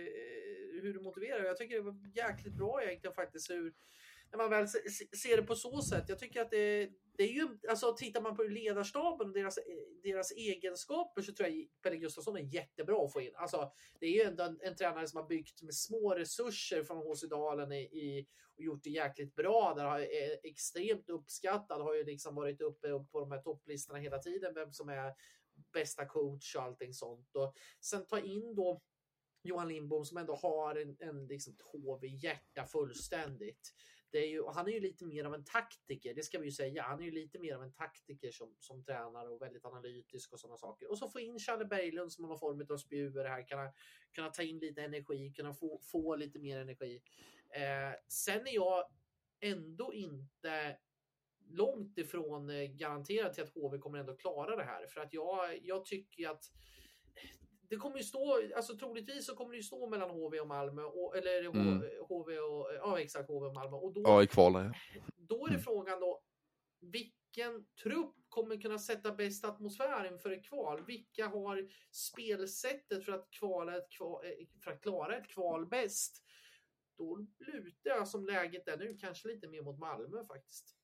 eh, hur du motiverar. Jag tycker det var jäkligt bra egentligen faktiskt hur, när man väl ser det på så sätt. Jag tycker att det, det är ju, alltså tittar man på ledarstaben och deras, deras egenskaper så tror jag Pelle Gustafsson är jättebra att få in. Alltså det är ju ändå en, en tränare som har byggt med små resurser från Håsedalen i, i och gjort det jäkligt bra. Där är extremt uppskattad. Har ju liksom varit uppe på de här topplistorna hela tiden. Vem som är bästa coach och allting sånt. Och sen ta in då Johan Lindbom som ändå har en, en liksom H V-hjärta fullständigt. Det är ju, han är ju lite mer av en taktiker, det ska vi ju säga. Han är ju lite mer av en taktiker som, som tränare och väldigt analytisk och sådana saker. Och så få in Charlie Berglund som har någon form av spjuver här. Kunna, kunna ta in lite energi, kunna få, få lite mer energi. Eh, sen är jag ändå inte långt ifrån eh, garanterat till att H V kommer ändå klara det här. För att jag, jag tycker att det kommer ju stå, alltså troligtvis så kommer det ju stå mellan H V och Malmö, och, eller mm. H V och, ja exakt, H V och Malmö. Och då, ja, i kvalet. Då är det mm. frågan då, vilken trupp kommer kunna sätta bäst atmosfär inför ett kval? Vilka har spelsättet för att, kvala ett kval, för att klara ett kval bäst? Då lutar jag som läget är nu kanske lite mer mot Malmö faktiskt.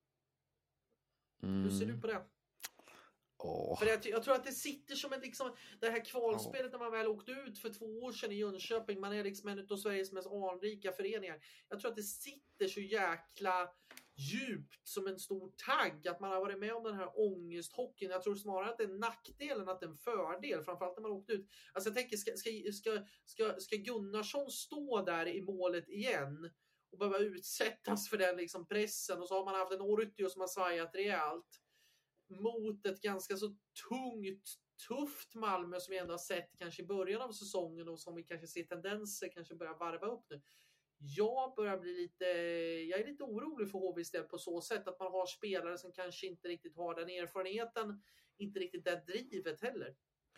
Mm. Hur ser du på det? Oh. För jag, jag tror att det sitter som en liksom, det här kvalspelet oh. när man väl åkte ut för två år sedan i Jönköping. Man är liksom en av Sveriges mest anrika föreningar. Jag tror att det sitter så jäkla djupt som en stor tagg att man har varit med om den här ångesthockeyn. Jag tror snarare att det är en nackdel än att det är en fördel, framförallt när man åkt ut. Alltså jag tänker, ska, ska, ska, ska, ska Gunnarsson stå där i målet igen och behöva utsättas för den liksom pressen, och så har man haft en Ortio som har svajat rejält mot ett ganska så tungt, tufft Malmö som vi ändå har sett kanske i början av säsongen, och som vi kanske ser tendenser kanske börjar varva upp nu. Jag börjar bli lite, jag är lite orolig för H V:s del på så sätt att man har spelare som kanske inte riktigt har den erfarenheten, inte riktigt det drivet heller.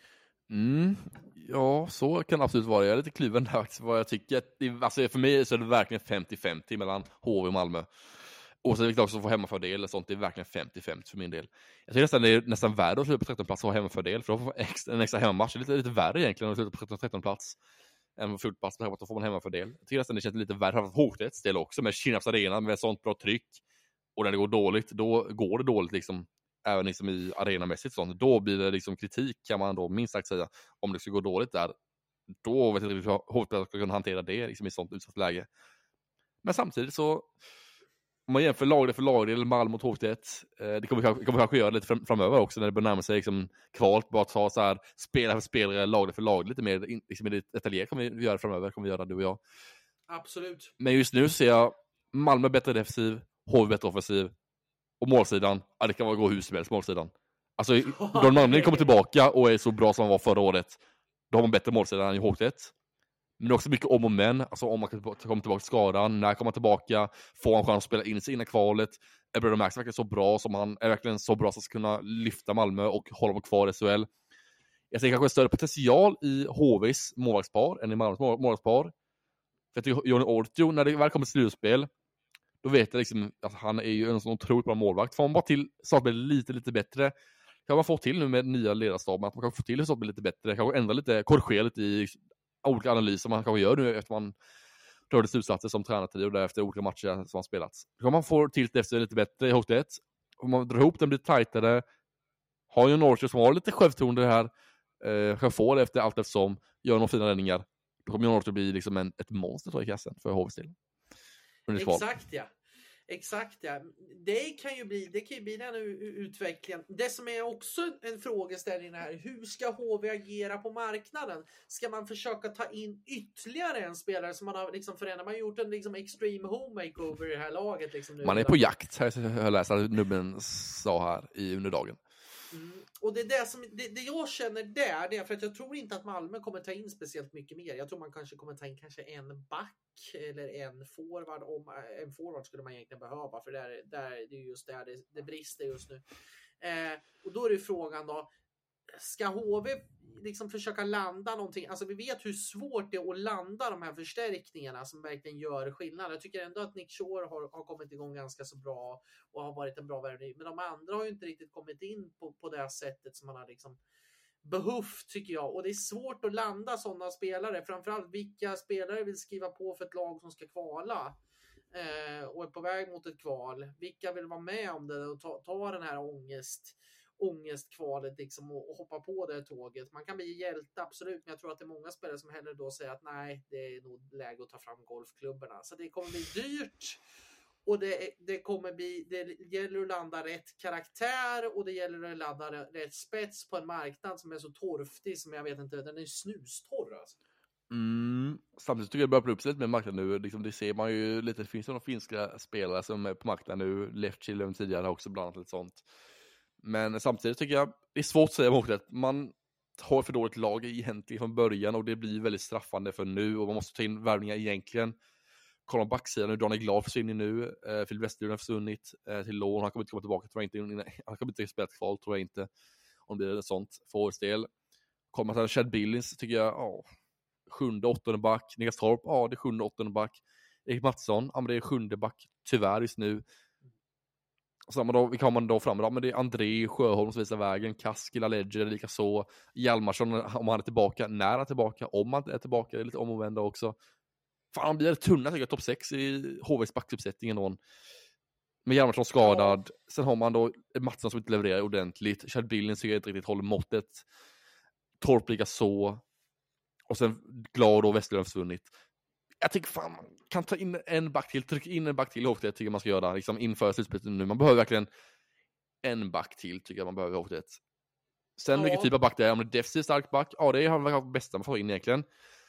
Mm, ja, så kan det absolut vara. Jag är lite kluven där faktiskt vad jag tycker. Alltså för mig så är det verkligen femtio femtio mellan H V och Malmö. Och så är det klart att få hemmafördel och sånt, det är verkligen femtio femtio för min del. Jag tycker nästan det är nästan värre att sluta på tretton plats och ha hemmafördel, för då får extra, en extra hemmamatch. Det är lite, lite värre egentligen att sluta på tretton plats än fullt plats, då får man hemmafördel. Jag tycker nästan det känns lite värre för Hoktets del också, med Kinnarps arena med sånt bra tryck. Och när det går dåligt, då går det dåligt liksom, även liksom i arenamässigt sånt. Då blir det liksom kritik, kan man då minst sagt säga, om det ska gå dåligt där. Då vet jag inte hur Hoktets ska kunna hantera det liksom, i sånt utsatt läge. Men samtidigt så, om man jämför lagdel för lagdel, Malmö mot H V ett, eh, det kommer vi kanske göra lite framöver också när det börjar närma sig liksom kvalt, bara ta så här spelare för spelare, lagdel för lagdel lite mer liksom detaljerat kommer vi göra framöver, kommer vi göra du och jag. Absolut. Men just nu ser jag Malmö bättre defensiv, H V bättre offensiv, och målsidan, ja, det kan vara gå hur som helst, målsidan. Alltså, då Malmö kommer tillbaka och är så bra som han var förra året, då har man bättre målsidan än i H V ett. Men det är också mycket om och men. Alltså om man kan komma tillbaka till skadan, när kommer man tillbaka, får han chans att spela in sig innan kvalet, är Bröder Max verkligen så bra som han är verkligen så bra som ska kunna lyfta Malmö och hålla dem kvar i S H L. Jag ser kanske en större potential i H V:s målvaktspar än i Malmös målvaktspar. För jag tycker Johnny Ortio, när det väl kommer till slutspel, då vet jag liksom att han är ju en sån otroligt bra målvakt. Får man bara till så att det blir lite, lite bättre, kan man få till nu med nya ledarstaben, att man kan få till så att det blir lite bättre, kanske ändra lite, korrigera lite i olika analyser man kanske gör nu efter man rörde slutsatser som tränartrio och därefter olika matcher som har spelats. Då kan man få till det efter lite bättre i H V ett. Om man drar ihop den, blir tajtare, har ju en Norrköping som har lite självton det här, eh, kan få det efter allt eftersom, gör några fina räddningar. Då kommer Norrköping bli liksom en, ett monster tror jag, i kassen för H V-stil. Exakt ja. Exakt ja. Det kan ju bli, det kan ju bli den utvecklingen. Det som är också en frågeställning här, hur ska H V agera på marknaden? Ska man försöka ta in ytterligare en spelare som man har liksom förändrat? Man har gjort en liksom extreme home makeover i det här laget liksom nu. Man är på jakt, här jag läste att nubben sa här i underdagen. Mm. Och det, är det, som, det, det jag känner där, det är för att jag tror inte att Malmö kommer ta in speciellt mycket mer. Jag tror man kanske kommer ta in kanske en back eller en forward. Om, en forward skulle man egentligen behöva, för där, där, det är just där det, det brister just nu. Eh, och då är det frågan då, ska H V liksom försöka landa någonting? Alltså vi vet hur svårt det är att landa de här förstärkningarna som verkligen gör skillnad. Jag tycker ändå att Nick Shore har, har kommit igång ganska så bra och har varit en bra värvning. Men de andra har ju inte riktigt kommit in på, på det sättet som man har liksom behövt, tycker jag. Och det är svårt att landa sådana spelare. Framförallt vilka spelare vill skriva på för ett lag som ska kvala eh, och är på väg mot ett kval. Vilka vill vara med om det och ta, ta den här ångest ångestkvalet liksom och, och hoppa på det tåget. Man kan bli hjälte, absolut, men jag tror att det är många spelare som hellre då säger att nej, det är nog läge att ta fram golfklubborna. Så det kommer bli dyrt och det, det kommer bli, det gäller att landa rätt karaktär och det gäller att landa rätt spets på en marknad som är så torftig som jag vet inte, den är snustorr alltså. Mm, samtidigt tycker jag det börjar på upp sig lite med marknaden nu. Liksom, det ser man ju lite, det finns ju några finska spelare som är på marknaden nu, Left Chile tidigare också bland annat lite sånt. Men samtidigt tycker jag det är svårt att säga mot att man har för dåligt lag egentligen från början och det blir väldigt straffande för nu och man måste ta in värvningar egentligen kolla backsidan nu. Daniel Glad försvinner nu. Eh, Phil Westerlund har försvunnit eh, till lån. Han kommer inte komma tillbaka, tror jag inte. Han kommer inte spela ett kval, tror jag inte. Om det blir ett sånt för årets del. Kommer till Chad Billings, tycker jag. Åh, sjunde, åttonde back. Niklas Torp, ja, det är sjunde, åttonde back. Erik Mattsson, ja, men det är sjunde back. Tyvärr just nu. Samma då, vilka har man då fram då? Men det är André Sjöholm som visar vägen. Kaskila Ledger, lika så. Hjalmarsson, om han är tillbaka. När han är tillbaka. Om han är tillbaka. Det är lite omvända också. Fan, han blir tunna, tycker jag. Topp sex i H V:s backuppsättningen då. Med Hjalmarsson skadad. Ja. Sen har man då Mattsson som inte levererar ordentligt. Chad Billings tycker jag inte riktigt håller måttet. Torp lika så. Och sen Glad och Westerlund försvunnit. Jag tycker fan man kan ta in en back till. Trycka in en back till i H V T, tycker man ska göra. Liksom inför slutspelet nu. Man behöver verkligen en back till, tycker jag man behöver i H V T. Sen ja. Vilken typ av back det är. Om det är defensiv stark back. Ja, det är han väl bästa man får in egentligen.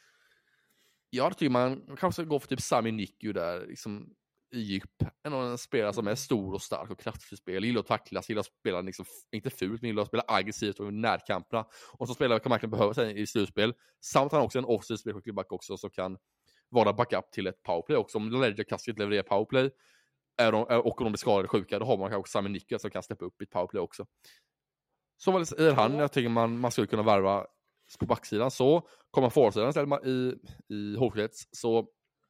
Ja, det tycker man, man kanske ska gå för typ Sami Niku där. Liksom i djup. En spelare som är stor och stark och kraftfull spel. Gillar att tacklas, gillar att spela liksom, inte fult, men gillar att spela aggressivt och i närkamperna. Och så spelar kan man verkligen behöva sig i slutspel. Samt han också en offensiv spelskicklig back också som kan vara backup till ett powerplay också. Om Ledger Kaskit levererar powerplay är de, och om de blir skadade sjuka, då har man kanske Sami Niku som kan steppa upp i ett powerplay också. Så väl är han, jag tycker man, man skulle kunna värva på backsidan. Så kommer forwardsidan i, i H V T, så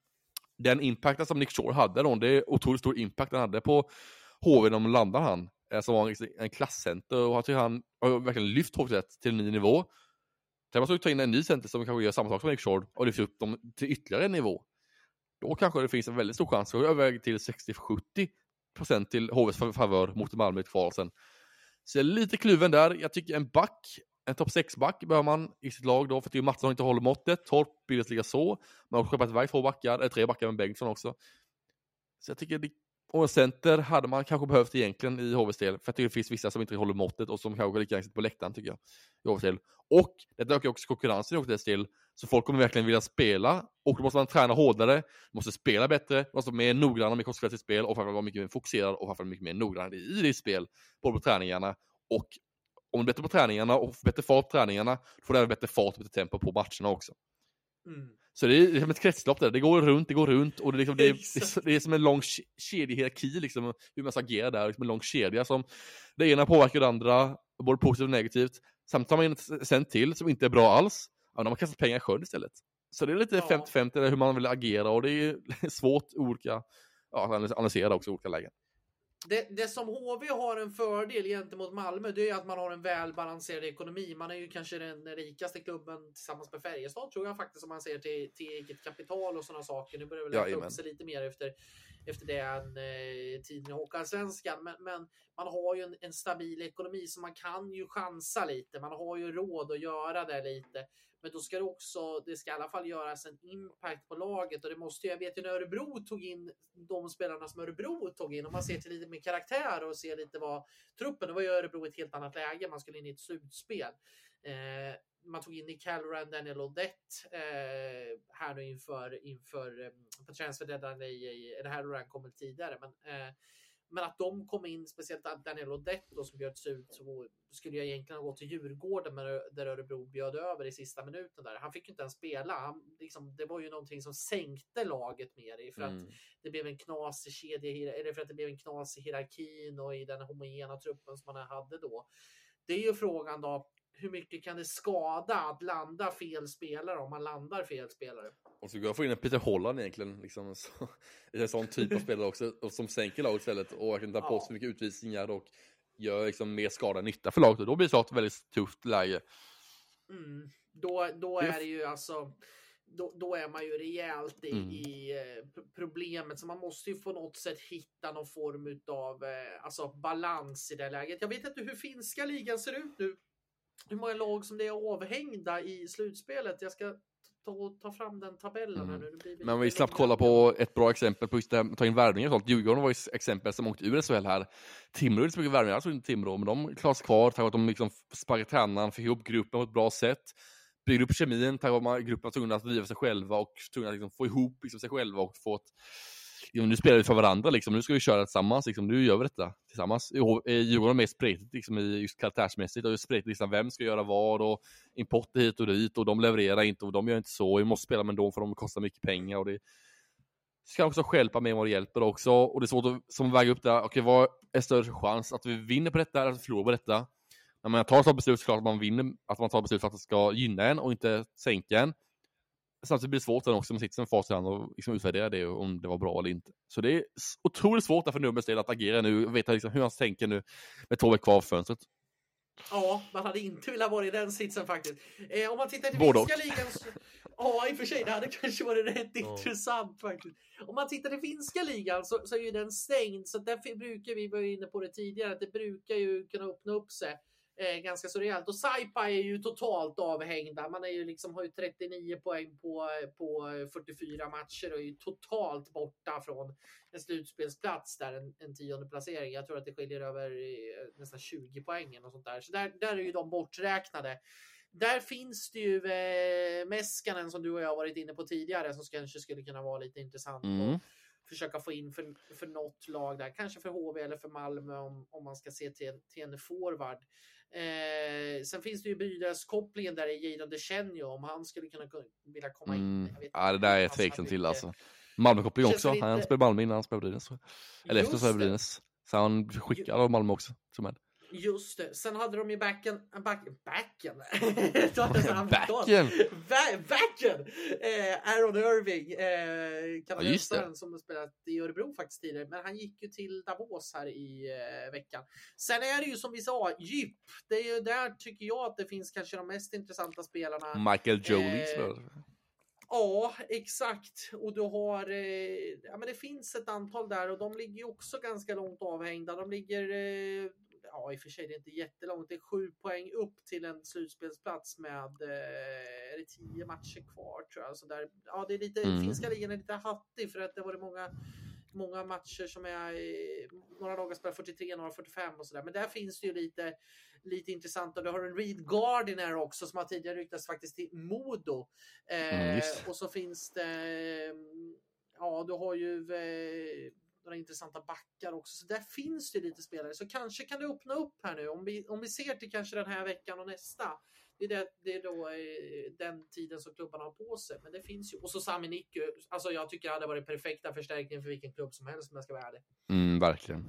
den impacten som Nick Shore hade då, det är otroligt stor impact han hade på H V när de landar han. Som var en klasscenter, och jag tycker han har verkligen lyft H V T till en ny nivå. Sen man ska ta in en ny center som kanske gör samma sak som Nick Shore och lyfta upp dem till ytterligare en nivå. Då kanske det finns en väldigt stor chans att överväga till sextio till sjuttio procent till H V:s favör mot Malmö i kval sen. Så jag är lite kluven där. Jag tycker en back, en topp sex back behöver man i sitt lag då, för att det Mattsson inte håller måttet. Torp bildas lika så. Man har skeppat iväg två backar, eller tre backar med Bengtsson också. Så jag tycker det, och en center hade man kanske behövt egentligen i H V:s del, för att det finns vissa som inte håller måttet och som kanske lika gärna sitter på läktaren, tycker jag, i H V:s del. Och det ökar också konkurrensen i H V:s del, så folk kommer verkligen vilja spela, och då måste man träna hårdare, måste spela bättre, måste vara mer noggranna med konsekvens i spel, och framförallt vara mycket mer fokuserad och framförallt mycket mer noggrann i det spel, både på träningarna. Och om du är bättre på träningarna och får bättre fart på träningarna, då får du även bättre fart och bättre tempo på matcherna också. Mm. Så det är som ett kretslopp där. Det går runt, det går runt. Och det är, liksom, det är, det är som en lång kedjehierarki, liksom, hur man ska agera där. Liksom en lång kedja som det ena påverkar det andra, både positivt och negativt. Samtidigt tar man en sen till som inte är bra alls. Ja, man kastar pengar i sjön istället. Så det är lite femtio femtio hur man vill agera. Och det är svårt olika, ja, att analysera också olika lägen. Det, det som H V har en fördel gentemot Malmö, det är att man har en välbalanserad ekonomi. Man är ju kanske den rikaste klubben tillsammans med Färjestad, tror jag faktiskt, om man ser till, till eget kapital och sådana saker. Nu börjar det väl ja, upp sig lite mer efter, efter den eh, tiden i Hockeyallsvenskan. Men, men man har ju en, en stabil ekonomi, så man kan ju chansa lite. Man har ju råd att göra det lite. Men då ska det också, det ska i alla fall göras en impact på laget. Och det måste, jag vet ju när Örebro tog in de spelarna som Örebro tog in. Om man ser till lite med karaktär och ser lite vad truppen, då var ju Örebro ett helt annat läge. Man skulle in i ett slutspel. Eh, man tog in Nick Halloran, Daniel Odette eh, här nu inför, inför eh, på transfer deadline i, eller Halloran kommer tidigare. Men eh, Men att de kom in, speciellt Daniel Odette då, som bjöds ut, så skulle jag egentligen gå till Djurgården, men där Örebro bjöd över i sista minuten där. Han fick ju inte ens spela. Han, liksom, det var ju någonting som sänkte laget mer i, för mm. att det blev en knasig kedja, eller för att det blev en knasig hierarkin och i den homogena truppen som man hade då. Det är ju frågan då, hur mycket kan det skada att landa fel spelare om man landar fel spelare? Och så går jag få in en Peter Holland egentligen, liksom, så, en sån typ av spelare också, och som sänker laget istället och kan ta på sig ja. mycket utvisningar och gör liksom mer skada än nytta för laget. Och då blir det så ett väldigt tufft läge. Mm. Då, då är det ju alltså... Då, då är man ju rejält i, mm. i eh, problemet, så man måste ju på något sätt hitta någon form av eh, alltså balans i det läget. Jag vet inte hur finska ligan ser ut nu. Hur många lag som det är avhängda i slutspelet. Jag ska ta, ta fram den tabellen här mm. nu. Men vi snabbt kolla på ett bra exempel på just det här, ta in värvningar. Djurgården var ju ett exempel som åkte ur S H L här. Timrå är inte så mycket värvningar, alltså inte Timrå, men de klarar sig kvar tack vare att de liksom sparkar tränaren, får ihop gruppen på ett bra sätt. Bygger upp kemin tack vare att gruppen var tvungna att driva sig själva och tvungna att liksom få ihop liksom sig själva och få ett... Liksom, nu spelar vi för varandra, liksom. Nu ska vi köra tillsammans, liksom. Nu gör vi detta tillsammans. Djurgården är mer spretigt liksom, just karaktärsmässigt, och spretigt liksom, vem ska göra vad, och import hit och dit, och de levererar inte och de gör inte så, vi måste spela med dem för de kostar mycket pengar, och det... ska också stjälpa med vad det hjälper också. Och det är svårt att som väga upp där. Okej, vad är större chans att vi vinner på detta eller att vi förlorar på detta? När man tar ett beslut så klart att man vinner, att man tar beslut för att det ska gynna en och inte sänka en. Samtidigt blir det svårt sen också med sitt som fas i hand och liksom utvärdera det om det var bra eller inte. Så det är otroligt svårt för Nubbes del att agera nu och veta liksom hur han tänker nu med två veckor kvar av fönstret. Ja, man hade inte velat vara i den sitsen faktiskt. Eh, om man tittar till Både finska ligan så... Ja, i och för sig, det hade kanske varit rätt ja. intressant faktiskt. Om man tittar till finska ligan så, så är ju den stängd. Så därför brukar vi vara inne på det tidigare. Att det brukar ju kunna öppna upp sig eh, ganska så rejält. Och Saipa är ju totalt avhängda. Man är ju liksom, har ju trettionio poäng på, på fyrtiofyra matcher och är ju totalt borta från en slutspelsplats där, en, en tionde placering. Jag tror att det skiljer över eh, nästan tjugo poängen och sånt där. Så där, där är ju de borträknade. Där finns det ju eh, Meskanen som du och jag har varit inne på tidigare som kanske skulle kunna vara lite intressant mm. och försöka få in för, för något lag där. Kanske för H V eller för Malmö om, om man ska se till, till en forward. Eh, sen finns det ju Brynäs-kopplingen där i Jadon Deschenio om han skulle kunna vilja komma in. Mm. Jag vet ja, det där är jag tveksam till alltså. Malmö-koppling också. Inte... Han spelar Malmö innan han spelar Brynäs. Eller efter så är Brynäs. Så han skickar av Malmö också. Som är. Just det. Sen hade de ju backen... Back, backen? backen? backen! Eh, Aaron Irving. Eh, kanadensaren ja, som har spelat i Örebro faktiskt tidigare. Men han gick ju till Davos här i eh, veckan. Sen är det ju som vi sa, djup. Det är ju där tycker jag att det finns kanske de mest intressanta spelarna. Michael Jolie eh, Ja, exakt. Och du har, eh, ja men det finns ett antal där och de ligger ju också ganska långt avhängda. De ligger, eh, ja i och för sig det är inte jättelångt, det är sju poäng upp till en slutspelsplats med, eh, är det tio matcher kvar tror jag. Så där, ja det är lite, mm. finska ligan är lite hattig för att det var det många, många matcher som är, eh, några dagar spelar fyrtiotre, några fyrtiofem och sådär. Men där finns det ju lite lite intressant och du har en Reed Gardiner också som har tidigare ryktats faktiskt till Modo eh, mm, och så finns det ja du har ju eh, några intressanta backar också så där finns det lite spelare så kanske kan det öppna upp här nu om vi, om vi ser till kanske den här veckan och nästa det är, det, det är då eh, den tiden som klubbarna har på sig men det finns ju och så Sami Niku alltså jag tycker det hade varit perfekta förstärkning för vilken klubb som helst om jag ska vara ärlig. Mm, verkligen.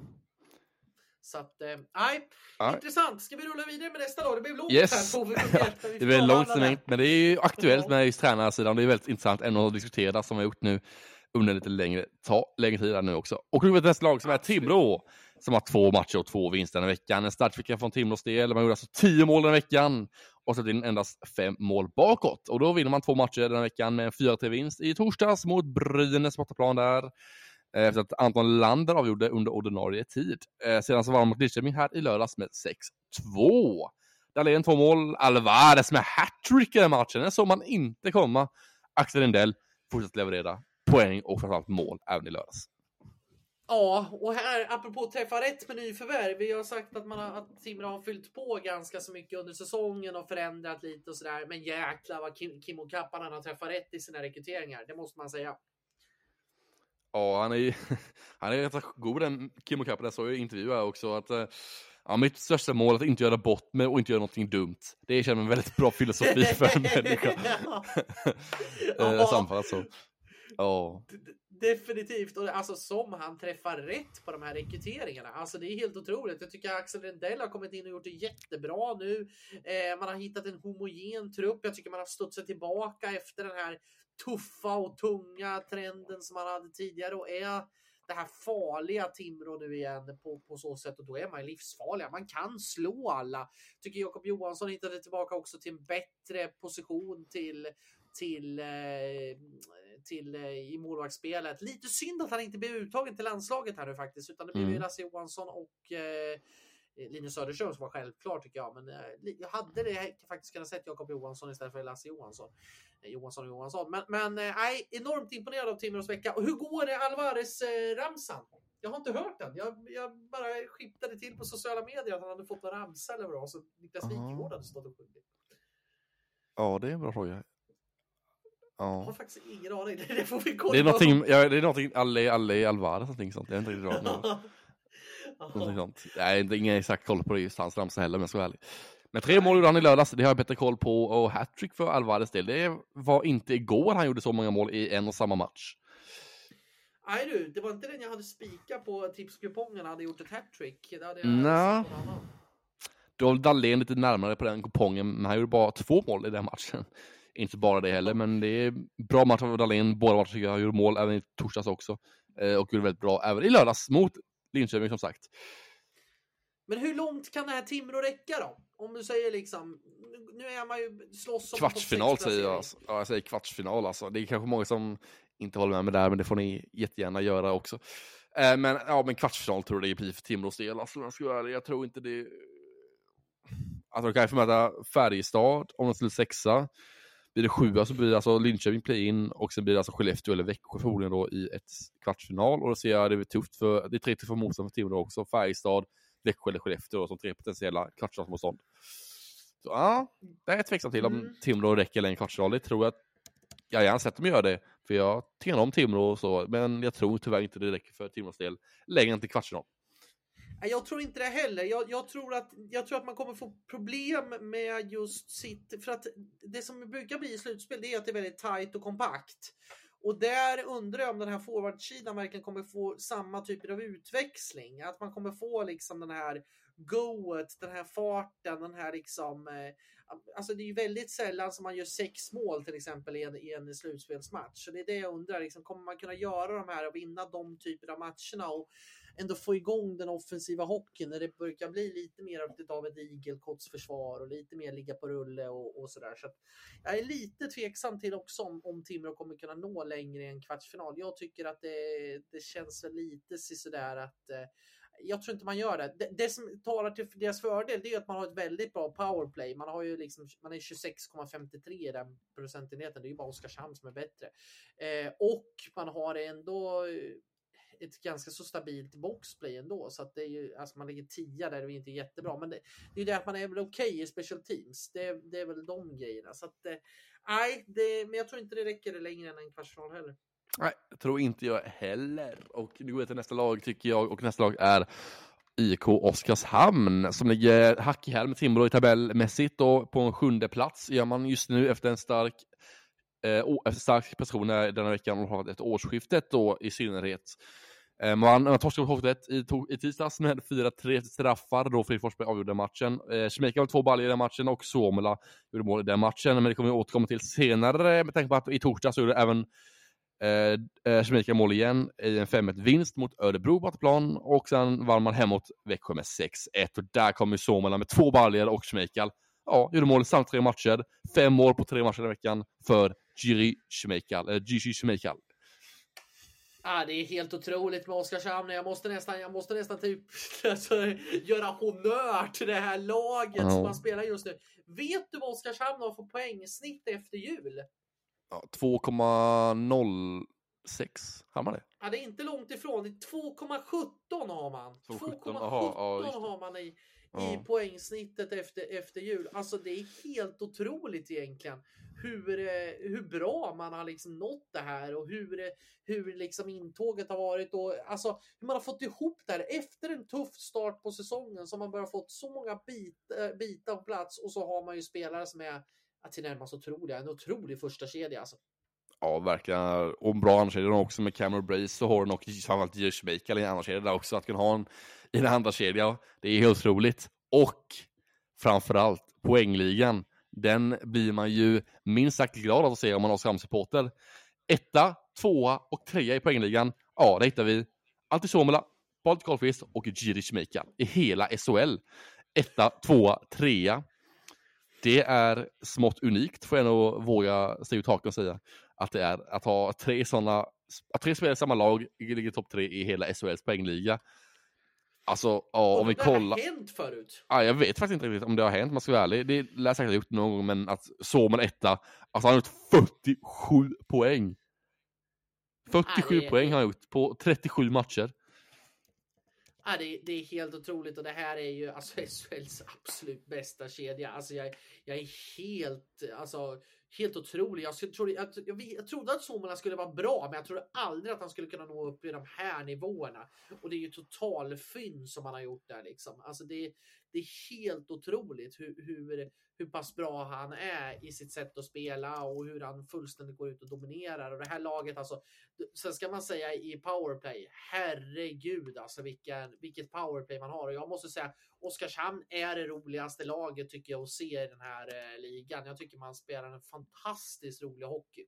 Så att, nej, äh, intressant. Ska vi rulla vidare med nästa dag? Det blir långt yes. här. Vi det blir långt sen, men det är ju aktuellt med just tränarsidan. Det är väldigt intressant ändå att diskutera som vi har gjort nu under lite längre, ta, längre tid nu också. Och nu är det nästa lag som är Timrå som har två matcher och två vinster den veckan. En startficka från Timrås del. Man gjorde alltså tio mål den veckan och så in endast fem mål bakåt. Och då vinner man två matcher den veckan med en fyra tre vinst i torsdags mot Brynäs bortaplan där. Efter att Anton Lander avgjorde under ordinarie tid. Eh, sedan så var han mot Lidköping här i lördags med sex två. Där är en två mål. Alvarez med hattrick i den matchen. Den såg man inte komma. Axel Lindell fortsätter leverera poäng och framförallt mål även i lördags. Ja, och här apropå träffa rätt med nyförvärv. Vi har sagt att, man har, att Timrå har fyllt på ganska så mycket under säsongen och förändrat lite och sådär. Men jäklar vad Kim, Kimmo Kappanen har träffat rätt i sina rekryteringar. Det måste man säga. Ja, han är han är rätt god den Kimmo Kappanen, så jag intervjuar också att ja, mitt största mål är att inte göra bort mig och inte göra någonting dumt. Det känns en väldigt bra filosofi för en människa. ja. Sammanfattat så. Ja. Definitivt, och alltså som han träffar rätt på de här rekryteringarna. Alltså det är helt otroligt. Jag tycker Axel Lindell har kommit in och gjort det jättebra nu. Eh, man har hittat en homogen trupp. Jag tycker man har stått sig tillbaka efter den här tuffa och tunga trenden som man hade tidigare och är det här farliga Timrå nu igen på, på så sätt och då är man livsfarliga. Man kan slå alla. Tycker Jakob Johansson hittade tillbaka också till en bättre position till till, eh, till eh, i målvaktsspelet. Lite synd att han inte blev uttagen till landslaget här nu faktiskt utan det blev mm. ju Lasse Johansson och eh, Linus Söderström som var självklart tycker jag men eh, jag hade det faktiskt kunnat sett Jakob Johansson istället för Lasse Johansson. Eh, Johansson och Johansson. Men, men eh, enormt imponerad av Timrås vecka. Och hur går det Alvarez eh, ramsan? Jag har inte hört den. Jag, jag bara skiftade till på sociala medier att han hade fått en ramsa eller vad så Niklas Wikegård hade stått och sjungit. Ja, det är en bra fråga. Ja. Jag har faktiskt ingen aning. Det får vi kolla det är någonting, ja, det är någonting Alle, Alle, Alvarez någonting sånt. Jag är inte riktigt rart nu. Någonting sånt. Jag har ingen exakt koll på det just hans ramsa heller, men så ärligt. Men tre mål gjorde han i lördags, det har jag bättre koll på. Och hattrick för Alvarez del. Det var inte igår han gjorde så många mål i en och samma match. Nej du, det var inte den jag hade spikat på tipskupongen, hade gjort ett hattrick. Det hade jag Nej. sett någon annan. Då var Dahlén lite närmare på den kupongen, men han gjorde bara två mål i den matchen. Inte bara det heller, men det är bra match av Dahlén. Båda matcher tycker jag gjorde mål, även i torsdags också. Eh, och gjorde väldigt bra, även i lördags mot Linköping som sagt. Men hur långt kan det här Timrå räcka då? Om du säger liksom, nu är man ju slåss om kvartsfinal säger jag. Alltså. Ja, jag säger kvartsfinal alltså. Det är kanske många som inte håller med mig där, men det får ni jättegärna göra också. Eh, men ja, men kvartsfinal tror jag det blir för Timrås del. Alltså, jag, ska göra det. Jag tror inte det... Alltså de kan få möta Färjestad om de skulle sexa. Blir det sjua så blir det alltså Linköping play-in och sen blir det alltså Skellefteå eller Växjö förmodligen då i ett kvartsfinal. Och då ser jag det blir tufft för, det är tre för motstånd för Timrå också. Färjestad, Växjö eller Skellefteå då, som tre potentiella kvartsfinalsmotstånd. Så ja, det är tveksamt till om mm. Timrå räcker eller en kvartsfinal. Det tror jag att jag gärna sett dem göra det. För jag tycker om Timrå och så. Men jag tror tyvärr inte det räcker för Timrås del längre än till kvartsfinal. Jag tror inte det heller. Jag, jag, tror att, jag tror att man kommer få problem med just sitt... För att det som brukar bli i slutspel, det är att det är väldigt tajt och kompakt. Och där undrar jag om den här forwardsidan verkligen kommer få samma typer av utväxling. Att man kommer få liksom den här goet, den här farten, den här liksom... Alltså det är ju väldigt sällan som man gör sex mål till exempel i en, i en slutspelsmatch. Så det är det jag undrar. Liksom, kommer man kunna göra de här och vinna de typer av matcherna och ändå få igång den offensiva hockeyn när det brukar bli lite mer av ett igelkottsförsvar och lite mer ligga på rulle och, och sådär. Så att jag är lite tveksam till också om, om Timrå kommer kunna nå längre i en kvartsfinal. Jag tycker att det, det känns väl lite sådär att eh, jag tror inte man gör det. det. Det som talar till deras fördel, det är att man har ett väldigt bra powerplay. Man har ju liksom, man är tjugosex komma femtiotre i den procentenheten. Det är ju bara Oskarshamn som är bättre. Eh, och man har ändå ett ganska så stabilt boxplay ändå. Så att det är ju, alltså man ligger tia där, det är inte jättebra. Men det, det är det att man är väl okej okay i special teams. Det, det är väl de grejerna. Så att, nej, det, men jag tror inte det räcker längre än en kvartsfinal heller. Nej, jag tror inte jag heller. Och nu går jag till nästa lag tycker jag. Och nästa lag är I K Oskarshamn som ligger hack i häl med Timrå i tabellmässigt. Och på en sjunde plats gör man just nu efter en stark eh, efter stark prestation denna veckan och har ett årsskiftet då i synnerhet. Eh, man har torskat mot Hockeyet i, i tisdags med fyra tre straffar då Fredrik Forsberg avgjorde matchen. Eh, Schmeichel har två baljor i den matchen och Suomela gjorde mål i den matchen. Men det kommer vi återkomma till senare med tanke på att i torsdags så gjorde även Eh, Schmeichel mål igen i en fem ett vinst mot Örebro på plan och sen vann man hemåt Växjö med sex ett och där kommer Suomela med två baljor och Schmeichel ja, gjorde mål i samtliga tre matcher, fem mål på tre matcher den veckan för Jiri Schmeichel, eh, Jiri Schmeichel. Ah, det är helt otroligt med Oskarshamn. Jag måste nästan, jag måste nästan typ alltså, göra honnör till det här laget oh. som man spelar just nu. Vet du vad Oskarshamn har för poängsnitt efter jul? Ja, två komma noll sex har man det? Ja, det är inte långt ifrån. Det är två komma sjutton har man. två komma sjutton har man i, ja. i poängsnittet efter, efter jul. Alltså det är helt otroligt egentligen. Hur, hur bra man har liksom nått det här och hur, hur liksom intåget har varit. Och, alltså hur man har fått ihop det här. Efter en tuff start på säsongen så har man bara fått så många bit, bitar på plats. Och så har man ju spelare som är att till närmast otroliga. En otrolig första kedja alltså. Ja, verkligen. Och en bra andra kedja också med Cameron Brace och Horn och framförallt Jiri Schmeichel i en andra kedja där också. Att kunna ha en i en andra kedja, det är helt otroligt. Och framförallt poängligan. Den blir man ju minst sagt glad att se om man har Oskarshamn-supporter. Etta, tvåa och trea i poängligan. Ja, där hittar vi Antti Suomela, Patrik Karlqvist och Jiri Schmeichel i hela S H L. Etta, tvåa, trea. Det är smått unikt, får jag nog våga säga ut haken och säga. Att det är att ha tre sådana, att tre spelare i samma lag ligger topp tre i hela S H L:s poängliga. Alltså, ja, om vi kollar. Det har hänt förut. Ja, jag vet faktiskt inte riktigt om det har hänt, man ska vara ärlig. Det lär säkert ha gjort någon gång, men att Suomela etta, alltså han har gjort fyrtiosju poäng. fyrtiosju Nej, är... poäng har han gjort på trettiosju matcher. Ja, det, det är helt otroligt och det här är ju alltså S H L:s absolut bästa kedja. Alltså jag, jag är helt, alltså, helt otrolig. Jag, skulle, trodde, jag, jag, jag trodde att Suomela skulle vara bra, men jag trodde aldrig att han skulle kunna nå upp i de här nivåerna. Och det är ju total fynd som han har gjort där liksom. Alltså det, det är helt otroligt hur, hur, hur pass bra han är i sitt sätt att spela och hur han fullständigt går ut och dominerar. Och det här laget, alltså, sen ska man säga i powerplay, herregud alltså vilken, vilket powerplay man har. Och jag måste säga, Oskarshamn är det roligaste laget tycker jag att se i den här eh, ligan. Jag tycker man spelar en fantastiskt rolig hockey.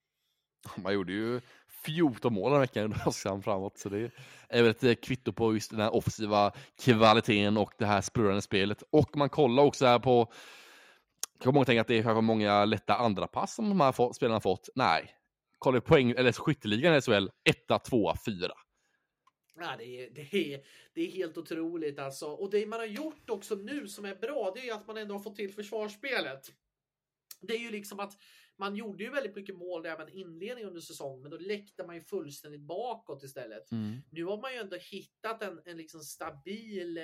Man gjorde ju fjorton mål den veckan under Oskarshamn framåt, så det är väl ett kvitto på just den här offensiva kvaliteten och det här sprudlande spelet. Och man kollar också här på, kan många tänka att det är kanske många lätta andra pass som de här fått, spelarna har fått. Nej, kolla poäng, eller skytteligan är så väl etta, tvåa, fyra. Ja, det är, det, är, det är helt otroligt alltså. Och det man har gjort också nu som är bra, det är ju att man ändå har fått till försvarsspelet. Det är ju liksom att man gjorde ju väldigt mycket mål även inledning under säsongen, men då läckte man ju fullständigt bakåt istället. Mm. Nu har man ju ändå hittat en, en liksom stabil,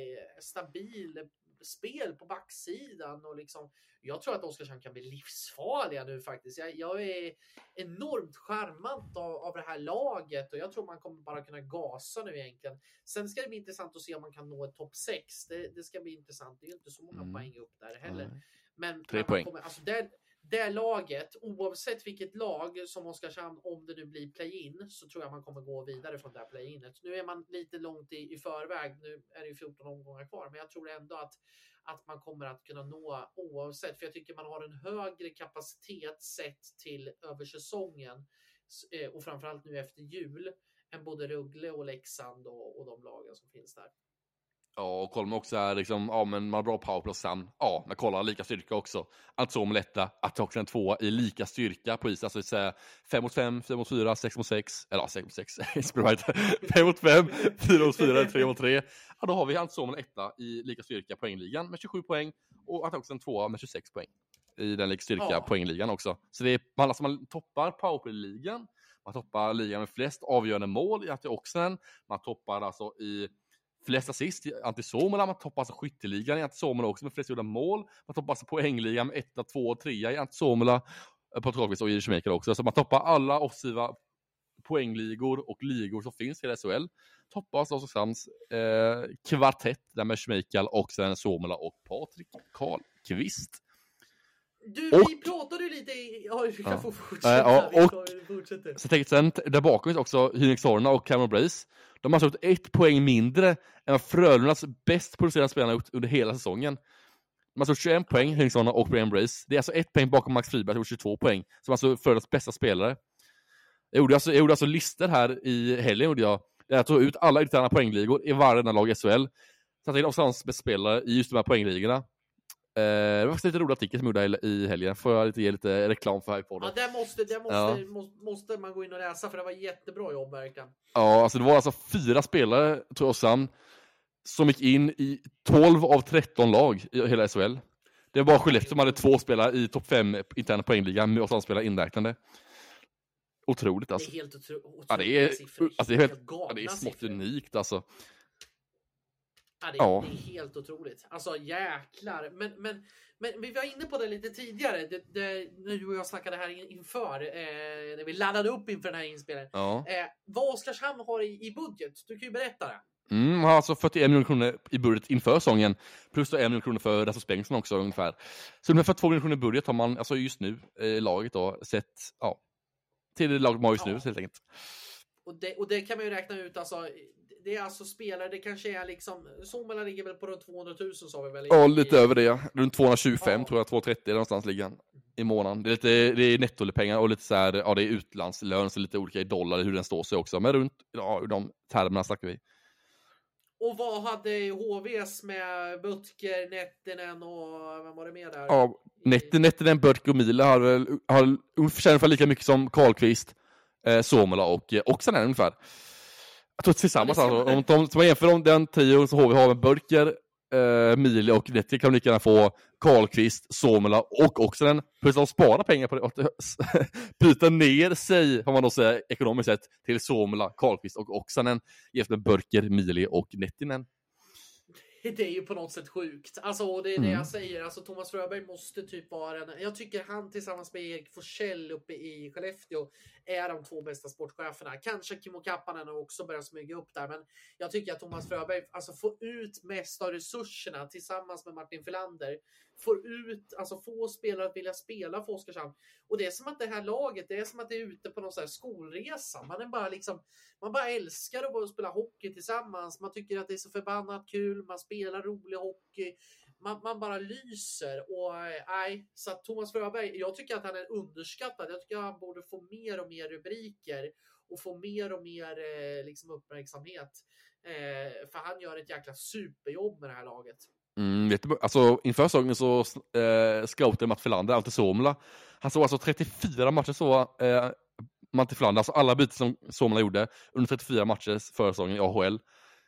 stabil spel på backsidan och liksom, jag tror att Oskarshamn kan bli livsfarliga nu faktiskt. Jag, jag är enormt charmant av, av det här laget och jag tror man kommer bara kunna gasa nu egentligen. Sen ska det bli intressant att se om man kan nå ett topp sex. Det, det ska bli intressant. Det är ju inte så många mm. poäng upp där heller. Mm. Men tre poäng. Kommer, alltså det, det laget, oavsett vilket lag som Oskarshamn, om det nu blir play-in, så tror jag man kommer gå vidare från det här play-inet. Nu är man lite långt i, i förväg, nu är det ju fjorton omgångar kvar, men jag tror ändå att, att man kommer att kunna nå oavsett, för jag tycker man har en högre kapacitet sett till över säsongen och framförallt nu efter jul än både Rögle och Leksand och, och de lagen som finns där. Ja, och kollar man också här, liksom, ja men man har bra powerplay sen. Ja, man kollar lika styrka också. Att så med lätta, att också en tvåa i lika styrka på is. Alltså säga fem mot fem, fyra mot fyra, sex mot sex. Eller ja, sex mot sex. fem mot fem, fyra mot fyra, tre mot tre. Ja, då har vi alltså med etta i lika styrka poängligan med tjugosju poäng. Och att också en tvåa med tjugosex poäng i den lika styrka ja. poängligan också. Så det är, man, alltså man toppar powerplay-ligan. Man toppar ligan med flest avgörande mål i Antioxen. Man toppar alltså i flest assist i Anti-Suomela. Man toppar alltså skytteligan i Anti-Suomela också med flest gjorda mål. Man toppar alltså poängligan med ett, två och tre i Anti-Suomela på Trollqvist och i Schmeichel också. Så man toppar alla offensiva poängligor och ligor som finns i S H L. Toppar alltså Oskarshamns eh, kvartett där med Schmeichel och sen Suomela och Patrik Karlqvist. Du, och, vi pratade ju lite i... Ja, vi kan ja. få fortsätta. Äh, ja, och vi fortsätter. Så tänkte sen, där bakom också Henrik Sorna och Cameron Brace. De har alltså ett poäng mindre än vad Frölundas bäst producerade spelarna gjort under hela säsongen. De har alltså tjugoen poäng, Henrik Sorna och Cameron Brace. Det är alltså ett poäng bakom Max Friberg, som gjort tjugotvå poäng. Som alltså Frölundas bästa spelare. Jag gjorde alltså, jag gjorde alltså listor här i helgen. Gjorde jag. Jag tog ut alla interna poängligor i varje lag i S H L. Så att jag Oskarshamns bästa spelare i just de här poängligorna. Uh, det var faktiskt lite rolig artikel som jag gjorde i helgen. Får jag lite, ge lite reklam för här på det. Ja, det måste, det måste, ja. måste, måste man gå in och läsa, för det var jättebra jobb verkligen. Ja, alltså det var alltså fyra spelare, tror jag, Sam, som gick in i tolv av tretton lag i hela S H L. Det var bara Skellefteå som hade två spelare i topp fem interna poängligan med oss spelare inräknade. Otroligt alltså. Det är helt otro- otroligt. Ja, det är, alltså, det är helt, ja, det är smått unikt alltså. Ja, det, är, ja. det är helt otroligt. Alltså jäklar. Men, men, men vi var inne på det lite tidigare. Det, det, när du och jag snackade här inför. Eh, när vi laddade upp inför den här inspelningen. Ja. Eh, vad Oskarshamn har i, i budget. Du kan ju berätta det. Mm, har alltså fyrtioen miljoner kronor i budget inför säsongen. Plus då en miljon kronor för Rasmus Bengtsson också ungefär. Så ungefär två miljoner kronor i budget har man alltså just nu eh, laget då sett ja, till det laget man har just ja. nu helt enkelt. Och det, och det kan man ju räkna ut alltså. Det är alltså spelare, det kanske är liksom, Suomela ligger väl på runt tvåhundratusen sa vi väl? Ja, lite i, över det. Runt tvåhundratjugofem ja. tror jag, tvåhundratrettio någonstans ligger i månaden. Det är lite, det är nettopengar och lite så här, ja det är utlandslön så lite olika i dollar hur den står sig också. Men runt, ja, de termerna snackar vi. Och vad hade H V:s med Butker, Nettinen och vem var det med där? Ja, Nettinen, Butker och Mila har väl har ungefär lika mycket som Karlqvist, eh, Suomela och eh, Oksanen ungefär. Jag tror att tillsammans, alltså, om de som jämför om den tio så har vi har med Börker, eh, Mili och Netti kan de lika gärna få Karlqvist, Suomela och Oksanen. Plus att spara pengar på det. Att byta ner sig, har man då säga, ekonomiskt sett till Suomela, Karlqvist och Oksanen. Jämfört med Börker, Mili och Nettinen. det är ju på något sätt sjukt. Alltså det är Mm. det jag säger. Alltså Thomas Fröberg måste typ vara en... Jag tycker han tillsammans med Erik Forsell uppe i Skellefteå är de två bästa sportcheferna. Kanske Kimmo Kappanen har också börjat smyga upp där. Men jag tycker att Thomas Fröberg alltså får ut mest av resurserna tillsammans med Martin Filander. Får ut, alltså få spelare att vilja spela för Oskarshamn. Och det är som att det här laget, det är som att det är ute på någon sån här skolresa. Man är bara liksom, man bara älskar att bara spela hockey tillsammans. Man tycker att det är så förbannat kul. Man spelar rolig hockey. Man, man bara lyser. Och nej, så att Thomas Fröberg, jag tycker att han är underskattad. Jag tycker att han borde få mer och mer rubriker. Och få mer och mer eh, liksom uppmärksamhet. Eh, för han gör ett jäkla superjobb med det här laget. Mm, vet du, alltså, inför säsongen så eh, scoutade Matt Filander alltid Somla. Han såg alltså trettiofyra matcher så eh, Matt Filander, alltså alla byten som Somla gjorde under trettiofyra matcher för säsongen i A H L.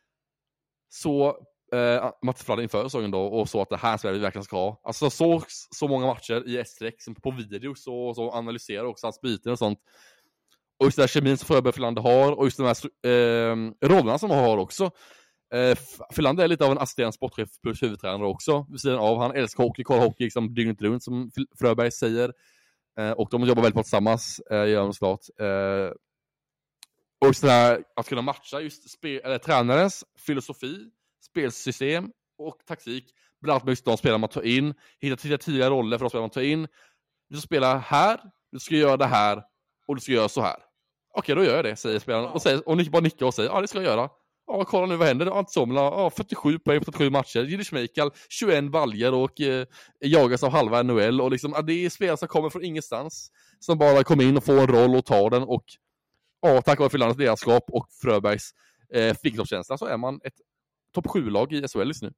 Så eh, Matt Filander inför säsongen då och så att det här Sverige verkligen ska ha. Alltså såg så många matcher i S-streck på video så, så analyserar också hans byten och sånt. Och just den här kemin som Fröberg Filander har och just de här eh, rollerna som han har också. Uh, Filander är lite av en assisterande sportchef plus huvudtränare också vid sidan av. Han älskar hockey, kollar hockey liksom dygnet runt som Fröberg säger. Uh, och de jobbar väldigt bra tillsammans, uh, gör de såklart. Uh, och just det här att kunna matcha just spe- eller, tränarens filosofi, spelsystem och taktik. Bland annat med just de spelare man tar in. Hitta, hitta tidiga roller för de spelare man tar in. Du ska spela här, du ska göra det här och du ska göra så här. Okej, då gör jag det, säger spelaren. Ja. Och, säger, och ni bara nickar och säger, ja det ska jag göra. Ja, kolla nu vad händer. Allt Somla, ja, fyrtiosju poäng på trettiosju matcher. Jiri Schmeichel, tjugoett valjer och eh, jagas av halva N H L. Och liksom, ja, det är spelare som kommer från ingenstans. Som bara kommer in och får en roll och tar den. Och ja, tack vare Filanders ledarskap och Fröbergs eh, fingertoppskänsla så är man ett topp sju-lag i S H L just nu.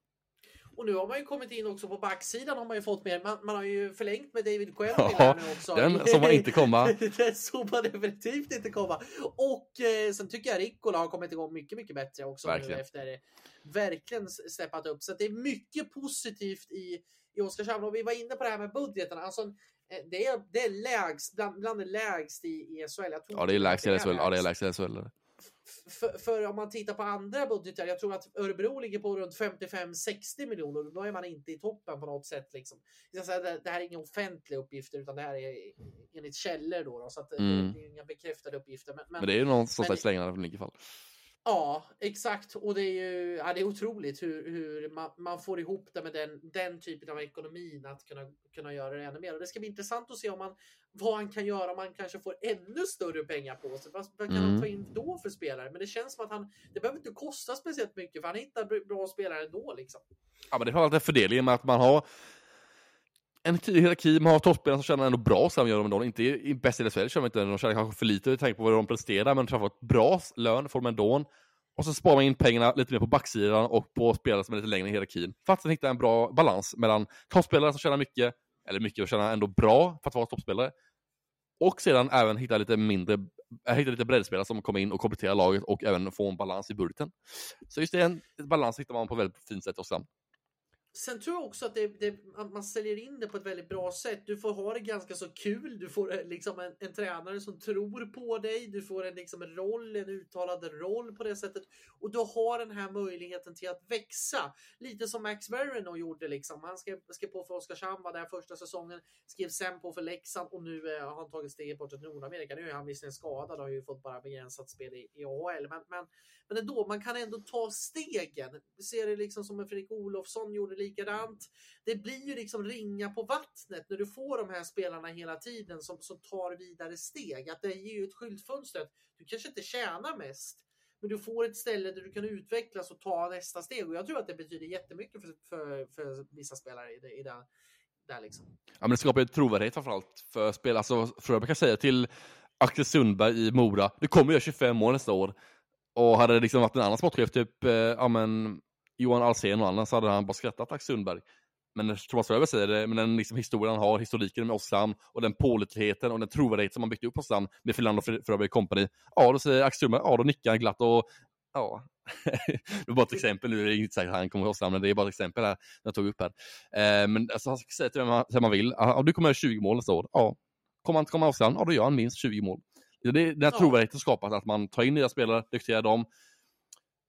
Och nu har man ju kommit in också på backsidan har man ju fått mer. Man, man har ju förlängt med David Quinn ja, nu också. Den som man inte komma. Den som man definitivt inte komma. Och eh, sen tycker jag Rikkola har kommit igång mycket, mycket bättre också. Verkligen. Nu efter verkligen steppat upp. Så det är mycket positivt i, i Oskarshamn. Och vi var inne på det här med budgeten. Alltså, det är, det är lägst, bland, bland det lägst i, i S H L. Jag tror ja, det är lägst i S H L. Ja, det är lägst i S H L. För, för om man tittar på andra budgetar, jag tror att Örebro ligger på runt femtiofem sextio miljoner. Då är man inte i toppen på något sätt. Liksom. Det, det här är inga offentliga uppgifter utan det här är enligt källor. Då, då, så att mm. det är inga bekräftade uppgifter. Men, men, men det är ju någon som slags slängande i alla fall. Ja, exakt. Och det är ju ja, det är otroligt hur, hur man, man får ihop det med den, den typen av ekonomin att kunna, kunna göra det ännu mer. Och det ska bli intressant att se om man, vad han kan göra om man kanske får ännu större pengar på sig. Vad, vad kan mm. han ta in då för spelare? Men det känns som att han, det behöver inte kosta speciellt mycket för han hittar bra spelare ändå liksom. Ja, men det har alltid fördelningen med att man har en tydlig hierarki, man har toppspelare som känner ändå bra så gör de ändå. Inte i bäst i S H L känner man inte, de känner kanske för lite tänk på vad de presterar, men de får ett bra lön får de ändå. Och så sparar man in pengarna lite mer på backsidan och på spelare som är lite längre i hierarkin. För att sen hitta en bra balans mellan toppspelare som tjänar mycket, eller mycket och tjänar ändå bra för att vara toppspelare. Och sedan även hitta lite mindre, hitta lite breddspelare som kommer in och kompletterar laget och även få en balans i budgeten. Så just det, en balans hittar man på ett väldigt fint sätt också. Sen tror jag också att, det, det, att man säljer in det på ett väldigt bra sätt. Du får ha det ganska så kul. Du får liksom en, en tränare som tror på dig. Du får en, liksom en roll, en uttalad roll på det sättet. Och du har den här möjligheten till att växa. Lite som Max Verino gjorde. Liksom. Han skrev, skrev på för Oskarshamn, var där första säsongen. Skrev sen på för Leksand. Och nu eh, har han tagit steget bort till Nordamerika. Nu är han visserligen skadad och har ju fått bara begränsat spel i, i A H L. Men, men, men ändå, man kan ändå ta stegen. Vi ser det liksom som en Fredrik Olofsson gjorde likadant. Det blir ju liksom ringa på vattnet när du får de här spelarna hela tiden som, som tar vidare steg. Att det ger ju ett skyltfönster. Du kanske inte tjänar mest, men du får ett ställe där du kan utvecklas och ta nästa steg. Och jag tror att det betyder jättemycket för, för, för vissa spelare i det, i det där liksom. Ja, men det skapar ju trovärdighet framförallt för spel. Alltså, för jag kan säga till Axel Sundberg i Mora, det kommer ju tjugofem mål nästa år. Och hade det liksom varit en annan sportchef, typ eh, ja, men Johan Alsen och annan, så hade han bara skrattat Axel Sundberg. Men Thomas Fröberg säger det, men den liksom historien han har, historiken med Oskarshamn och den pålitligheten och den trovärdighet som man byggt upp på Oskarshamn med Filander och Fröberg Company. Ja, då säger Axel Sundberg, ja, då nickar han glatt och ja, det var bara ett exempel nu, det är inte säkert att han kommer ihåg Oskarshamn, men det är bara ett exempel här jag tog upp här. Eh, men alltså, han ska säga till vem man, vem man vill, ja, du kommer göra tjugo mål nästa år. Ja, kommer han inte komma Oskarshamn, ja, då gör han minst tjugo mål. Det är den här ja. trovärdigheten skapas, att man tar in nya spelare, duktiga dem.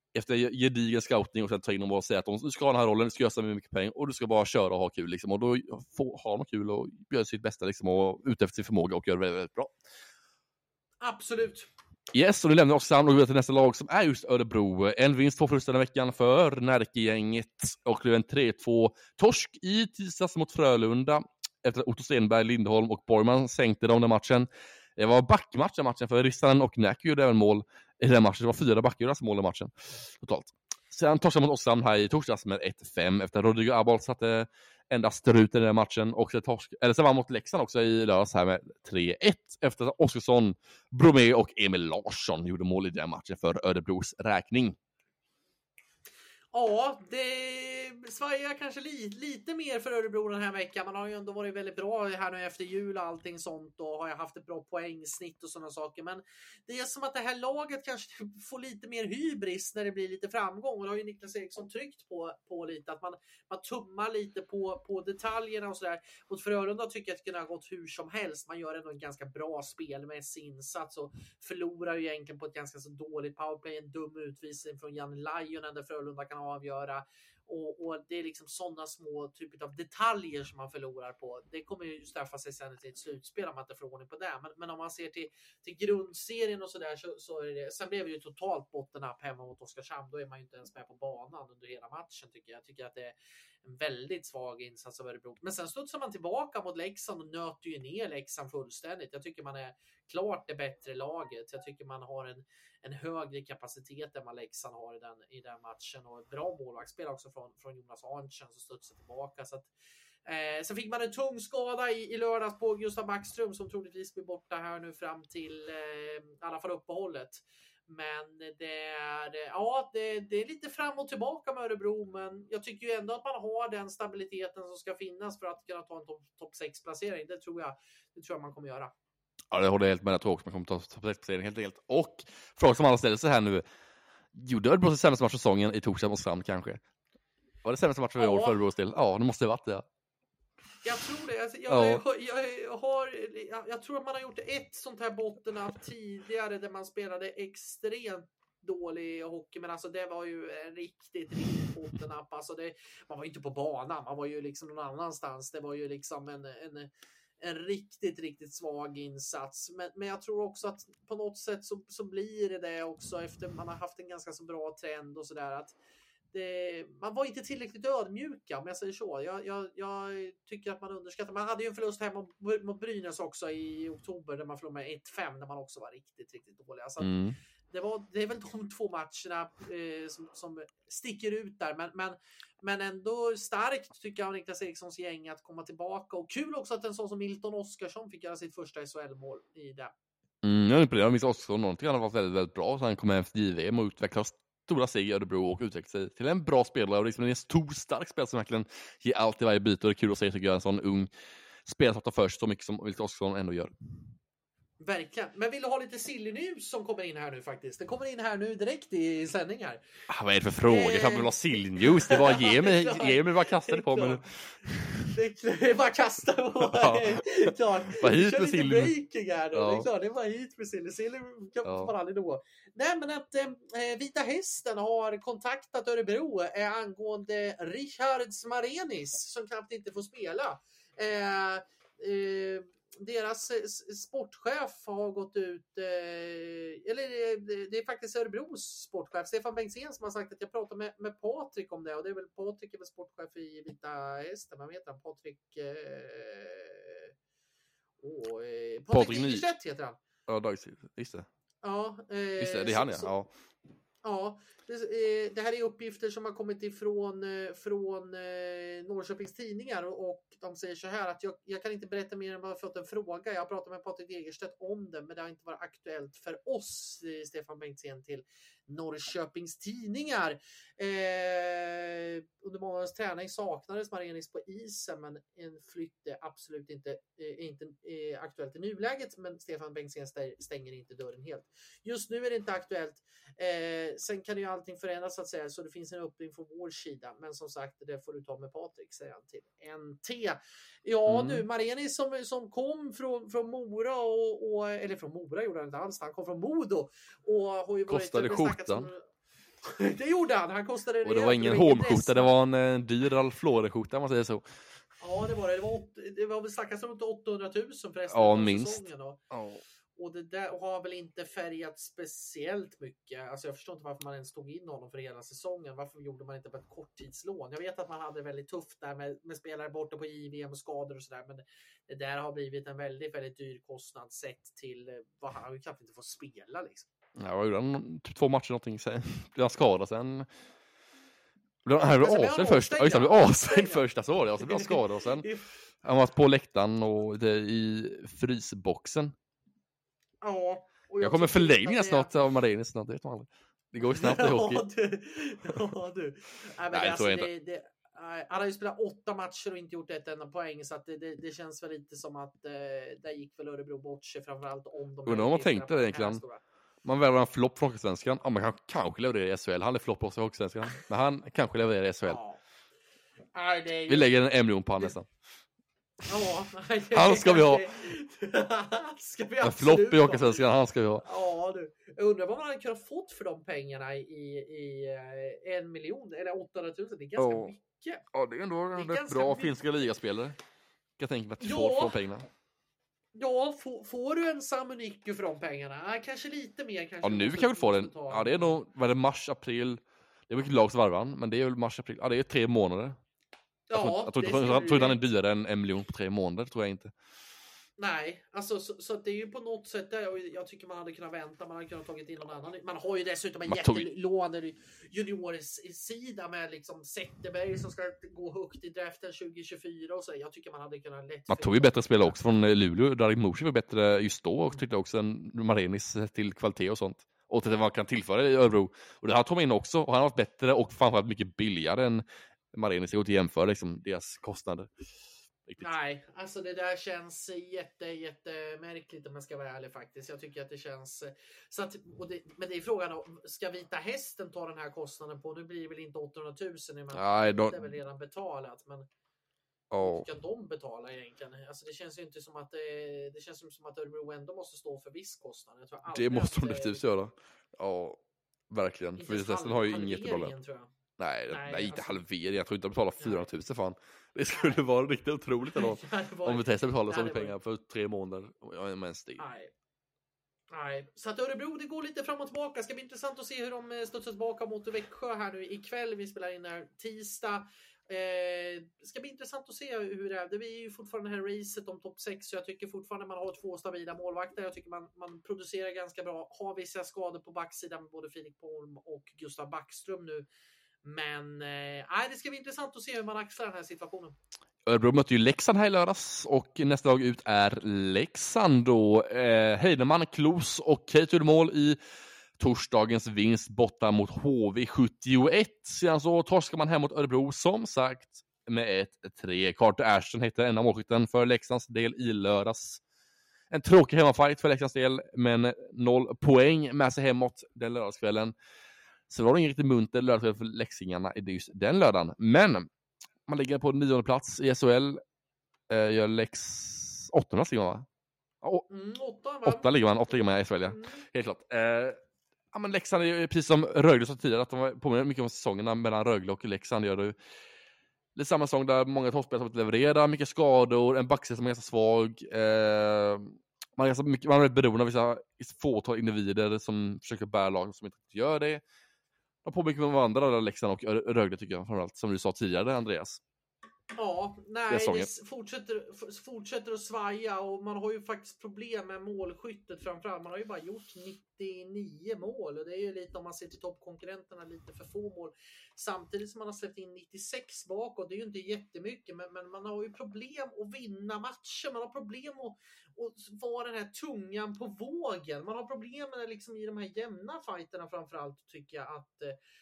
efter gedigen scouting och sen ta in dem och säga att de, du ska ha den här rollen, du ska göra så mycket pengar och du ska bara köra och ha kul liksom. Och då får, har de kul och gör sitt bästa liksom, och ut efter sin förmåga och gör det väldigt, väldigt bra. Absolut. Yes, och nu lämnar vi också och går till nästa lag som är just Örebro. En vinst, två förluster den veckan för Närkegänget. Och det är en tre två torsk i tisdags mot Frölunda. Efter att Otto Stenberg, Lindholm och Borgman sänkte dem den matchen. Det var backmatch den matchen för Rissanen och Närke gjorde även mål i den matchen. Det var fyra backar alltså mål i matchen totalt. Sen torskade mot Oskarshamn här i torsdags med ett fem efter att Rodrigo Abol satte endast strut i den matchen. Och så torsk, eller så var mot Leksand också i lördags här med tre ett efter att Oskarsson, Bromé och Emil Larsson gjorde mål i den matchen för Örebros räkning. Ja, det svajar kanske lite, lite mer för Örebro den här veckan. Man har ju ändå varit väldigt bra här nu efter jul och allting sånt och har ju haft ett bra poängsnitt och sådana saker. Men det är som att det här laget kanske får lite mer hybris när det blir lite framgång. Och det har ju Niklas Eriksson tryckt på, på lite. Att man, man tummar lite på, på detaljerna och sådär. Mot Frölunda tycker jag att det kunde ha gått hur som helst. Man gör ändå en ganska bra spelmässig insats och förlorar ju egentligen på ett ganska så dåligt powerplay. En dum utvisning från Jan Lajonen där Frölunda kan avgöra och, och det är liksom sådana små typer av detaljer som man förlorar på. Det kommer ju straffa sig sen till ett slutspel om man inte får ordning på det. Men, men om man ser till, till grundserien och sådär så, så är det, sen blev det ju totalt bottennapp hemma mot Oskarshamn. Då är man ju inte ens med på banan under hela matchen tycker jag. Jag tycker att det är en väldigt svag insats av Örebro. Men sen studsar man tillbaka mot Leksand och nöter ju ner Leksand fullständigt. Jag tycker man är klart det bättre laget. Jag tycker man har en, en högre kapacitet än vad Leksand har i den, i den matchen. Och ett bra målvaktsspel också från, från Jonas Arntzen som studsar tillbaka. Så att, eh, sen fick man en tung skada i, i lördags på Gustav Backström som troligtvis blir borta här nu fram till eh, i alla fall uppehållet. Men det är, ja, det, det är lite fram och tillbaka med Örebro, men jag tycker ju ändå att man har den stabiliteten som ska finnas för att kunna ta en topp top sex placering. Det tror jag, det tror jag man kommer göra. Ja, det håller jag helt med. Jag tror också man kommer ta topp sex placering helt enkelt. Och frågan som alla ställer sig här nu. Gjorde Örebro sitt sämsta match för säsongen i torsdag mot Fram kanske? Var det sämsta match för i år för Örebros del? Ja, det måste ha varit det. Jag tror det. Jag, ja. jag, jag, jag, har, jag, jag tror att man har gjort ett sånt här bottennapp tidigare där man spelade extremt dålig hockey. Men alltså det var ju en riktigt, riktigt bottennapp. Alltså det, man var ju inte på banan. Man var ju liksom någon annanstans. Det var ju liksom en... en En riktigt, riktigt svag insats. Men, men jag tror också att på något sätt så, så blir det det också efter man har haft en ganska så bra trend och sådär. Att det, man var inte tillräckligt ödmjuka om jag säger så. Jag, jag, jag tycker att man underskattar. Man hade ju en förlust hemma mot Brynäs också i oktober där man förlorade med ett fem där man också var riktigt, riktigt dåliga. Så mm. det, var, det är väl de två matcherna eh, som, som sticker ut där. Men, men, men ändå starkt tycker jag av Niklas Erikssons gäng att komma tillbaka. Och kul också att en sån som Milton Oskarsson fick göra sitt första S H L-mål i det. Mm, jag är imponerad. Jag minns också någonting han har varit väldigt, väldigt bra. Så han kom hem efter J V M och utvecklade stora steg i Örebro och utvecklade sig till en bra spelare. Och liksom en stor, stark spelare som verkligen ger allt i varje bit. Och det är kul att se tycker jag en sån ung spelare som tar först så mycket som Milton Oskarsson ändå gör. Verkligen. Men vill du ha lite silly news som kommer in här nu faktiskt? Det kommer in här nu direkt i sändningar. Ah, vad är det för fråga? Eh... Kan man vill ha silly news? Det var ge mig, ge mig vad kastar det på mig nu. Det är bara kasta på. Ja. Klart. Vad hit med silly. Ja. Det är klart, det är bara hit med silly. Silly kan ja. man aldrig nå. Nej, men att eh, Vita Hästen har kontaktat Örebro eh, angående Richard Smarenis som knappt inte får spela. Eh, eh, Deras sportchef har gått ut, eh, eller det, det är faktiskt Örebros sportchef, Stefan Bengtzén, som har sagt att jag pratar med, med Patrik om det. Och det är väl Patrik är väl sportchef i Vita Hästen, man vet han, Patrik eh, oh, eh, Patrik Nigerstedt heter han. Ja, Dags, visst det. Ja, eh, visst det, det är han ja. Så, ja. Ja, det, det här är uppgifter som har kommit ifrån från Norrköpings tidningar och de säger så här att jag, jag kan inte berätta mer än vad jag fått en fråga. Jag har pratat med Patrik Egerstedt om det, men det har inte varit aktuellt för oss, Stefan Bengtzén till Norrköpings tidningar. Eh, under månadens träning saknades Marenis på isen, men en flytt är absolut inte, är inte är aktuellt i nuläget, men Stefan Bengtzén stänger inte dörren helt. Just nu är det inte aktuellt. Eh, sen kan ju allting förändras så att säga, så det finns en öppning från vår sida, men som sagt, det får du ta med Patrik, säger han till N T. Ja, mm. nu Marenis som, som kom från, från Mora och, och eller från Mora gjorde han inte alls, han kom från Modo och har ju varit kostade skjortan. Det gjorde han, han kostade Och det var ingen H&M-skjorta, det var en, en dyr Ralph Lauren-skjorta om man säger så. Ja, det var det. Det var, åt, det var väl snackas om åttahundratusen förresten. Ja, minst. Säsongen då. Ja. Och det där har väl inte färgat speciellt mycket. Alltså jag förstår inte varför man ens tog in honom för hela säsongen. Varför gjorde man inte på ett korttidslån? Jag vet att man hade väldigt tufft där med, med spelare borta på I V M och skador och sådär. Men det där har blivit en väldigt, väldigt dyr kostnad sett till vad han ju knappt inte får spela liksom. Ja, jag gjorde han typ två matcher någonting. Sen blev han skadad sen. Han blev avstängd först. Ja, han blev avstängd första så var det. Och så blev han skadad och sen han var på läktaren och det, i frysboxen. Ja. Och jag, jag kommer förlängningen det... snart av Marinis snart, det vet man aldrig. Det går snabbt i hockey. Ja, du. Ja, du. Nej, men Nej, det, alltså, det, det, det, han har ju spelat åtta matcher och inte gjort ett enda poäng, så att det, det, det känns väl lite som att eh, där gick väl Örebro bort sig, framförallt om de... Undrar om man tänkte det egentligen. Man väljer en flopp från Hockeysvenskan. Ja, man kan kanske leverera i S H L. Han är flopp också i Hockeysvenskan. Men han kanske levererar i S H L. Ja. Nej, det är ju... Vi lägger en miljon på han nästan. Ja, nej, han ska vi ha. ska vi en flopp i Hockeysvenskan, han ska vi ha. Ja, du. Jag undrar vad man hade kunnat fått för de pengarna i, i en miljon eller åttahundratusen. Det är ganska oh. mycket. Ja, det är ändå det är rätt bra mycket. Finska ligaspelare. Jag tänker mig att du ja. får från pengarna. Ja, får, får du en Samunicki för de pengarna? Ja, kanske lite mer. Kanske ja, nu kan vi få den. Ja, det är nog, vad är det, mars, april. Det är mycket lag som varvar, men det är väl mars, april. Ja, det är tre månader. Ja, jag tror inte jag tror han är dyrare än en miljon på tre månader, tror jag inte. Nej, alltså så, så det är ju på något sätt där, och jag tycker man hade kunnat vänta, man hade kunnat tagit in någon annan. Man har ju dessutom en jättelån juniorsida med liksom Zetterberg som ska gå högt i draften tjugo tjugofyra och så. Jag tycker man hade kunnat lätt. Man tog ju bättre spelare också från Luleå. Darek Morsi var bättre just då och tyckte också en Marinis till kvalitet och sånt. Och till det man kan tillföra i Örebro. Och det här tog man in också, och han har varit bättre och framförallt mycket billigare än Marinis. Jag går till jämföra liksom deras kostnader. Riktigt. Nej, alltså det där känns jätte, jättemärkligt om jag ska vara ärlig faktiskt. Jag tycker att det känns... Så att, och det, men det är frågan om, ska Vita Hästen ta den här kostnaden på? Nu blir det väl inte åttahundratusen, men Nej, då... det är väl redan betalat. Men oh. Ska de betala egentligen? Alltså det känns ju inte som att det, det känns som att Örebro ändå måste stå för viss kostnad. Jag tror det måste de definitivt göra. Ja, verkligen. För Vita Hästen har ju ingen jättebra lön. Nej, nej, nej, inte alltså, halvering. Jag tror inte de betalar fyrahundratusen fan. Det skulle ja. vara riktigt otroligt ändå. Var... Om vi testar betala så mycket var... pengar för tre månader. Ja, men nej. Nej, så att Örebro, det går lite fram och tillbaka. Ska bli intressant att se hur de studsar tillbaka mot Växjö här nu ikväll. Vi spelar in här tisdag. Eh, ska bli intressant att se hur det är. Det är ju fortfarande det här racet om topp sex, så jag tycker fortfarande man har två stabila målvakter. Jag tycker man, man producerar ganska bra. Har vissa skador på backsidan med både Filip Holm och Gustav Backström nu. Men eh, det ska bli intressant att se hur man axlar den här situationen. Örebro möter ju Leksand här i lördags och nästa lag ut är Leksand då. Eh, Heidemann, Klos och Kate mål i torsdagens vinst borta mot H V sjuttioett. Sedan så torskar man hem mot Örebro som sagt med ett tre. Carter Ashton heter en av målskytten för Leksands del i lördags. En tråkig hemmafight för Leksands del, men noll poäng med sig hemåt den lördagskvällen. Så var det ingen riktigt munter lördagskväll för Leksingarna i just den lördagen. Men man ligger på nionde plats i S H L. Eh, gör Lex åttonde ligger man va? Å- mm, åtta, åtta ligger man, åtta ligger man i S H L, ja. Mm. Helt klart. Eh, ja, men Leksand är ju precis som Rögle sa tidigare, att de påminner mycket om säsongerna mellan Rögle och Leksand. Gör det är samma säsong där många toppspelare som inte levererar, mycket skador, en backsida som är ganska svag. Eh, man, är ganska mycket, man är väldigt beroende av vissa fåtal individer som försöker bära lag som inte gör det. De påminner om varandra där, Leksand och Rögle tycker jag, framförallt, som du sa tidigare, Andreas. Ja, nej, det fortsätter, fortsätter att svaja och man har ju faktiskt problem med målskyttet framförallt. Man har ju bara gjort nittionio mål och det är ju lite, om man ser till toppkonkurrenterna, lite för få mål. Samtidigt som man har släppt in nittiosex bakåt, det är ju inte jättemycket, men, men man har ju problem att vinna matcher. Man har problem att, att vara den här tungan på vågen. Man har problem med liksom i de här jämna fighterna framförallt, tycker jag, att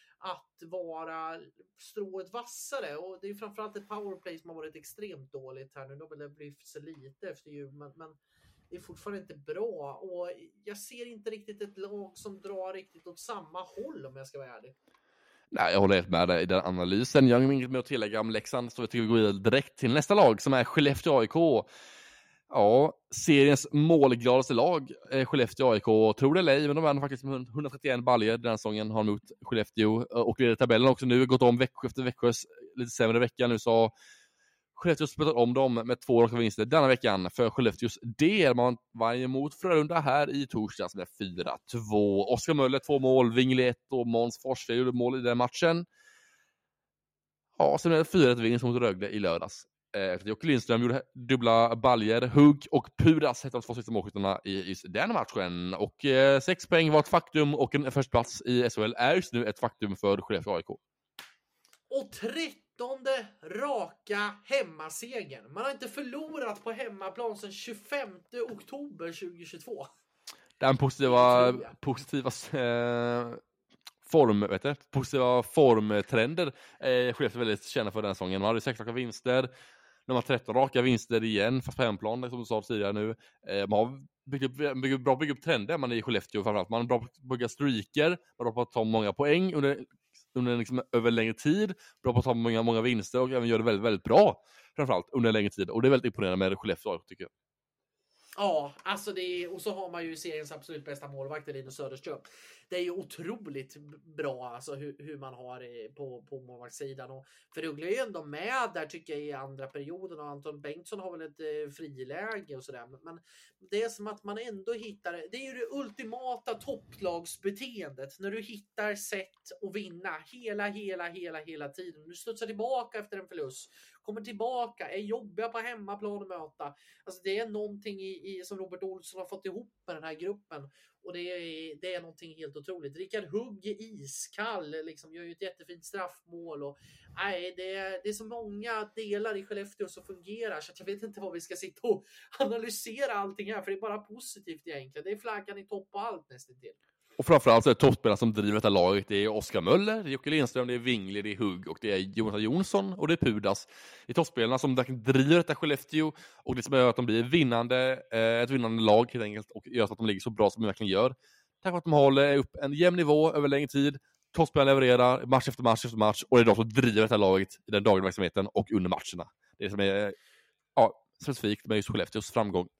att vara strået vassare, och det är framförallt ett powerplay som har varit extremt dåligt här nu. Nu har det lyft sig lite efter jul, men, men det är fortfarande inte bra, och jag ser inte riktigt ett lag som drar riktigt åt samma håll, om jag ska vara ärlig. Nej, jag håller helt med dig i den analysen. Jag har inget mer att tillägga om Leksand, så jag tycker vi går direkt till nästa lag som är Skellefteå A I K. Ja, seriens målgladaste lag, eh, Skellefteå A I K, tror det eller ej, men de vann faktiskt med hundratrettioen baljer den säsongen, har de mot Skellefteå, och leder tabellen också nu, gått om Växjö efter Växjös lite sämre vecka nu, så Skellefteå spelar om dem med två raka vinster denna veckan för Skellefteås del. Man vann emot Frölunda här i torsdags med fyra två. Oskar Möller två mål, Wingli ett och Måns Forsberg gjorde mål i den matchen. Ja, sen är det fyra ett vinst mot Rögle i lördags. Eh, Jocke Lindström gjorde dubbla baljer, Hugg och Pudas hette de två sista målskyttarna i just den matchen. Och eh, sex poäng var ett faktum, och en första plats i S H L är just nu ett faktum för Skellefteå A I K. Och trettonde raka hemmasegern. Man har inte förlorat på hemmaplan sedan tjugofemte oktober tjugohundratjugotvå. Den positiva, positiva eh, form, vet du, positiva formtrender eh, Skellefteå väldigt kända för den säsongen. Man hade sex raka vinster. De har tretton raka vinster igen, fast på hemplan, som du sa tidigare nu. Eh, man har byggt upp, byggt, bra byggt upp trender man är i Skellefteå framförallt. Man har bra på att bygga streaker, man är bra på att ta många poäng under, under liksom, över längre tid. Bra på att ta många, många vinster och även gör det väldigt, väldigt bra framförallt under längre tid. Och det är väldigt imponerande med Skellefteå, tycker jag. Ja, alltså det är, och så har man ju seriens absolut bästa målvakt, Linus Söderström. Det är ju otroligt bra alltså hur, hur man har på, på målvaktssidan. Och för Rögle är ju ändå med där tycker jag i andra perioden, och Anton Bengtsson har väl ett eh, friläge och sådär. Men det är som att man ändå hittar, det är ju det ultimata topplagsbeteendet när du hittar sätt att vinna hela, hela, hela, hela tiden. Du studsar tillbaka efter en förlust, kommer tillbaka, är jobbiga på hemmaplan att möta. Alltså det är någonting i, i, som Robert Olsson har fått ihop med den här gruppen. Och det är, det är någonting helt otroligt. Rickard Hugg är iskall, liksom, gör ju ett jättefint straffmål. Och, nej, det, är, det är så många delar i Skellefteå som fungerar, så att jag vet inte vad vi ska sitta och analysera allting här. För det är bara positivt egentligen. Det är flaggan i topp och allt nästan till. Och framförallt så är det toppspelarna som driver detta laget. Det är Oskar Möller, det är Jocke Lindström, det är Wingli, det är Hugg och det är Jonathan Jonsson och det är Pudas. Det är toppspelarna som driver detta Skellefteå, och det som gör att de blir vinnande, eh, ett vinnande lag helt enkelt, och gör att de ligger så bra som de verkligen gör. Tack vare att de håller upp en jämn nivå över längre tid. Toppspelarna levererar match efter match efter match, och det är de som driver detta laget i den dagliga verksamheten och under matcherna. Det är det som är ja, specifikt med just Skellefteås framgång.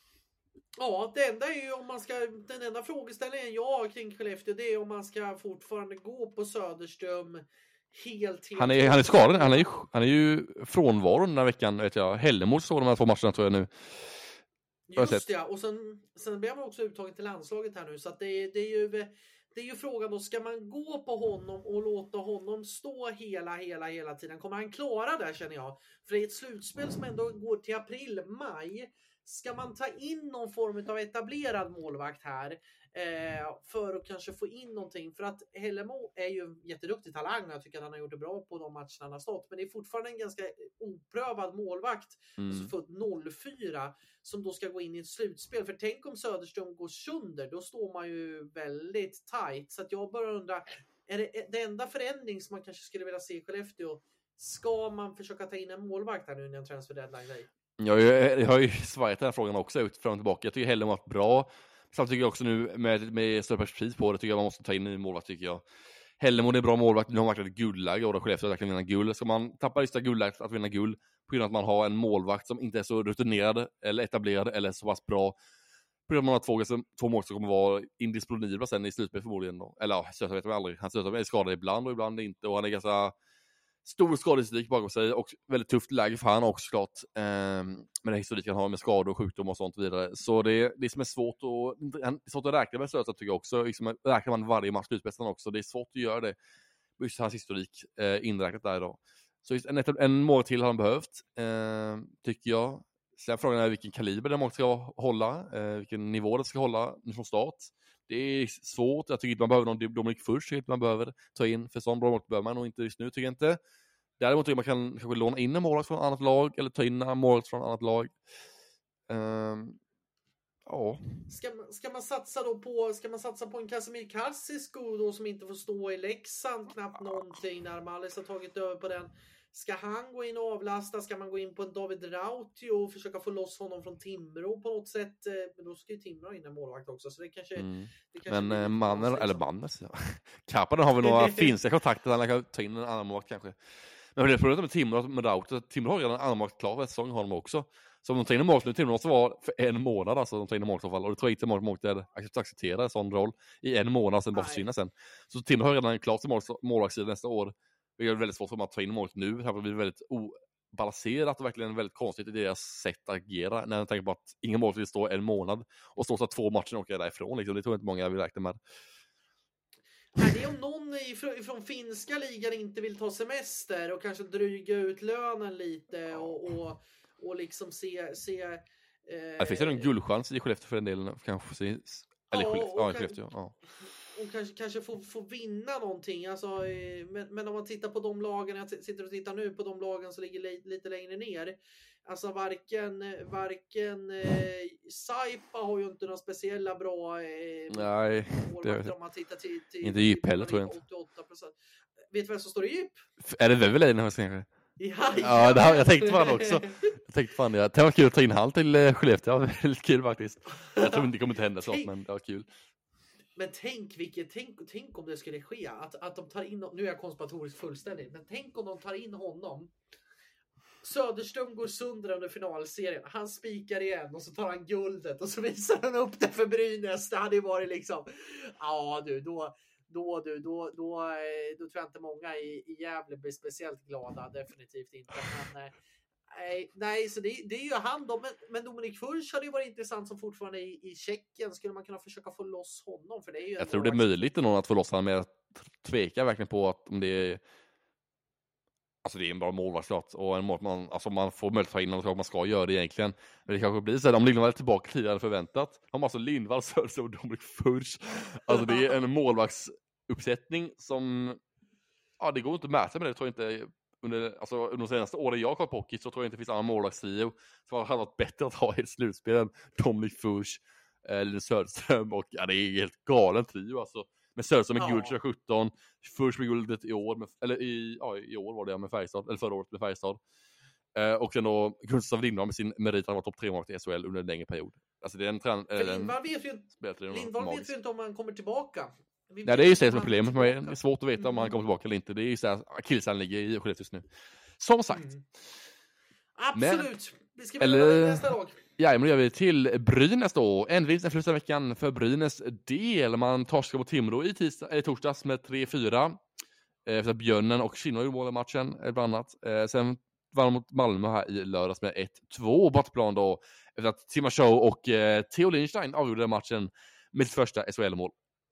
Ja, det enda är ju om man ska, den enda frågeställningen jag har kring Skellefteå, det är om man ska fortfarande gå på Söderström helt, helt Han är, han är skadad, han är ju, han är ju frånvaron den här veckan, vet jag. Hellemor så de här två matcherna tror jag nu. Just ja, och sen, sen blir han också uttagen till landslaget här nu, så att det, det är ju det är ju frågan då, ska man gå på honom och låta honom stå hela, hela, hela tiden? Kommer han klara det, känner jag? För det är ett slutspel som ändå går till april, maj. Ska man ta in någon form av etablerad målvakt här eh, för att kanske få in någonting? För att Hellemo är ju en jätteduktig talang, och jag tycker att han har gjort det bra på de matcherna han har stått. Men det är fortfarande en ganska oprövad målvakt, mm. alltså född noll fyra, som då ska gå in i ett slutspel. För tänk om Söderström går sönder, då står man ju väldigt tight. Så att jag bara undrar, är det det enda förändring som man kanske skulle vilja se i Skellefteå? Ska man försöka ta in en målvakt här nu när en transfer deadline-grej? Jag, jag, jag har ju svarat den här frågan också ut fram och tillbaka. Jag tycker Hellem har varit bra. Samtidigt tycker jag också nu med, med större perspektiv på det, tycker jag man måste ta in en målvakt, tycker jag. Hellem är en bra målvakt. Nu har man verkligen ett guldläge, och då Skellefteå verkligen vinna guld. Ska man tappa just det guldläget att vinna guld på grund av att man har en målvakt som inte är så rutinerad eller etablerad eller så pass bra, på grund av att man har två, två målvakter som kommer vara indisponibla sen i slutspel förmodligen då. Eller ja, Söta vet man aldrig. Han Söta är skadad ibland och ibland inte, och han är ganska stor skadehistorik bakom sig och väldigt tufft läge för han också såklart, eh, med den historik han har med skador och sjukdom och sånt vidare. Så det, det som är svårt att, det är svårt att räkna med Söta, tycker jag också. Liksom, räknar man varje match slutspelsen också, det är svårt att göra det. Just hans historik eh, inräknat där idag. Så just en, en mål till har han behövt, eh, tycker jag. Sen frågan är vilken kaliber den ska hålla, eh, vilken nivå det ska hålla från start. Det är svårt. Jag tycker inte man behöver någon Dominik först, inte man behöver ta in, för sån bra mål behöver man nog inte just nu, tycker jag inte. Däremot tycker jag man kan kanske låna in en målvakt från ett annat lag, eller ta in en målvakt från ett annat lag. Um, ja. Ska man, ska man satsa då på, ska man satsa på en Casimir Kassisko då, som inte får stå i Leksand knappt någonting när Mallis har tagit över på den? Ska han gå in och avlasta? Ska man gå in på en David Rautio och försöka få loss honom från Timrå på något sätt? Men då ska ju Timrå in en målvakt också, så det kanske... Mm. Det kanske Men äh, mannen, eller mannen, ja. Kapanen har väl några finska kontakter, han kan ta in en annan målvakt kanske. Men det är problemet med Timrå med Rauter. Timrå har redan en annan klar för ett säsong har de också. Så om de tar in en mål nu, Timrå måste vara för en månad alltså de tar in en mål i alla fall. Och det tror jag inte mål att acceptera en sån roll i en månad sen bara försvinna sen. Så Timrå har redan en klar till mål, målvaktssida nästa år. Det är väldigt svårt för dem att ta in målet nu. Det blir väldigt obalanserat och verkligen väldigt konstigt i deras sätt att agera. När jag tänker på att ingen mål vill stå en månad och stå så två matcher och åka därifrån. Liksom. Det tror jag inte många vill räkna med. Nej, det är om någon ifrån, ifrån finska ligan inte vill ta semester och kanske dryga ut lönen lite och, och, och liksom se... se eh, det finns ju en guldchans i Skellefteå för den delen. Kanske se, eller ja, Skellefteå, ja, Skellefteå, ja. Och kanske, kanske få, få vinna någonting. Alltså, men, men om man tittar på de lagen, jag sitter och tittar nu på de lagen som ligger li, lite längre ner. Alltså varken, varken eh, Saipa har ju inte några speciella bra eh, nej, det, om man tittar till, till inte djup heller tror jag inte. åttioåtta procent. Vet du vem som står i djup? Är det Vävelin här kanske? Ja, ja det har, jag tänkte fan också. Jag tänkte fan det. Det var kul att ta in han till uh, Skellefteå. Det var väldigt kul faktiskt. Jag tror inte det kommer att hända så, men det var kul. Men tänk, vilket, tänk, tänk om det skulle ske att, att de tar in, nu är jag konspiratoriskt fullständigt, men tänk om de tar in honom. Söderström går sönder under finalserien. Han spikar igen och så tar han guldet och så visar han upp det för Brynäs. Det hade ju varit liksom, ja du, då, då, du, då, då, då tror jag inte många i, i Gävle blir speciellt glada, definitivt inte. Men, nej, nej, så det, det är ju han då. Men, men Dominik Furch hade ju varit intressant som fortfarande i, i Tjeckien. Skulle man kunna försöka få loss honom? För det är ju jag tror det är möjligt någon att få loss honom, men jag tvekar verkligen på att om det är alltså det är en bra målvaktsklart och en mål man, alltså man får möjlighet att ta in och man ska göra det egentligen. Men det kanske blir så här, om Lindvall är tillbaka tidigare än förväntat. Har man alltså Lindvall, Söderström och Dominik Furch. Alltså det är en målvaktsuppsättning som, ja det går inte att mäta med det, tror jag inte. Under, alltså, under de senaste åren jag har kollat på hockey så tror jag inte det finns annan målvaktstrio som hade varit bättre att ha i ett slutspel än Dominik Furch, eller Söderström och ja det är helt galen trio alltså. Med Söderström med guld tjugo sjutton, Furch med guldet i år, med, eller i, ja, i år var det med Färjestad, eller förra året med Färjestad. Eh, och sen då Gustav Lindvall med sin merit, han var topp tre mål i S H L under en längre period. Alltså det är en trend. Lindvall vet ju Lindvall vet ju inte om han kommer tillbaka. Nej, det är ju det som är problemet med det. Det är svårt att veta mm. om han kommer tillbaka eller inte. Det är ju så här, akilleshälen ligger i Skellefteå just nu. Som sagt. Mm. Absolut. Men, vi ska eller... nästa lag. Ja, men då gör vi till Brynäs då. En vinst efter veckan för Brynäs del. Man torskar mot Timrå i tisdag, eller torsdags med tre fyra. Efter Björnen och Kinno gjorde mål i matchen, bland annat. Sen vann mot Malmö här i lördags med ett två bortplan då. Efter att Timma Show och eh, Theo Lindstein avgjorde matchen med sitt första S H L-mål.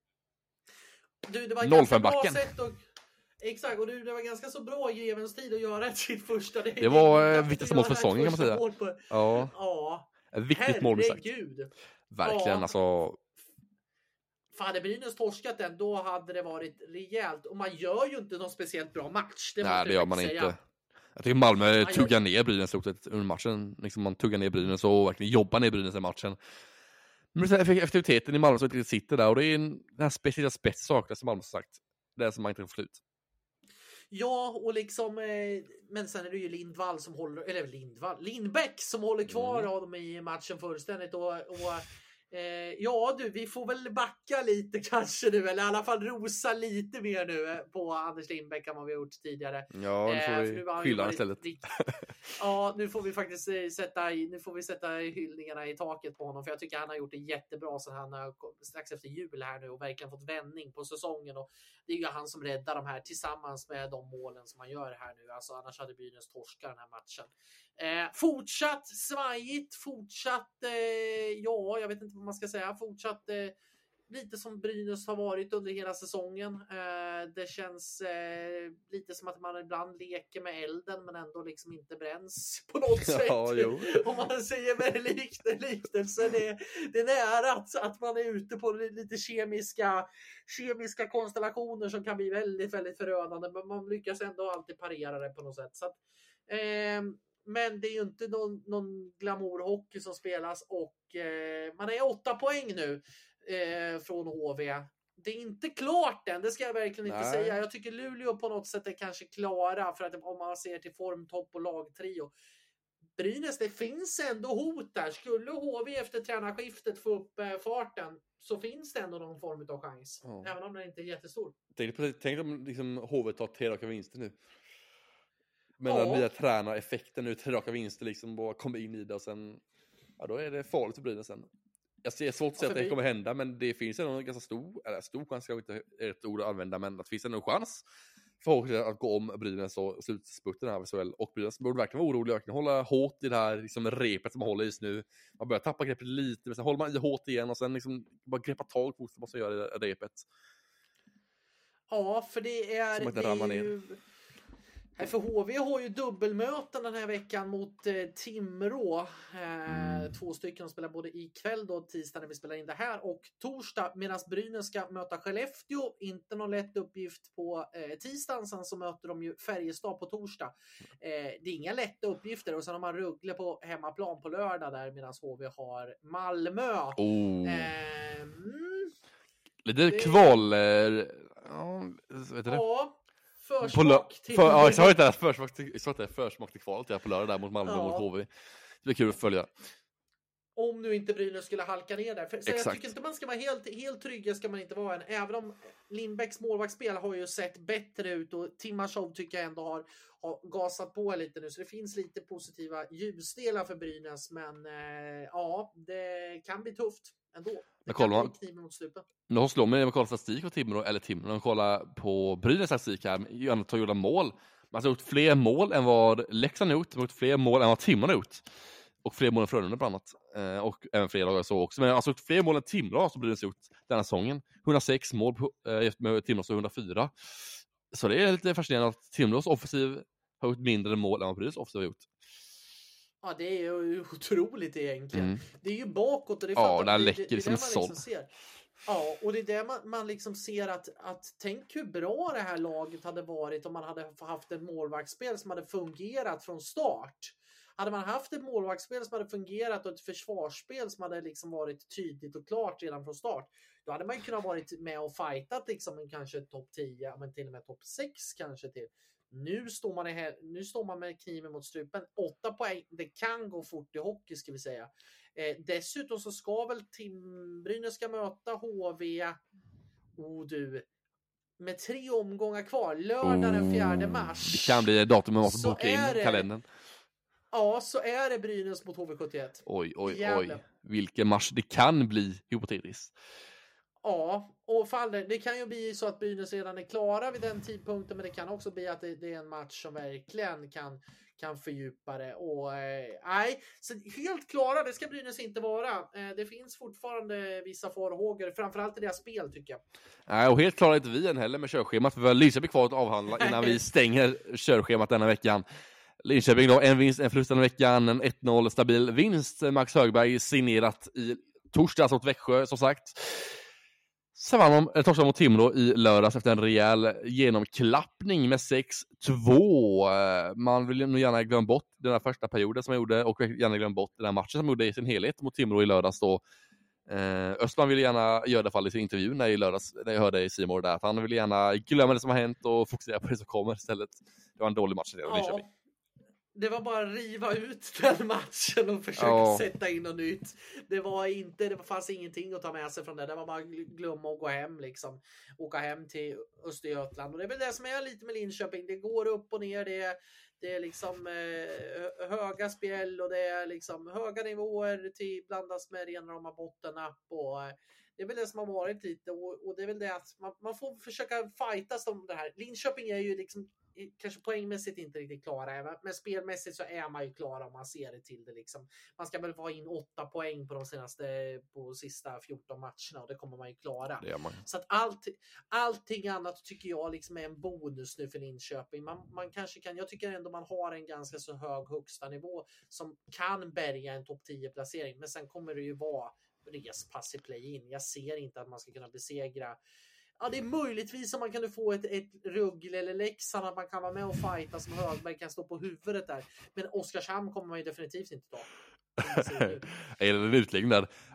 Du, det var ganska bra sätt och... Exakt, och du, det var ganska så bra i grevens tid att göra sitt första. Det, det var eh, viktigt mål för säsongen kan man säga. På... Ja. ja. Ett viktigt mål sagt. Verkligen, ja. alltså. Fan, hade Brynäs torskat den, då hade det varit rejält. Och man gör ju inte någon speciellt bra match. Det Nej, det gör man säga. inte. Jag tycker Malmö man tuggar gör... ner Brynäs under matchen. Liksom man tuggar ner Brynäs och verkligen jobbar ner Brynäs i matchen. Men effektiviteten i Malmö så inte sitter där. Och det är en, den här speciella spets saknas som Malmö sagt. Det är som man inte får slut. Ja, och liksom, eh, men sen är det ju Lindvall som håller, eller Lindvall, Lindbäck som håller kvar mm. av dem i matchen fullständigt och, och eh, ja du, vi får väl backa lite kanske nu, eller i alla fall rosa lite mer nu på Anders Lindbäck än vad vi har gjort tidigare. Ja, nu får vi eh, skylla istället. Ja, nu får vi faktiskt sätta i, nu får vi sätta hyllningarna i taket på honom, för jag tycker han har gjort det jättebra så han har strax efter jul här nu och verkligen fått vändning på säsongen, och det är ju han som räddar de här tillsammans med de målen som man gör här nu, alltså annars hade Brynäs torskat den här matchen. Eh, fortsatt svajigt, fortsatt eh, ja, jag vet inte vad man ska säga, fortsatt eh, lite som Brynäs har varit under hela säsongen. Eh, det känns eh, lite som att man ibland leker med elden men ändå liksom inte bränns på något sätt. Ja, jo. Om man säger med likt, liknelse, det, det är nära att, att man är ute på lite kemiska, kemiska konstellationer som kan bli väldigt, väldigt förödande, men man lyckas ändå alltid parera det på något sätt. Så att, eh, men det är ju inte någon, någon glamourhockey som spelas, och eh, man är åtta poäng nu eh, från H V. Det är inte klart än, det ska jag verkligen inte Nej. säga. Jag tycker Luleå på något sätt är kanske klara, för att om man ser till formtopp och lagtrio. Brynäs, det finns ändå hot där. Skulle H V efter tränarskiftet få upp eh, farten, så finns det ändå någon form av chans. Ja. Även om den inte är jättestor. Tänk, tänk om liksom H V tar tre raka vinster nu. Men Ja. den nya tränareffekten nu, tre raka vinster liksom, bara kommer in i det och sen, ja då är det farligt för Brynäs sen. Jag ser svårt att säga att det kommer hända, men det finns ändå en ganska stor, eller stor chans, jag inte är ett ord att använda, men att det finns ändå en chans för Håkan att gå om Brynäs och slutspurten här så väl. Och Brynäs borde verkligen vara orolig, verkligen hålla hårt i det här liksom, repet som man håller i just nu. Man börjar tappa greppet lite, men sen håller man i hårt igen och sen liksom bara greppa tag på vad som gör det repet. Ja, för det är... Som att det det ramlar är ju... Nej, för H V har ju dubbelmöten den här veckan mot eh, Timrå. Eh, Mm. Två stycken spelar både ikväll då, tisdag när vi spelar in det här, och torsdag, medan Brynäs ska möta Skellefteå. Inte någon lätt uppgift på eh, tisdagen, sen så möter de ju Färjestad på torsdag. Eh, det är inga lätta uppgifter, och sen har man Rögle på hemmaplan på lördag där, medan H V har Malmö. Oh. Eh, mm, Lite det- kval... Eh, ja, vet du det? ja, På lö- försmak till... för, ja, jag sa inte att försmak till, jag sa att det är försmak till kvalet där på lördag där mot Malmö och Ja. mot H V. Det blir kul att följa. Om nu inte Brynäs skulle halka ner där. För, så jag Exakt. tycker inte man ska vara helt, helt trygga, ska man inte vara än. Även om Lindbäcks målvaktsspel har ju sett bättre ut, och Timashov tycker jag ändå har, har gasat på lite nu. Så det finns lite positiva ljusdelar för Brynäs. Men eh, ja, det kan bli tufft ändå. Det Men kan kollar bli man- kniven mot strupen. När hon slår mig när man kollar statistik på Timrå, eller Timrå, när man kollar på Brynäs statistik här, Jonas har gjort mål. Man har gjort fler mål än vad Leksand har gjort, man har gjort fler mål än vad Timrå har gjort. Och fler mål än Frölunda bland annat. Eh, och även fler lag så också. Men alltså fler mål än Timrå som Brynäs gjort denna säsongen. hundrasex mål på, eh, med Timrå så hundrafyra. Så det är lite fascinerande att Timrås offensiv har gjort mindre mål än vad Brynäs offensiv har gjort. Ja, det är ju otroligt egentligen. Mm. Det är ju bakåt, och det är Ja, för det här att- läcker det, det, det är som det en man såld. liksom ser. Ja, och det är där man, man liksom ser att, att tänk hur bra det här laget hade varit om man hade haft ett målvaktsspel som hade fungerat från start. Hade man haft ett målvaktsspel som hade fungerat och ett försvarsspel som hade liksom varit tydligt och klart redan från start, då hade man ju kunnat varit med och fightat liksom en kanske topp tio, men till och med topp sex kanske till. Nu står man, i här, nu står man med kniven mot strupen. Åtta poäng, det kan gå fort i hockey ska vi säga. Eh, dessutom så ska väl Tim Brynäs ska möta H V, oh du, med tre omgångar kvar. Lördag den fjärde mars. Det kan bli datum man måste Så boka in är i det. kalendern. Ja, så är det Brynäs mot H V sjuttioett. Oj, oj, Jävlar. oj. Vilken match det kan bli, hypotetiskt. Ja, och faller. Det kan ju bli så att Brynäs redan är klara vid den tidpunkten, men det kan också bli att det, det är en match som verkligen kan, kan fördjupa det. Och eh, nej, så helt klara, det ska Brynäs inte vara. Eh, det finns fortfarande vissa farhågor, framförallt i deras spel tycker jag. Nej, och helt klarar inte vi än heller med körschemat, för vi har Linköping kvar att avhandla innan vi stänger körschemat denna veckan. Linköping då, en vinst, en förlust denna veckan, en ett noll stabil vinst. Max Högberg signerat i torsdags mot Växjö, som sagt. Sen vann de, eller torskade mot Timrå i lördags efter en rejäl genomklappning med sex två. Man vill nog gärna glömma bort den här första perioden som man gjorde, och gärna glömma bort den här matchen som man gjorde i sin helhet mot Timrå i lördags då. Eh, Östman ville gärna göra det fall i sin intervju när, i lördags, när jag hörde i C More där, att han ville gärna glömma det som har hänt och fokusera på det som kommer istället. Det var en dålig match. Ja, det var bara att riva ut den matchen och försöka Ja. sätta in något nytt. Det var inte, det fanns ingenting att ta med sig från det. Det var bara gl- glömma och gå hem liksom. Åka hem till Östergötland. Och det är väl det som är lite med Linköping. Det går upp och ner. Det är, det är liksom eh, höga spjäll och det är liksom höga nivåer till blandas med rena rama bottennapp. Och eh, det är väl det som har varit lite. Och, och det är väl det att man, man får försöka fightas om det här. Linköping är ju liksom kanske poängmässigt inte riktigt klara, men spelmässigt så är man ju klara om man ser det till det liksom. Man ska väl få in åtta poäng på de senaste, på sista fjorton matcherna, och det kommer man ju klara. Det gör man. Så att allt, allting annat tycker jag liksom är en bonus nu för Linköping. Man, man kanske kan, jag tycker ändå man har en ganska så hög högsta nivå som kan bärga en topp tio placering, men sen kommer det ju vara respass i play-in. Jag ser inte att man ska kunna besegra. Ja, det är möjligtvis om man kan få ett, ett Rögle eller Leksand, att man kan vara med och fighta som Högberg kan stå på huvudet där. Men Oskarshamn kommer man ju definitivt inte ta. Eller en utläggning där.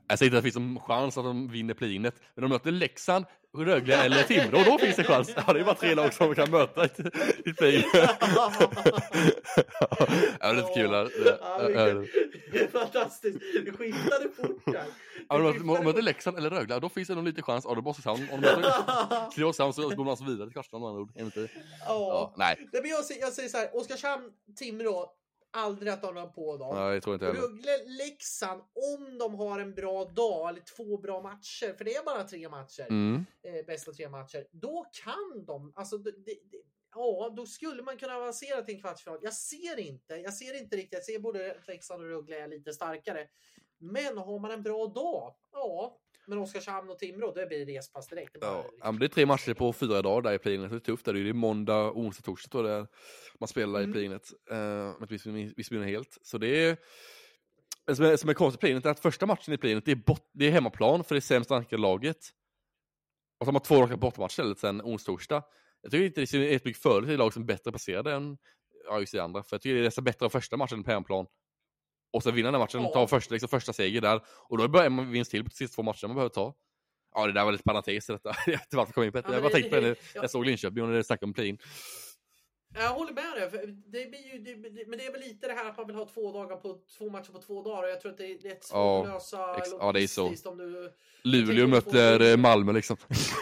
Jag säger inte att det finns en chans att de vinner playinet. Men de möter Leksand, Rögle eller Timrå. Då finns det chans. Ja, det är bara tre lag som kan möta ett, ett playin. Ja, det är lite kul här. Ja, det är fantastiskt. Det skiftade fort här. Ja, om de möter Leksand eller Rögle, då finns det nog lite chans. Ja, det är Oskarshamn. Om de möter till Oskarshamn så går man alltså vidare till Karlstad. Ja, ja, nej. Men jag, jag säger så här, Oskarshamn, Timrå, aldrig att de har på dem. Nej, jag tror inte heller. Rögle, Leksand, om de har en bra dag eller två bra matcher, för det är bara tre matcher, mm. eh, bästa tre matcher, då kan de, alltså det, det, ja, då skulle man kunna avancera till en kvartsfinal. Jag ser inte, jag ser inte riktigt, jag ser både Leksand och Rögle är lite starkare, men har man en bra dag, ja, men Oskarshamn och Timrå, det blir respass direkt. Det, ja, liksom... det är tre matcher på fyra dagar där i playinet. Det är tufft. Där. Det är måndag, onsdag, torsdag tror jag man spelar mm. i playinet. Uh, med ett visst minne helt. Så det är... Som är, som är konstigt i playinet är att första matchen i playinet det är, bot... det är hemmaplan för det sämst rankade laget. Och så har man två raka bortamatcher sen onsdag, torsdag. Jag tycker inte det är ett mycket fördel till lag som är bättre placerade än ja, just det andra. För jag tycker det är nästan bättre av första matchen på hemmaplan. Och sen vinna den matchen, ja. ta första, liksom, första seger där. Och då börjar man vinst till på sista två matcherna man behöver ta. Ja, det där var lite parentes i detta. Jag vet inte varför jag kom in på det. Ja, jag bara tänkte på det. Jag ja. såg Linköping och när det snackade om play-in. Jag håller med dig. För det blir ju, det, det, men det är väl lite det här att man vill ha två dagar på två matcher på två dagar. Och jag tror att det är rätt svårt ja, att lösa. Ex- ja, det är så. Om du, Luleå möter Malmö liksom.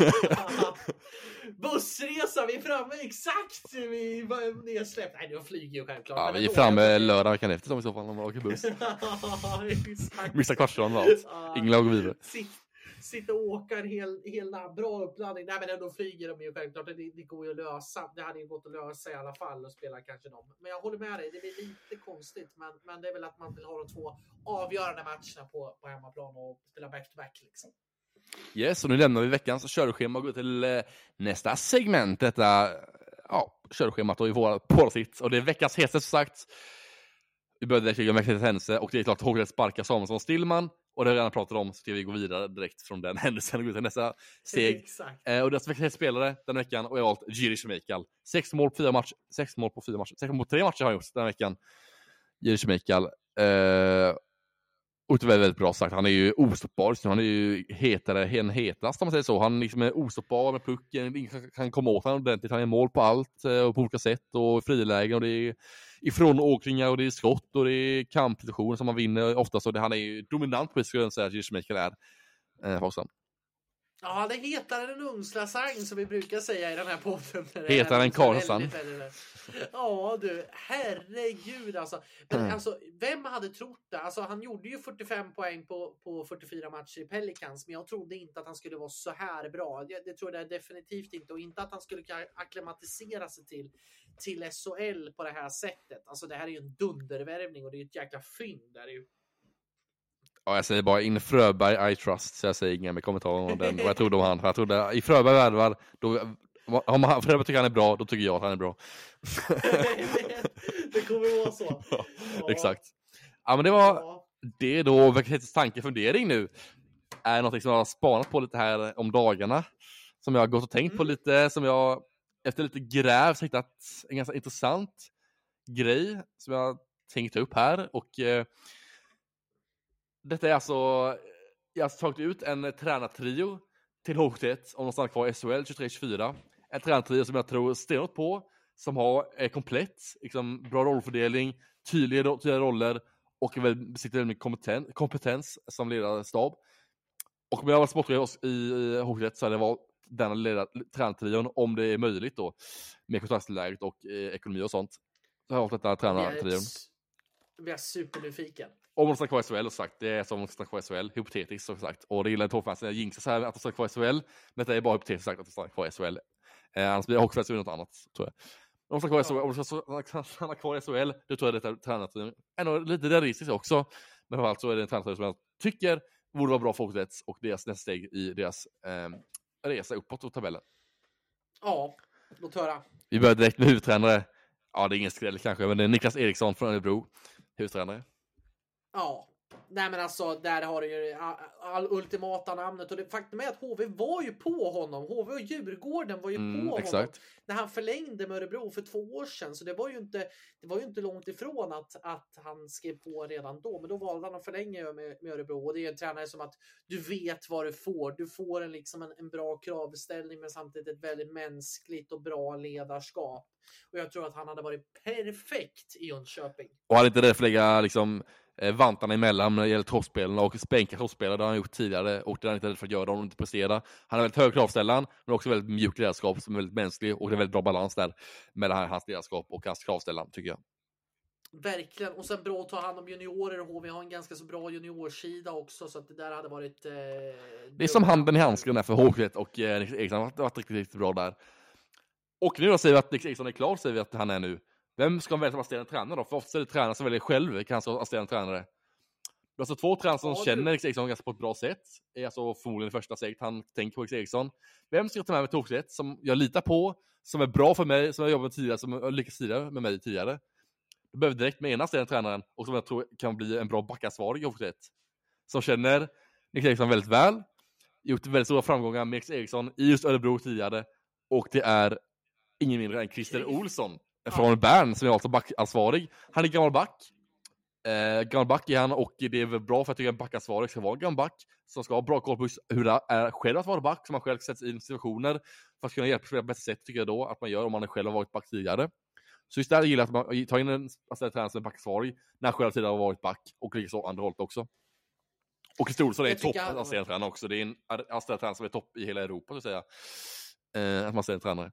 Bussresa, vi är framme exakt vi var nedsläppt. Nej, det flyger ju självklart. Ja, vi är framme lördag veckan efter som i så fall om man åker buss. Missa kvartsdagen var allt. Ingen lag går vidare. Sitta och åka en hel, hel bra uppladdning. Nej, men då flyger de ju självklart. Det, det går ju att lösa. Det hade ju gått att lösa i alla fall och spela kanske dem. Men jag håller med dig. Det blir lite konstigt. Men, men det är väl att man vill ha de två avgörande matcherna på, på hemmaplan och spela back-to-back liksom. Yes, och nu lämnar vi veckans körschema och går till eh, nästa segment. Detta ja, körschemat och i våra på sitt. Och det är veckans hetsel som sagt. Vi började direkt med veckans händelse och det är klart H V sparkar Samuelsson Stillman. Och det har vi redan pratat om så ska vi gå vidare direkt från den händelsen och gå till nästa steg. eh, och det är veckans spelare den veckan och jag har valt Jiri Shmejkal. Sex mål på fyra matcher. Sex mål på fyra matcher. Sex mål på tre matcher har han gjort den veckan. Jiri Shmejkal. Eh, och det är väldigt bra sagt. Han är ju ostoppbar. Han är ju hetare än hetast om man säger så. Han liksom är ostoppbar med pucken. Ingen kan komma åt honom ordentligt. Han är mål på allt och på olika sätt. Och frilägen och det är ifrån åkringar och det är skott och det är kampsituationer som man vinner ofta. Så det, han är ju dominant på det skulle jag säga att Jiri Shmejkal är. Eh, också. Ja, det heter en ungslassang som vi brukar säga i den här podden. Heter en Karlsson. Ja du, herregud alltså. Men mm. alltså, vem hade trott det? Alltså han gjorde ju fyrtiofem poäng på, på fyrtiofyra matcher i Pelicans. Men jag trodde inte att han skulle vara så här bra. Det, det tror jag definitivt inte. Och inte att han skulle akklimatisera sig till, till S H L på det här sättet. Alltså det här är ju en dundervärvning och det är ett jäkla fynd. Det är ju... Ja, jag säger bara in Fröberg I trust. Så jag säger inga med kommentarer om den. Vad jag trodde om han. Jag trodde i Fröberg värvar då om han Fröberg tycker han är bra, då tycker jag att han är bra. Det kommer vara så. Ja, ja. Exakt. Ja, men det var ja. Det då veckans tanke fundering nu. Är något som jag har spanat på lite här om dagarna. Som jag har gått och tänkt mm. på lite. Som jag efter lite gräv hittat en ganska intressant grej som jag har tänkt upp här. Och eh, detta är alltså, jag har tagit ut en tränartrio till H sjuttioett om de stannar kvar i S H L tjugotre tjugofyra. En tränartrio som jag tror stenhårt på, som har är komplett, liksom bra rollfördelning, tydliga, tydliga roller och väl besitter väldigt kompetens, kompetens som ledarstab. Och om jag var sportchef i H sjuttioett så hade det varit den ledar, tränartrion om det är möjligt då, med kontraktsläget och eh, ekonomi och sånt. Så har jag valt detta tränartrion. Jag blir supernyfiken. Om de stannar kvar i S H L, och sagt. Det är som om de stannar kvar i S H L, hypotetiskt så sagt. Och det gillar tågfansen, jag jinxar så här att de stannar kvar i S H L. Men det är bara hypotetiskt sagt att de stannar kvar i S H L. Eh, annars blir det också något annat, tror jag. Om de stannar kvar i S H L, om de stannar kvar i S H L, då tror jag det är tränarteam. Ändå lite realistiskt också. Men framförallt så är det en tränarteam som jag tycker borde vara bra för H och deras nästa steg i deras eh, resa uppåt på tabellen. Ja, låt höra. Vi börjar direkt med huvudtränare. Ja, det är ingen skräll kanske, men det är Niklas Eriksson från Örebro. Huvudtränare. Ja, nej men alltså där har du ju all, all ultimata namnet och det faktum är att H V var ju på honom. H V och Djurgården var ju Mm, på exakt. honom när han förlängde med Örebro för två år sedan. Så det var ju inte, det var ju inte långt ifrån att, att han skrev på redan då. Men då valde han att förlänga med, med Örebro. Och det är en tränare som att du vet vad du får. Du får en, liksom en, en bra kravställning men samtidigt ett väldigt mänskligt och bra ledarskap. Och jag tror att han hade varit perfekt i Jönköping. Och han är inte rädd för att lägga liksom, eh, vantarna emellan när det gäller toppspelarna och spänka toppspelare. Det har han gjort tidigare och det är han inte rädd för att göra dem och inte prestera. Han har väldigt hög kravställan men också väldigt mjuk ledarskap som är väldigt mänsklig och det är väldigt bra balans där mellan hans ledarskap och hans kravställan tycker jag. Verkligen, och sen bra att ta hand om juniorer och H V har en ganska så bra juniorsida också så att det där hade varit eh, det är som handen i handsken där för H V och eh, Niklas Eriksson har varit riktigt, riktigt bra där. Och nu då säger vi att Niklas Eriksson är klar, säger vi att han är nu. Vem ska han välja som assisterande tränare då? För ofta är det tränare som väljer själv, kan han vara assisterande tränare. Det är alltså två tränare som ja, känner Niklas Eriksson ganska på ett bra sätt. Det är alltså förmodligen första sätt han tänker på Niklas Eriksson. Vem ska ta med mig tågsätt som jag litar på, som är bra för mig, som jag jobbat med tidigare, som har lyckats tidigare med mig tidigare. Du behöver direkt med ena assisterande tränaren och som jag tror kan bli en bra backansvarig tågsätt. Som känner Niklas Eriksson väldigt väl. Gjort väldigt stora framgångar med Niklas Eriksson i just Örebro tidigare. Och det är ingen mindre än Christer Olsson från ja. Bern som är alltså backansvarig. Han är gammal back. Eh, gammal back är han och det är väl bra för att jag tycker en backansvarig ska vara en gammal back som ska ha bra koll på hur det är själv att vara back, som man själv sätts i situationer för att kunna hjälpa spela på bästa sätt tycker jag då att man gör om man själv har varit back tidigare. Så just där gillar jag att man tar in en alltså, tränare som är backansvarig när själv tidigare har varit back och liksom så andra hållet också. Och Christer Olsson är en topp assisterande tränare också. Det är en assisterande tränare som är topp i hela Europa så att säga. Eh, att man säger en tränare.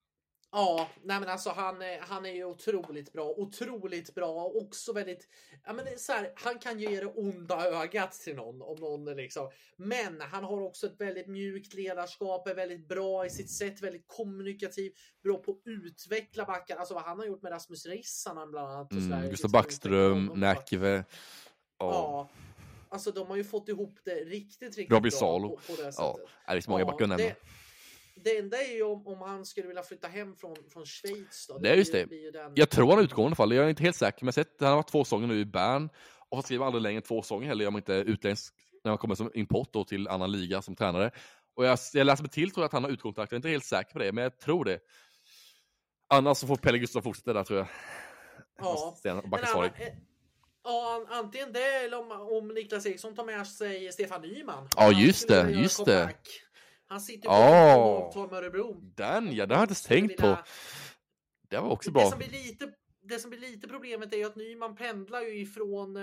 Ja, nej men alltså han, han är ju otroligt bra, otroligt bra och också väldigt, ja men det är så här, han kan ge det onda ögat till någon om någon liksom, men han har också ett väldigt mjukt ledarskap, är väldigt bra i sitt sätt, väldigt kommunikativ, bra på att utveckla backar, alltså vad han har gjort med Rasmus Rissanen bland annat. Och mm, Gustav Backström, Näkive. Ja. ja, alltså de har ju fått ihop det riktigt, riktigt Robbie bra Salo. På, på det sättet. Ja, det är så många ja, backar nämna. Det enda är ju om, om han skulle vilja flytta hem från, från Schweiz då. Det är just det. Den... Jag tror han är utgående i alla fall. Jag är inte helt säker. Men jag har sett han har varit två säsonger nu i Bern. Och han skriver aldrig längre än två säsonger heller. Jag är inte utländsk när man kommer som import då till annan liga som tränare. Och jag, jag läser mig till tror jag att han har utkontakt. Jag är inte helt säker på det. Men jag tror det. Annars så får Pelle Gustav fortsätta där tror jag. Ja. Men, ja, antingen det eller om, om Niklas Eriksson tar med sig Stefan Nyman. Ja, just det. Just det. Han sitter på oh, avtal med Örebro. Den, ja, det har jag inte tänkt vilja... på. Det var också det bra. Som blir lite, det som blir lite problemet är ju att Nyman pendlar ju ifrån,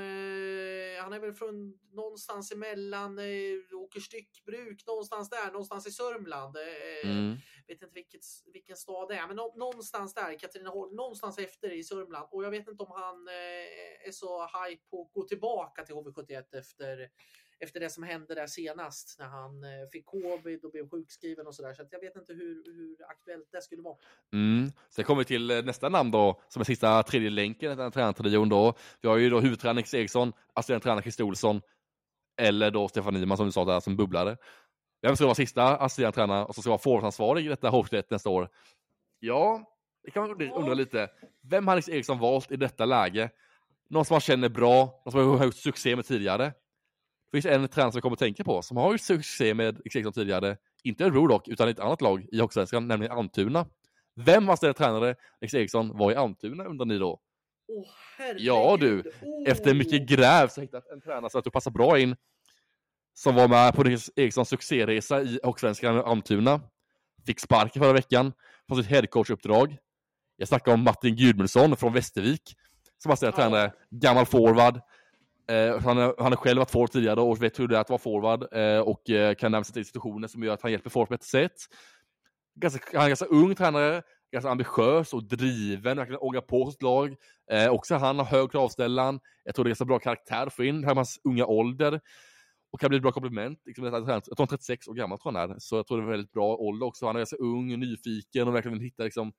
eh, han är väl från någonstans emellan, eh, åker styckbruk, någonstans där, någonstans i Sörmland. Eh, mm. Vet inte vilket, vilken stad det är, men nå, någonstans där, Katrineholm, någonstans efter i Sörmland. Och jag vet inte om han eh, är så hype på att gå tillbaka till H V sjuttioett efter... Efter det som hände där senast när han eh, fick covid och blev sjukskriven och sådär. Så att jag vet inte hur, hur aktuellt det skulle vara. Mm. Sen kommer vi till eh, nästa namn då. Som är sista tredje länken i den här tränartrion då. Vi har ju då huvudtränare Niklas Eriksson, assisterande tränare Christer Olsson. Eller då Stefan Nyman som du sa där som bubblare. Vem ska vara sista assisterande tränare och så ska vara forwardsansvarig i detta H V sjuttioett nästa år? Ja, det kan man undra lite. Vem har Niklas Eriksson valt i detta läge? Någon som man känner bra, någon som har gjort succé med tidigare. Det finns en tränare som jag kommer att tänka på som har ju succé med Niklas Eriksson tidigare, inte Örebro dock, utan ett annat lag i Hockeyallsvenskan, nämligen Almtuna. Vem var ställd tränare Niklas Eriksson var i Almtuna undrar ni då? Oh, herregud. Ja du, oh. Efter mycket gräv så hittade jag en tränare så att du passar bra in som var med på Niklas Erikssons succéresa i Hockeyallsvenskan med Almtuna. Fick sparken förra veckan på sitt headcoach-uppdrag. Jag snackar om Martin Gudmundsson från Västervik som var ställd ja. tränare, gammal forward. Uh, han, är, han är själv varit forward tidigare och vet hur det är att vara forward uh, och uh, kan nämna sig till institutioner som gör att han hjälper forward på ett sätt. Ganska, han är ganska ung tränare, ganska ambitiös och driven, verkligen ångar på sitt lag. Uh, också han har hög kravställan. Jag tror det är ganska bra karaktär att få in här hans unga ålder och kan bli ett bra komplement. Liksom, jag tror han är trettiosex år gammal tror han är, så jag tror det är en väldigt bra ålder också. Han är ganska ung, nyfiken och verkligen vill hitta liksom,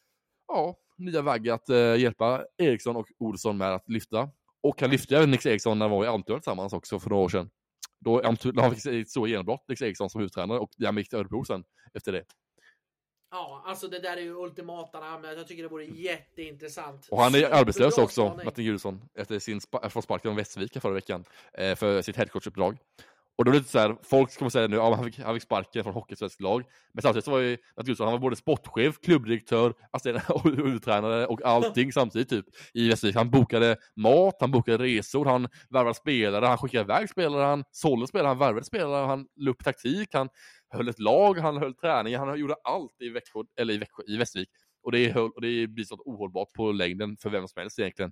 ja, nya vägar att uh, hjälpa Eriksson och Olsson med att lyfta. Och han lyfte Niklas Eriksson när han var i Almtuna tillsammans också för några år sedan. Då han fick ett så genombrott, Niklas Eriksson som huvudtränare och jag gick till Örebro sen efter det. Ja, alltså det där är ju ultimata namnet. Jag tycker det vore jätteintressant. Och han är Superbra arbetslös också, spaning. Martin Gudmundsson, efter sin spa- få sparken av Västervika förra veckan eh, för sitt headcoachuppdrag. Och då är det lite så här, folk kommer säga nu, ja, han, fick, han fick sparken från hockeysvensk lag. Men samtidigt så var ju Martin Gudmundsson, han var både sportchef, klubbdirektör, alltså, och huvudtränare och allting samtidigt typ i Västervika. Han bokade mat, han bokade resor, han värvade spelare, han skickade iväg spelare, han sålde spelare, han värvade spelare, han la upp taktik, han höll ett lag, han höll träning, han gjorde allt i Växjö, eller i, Växjö, i Västervik. Och det, höll, och det blir så ohållbart på längden för vem som helst egentligen.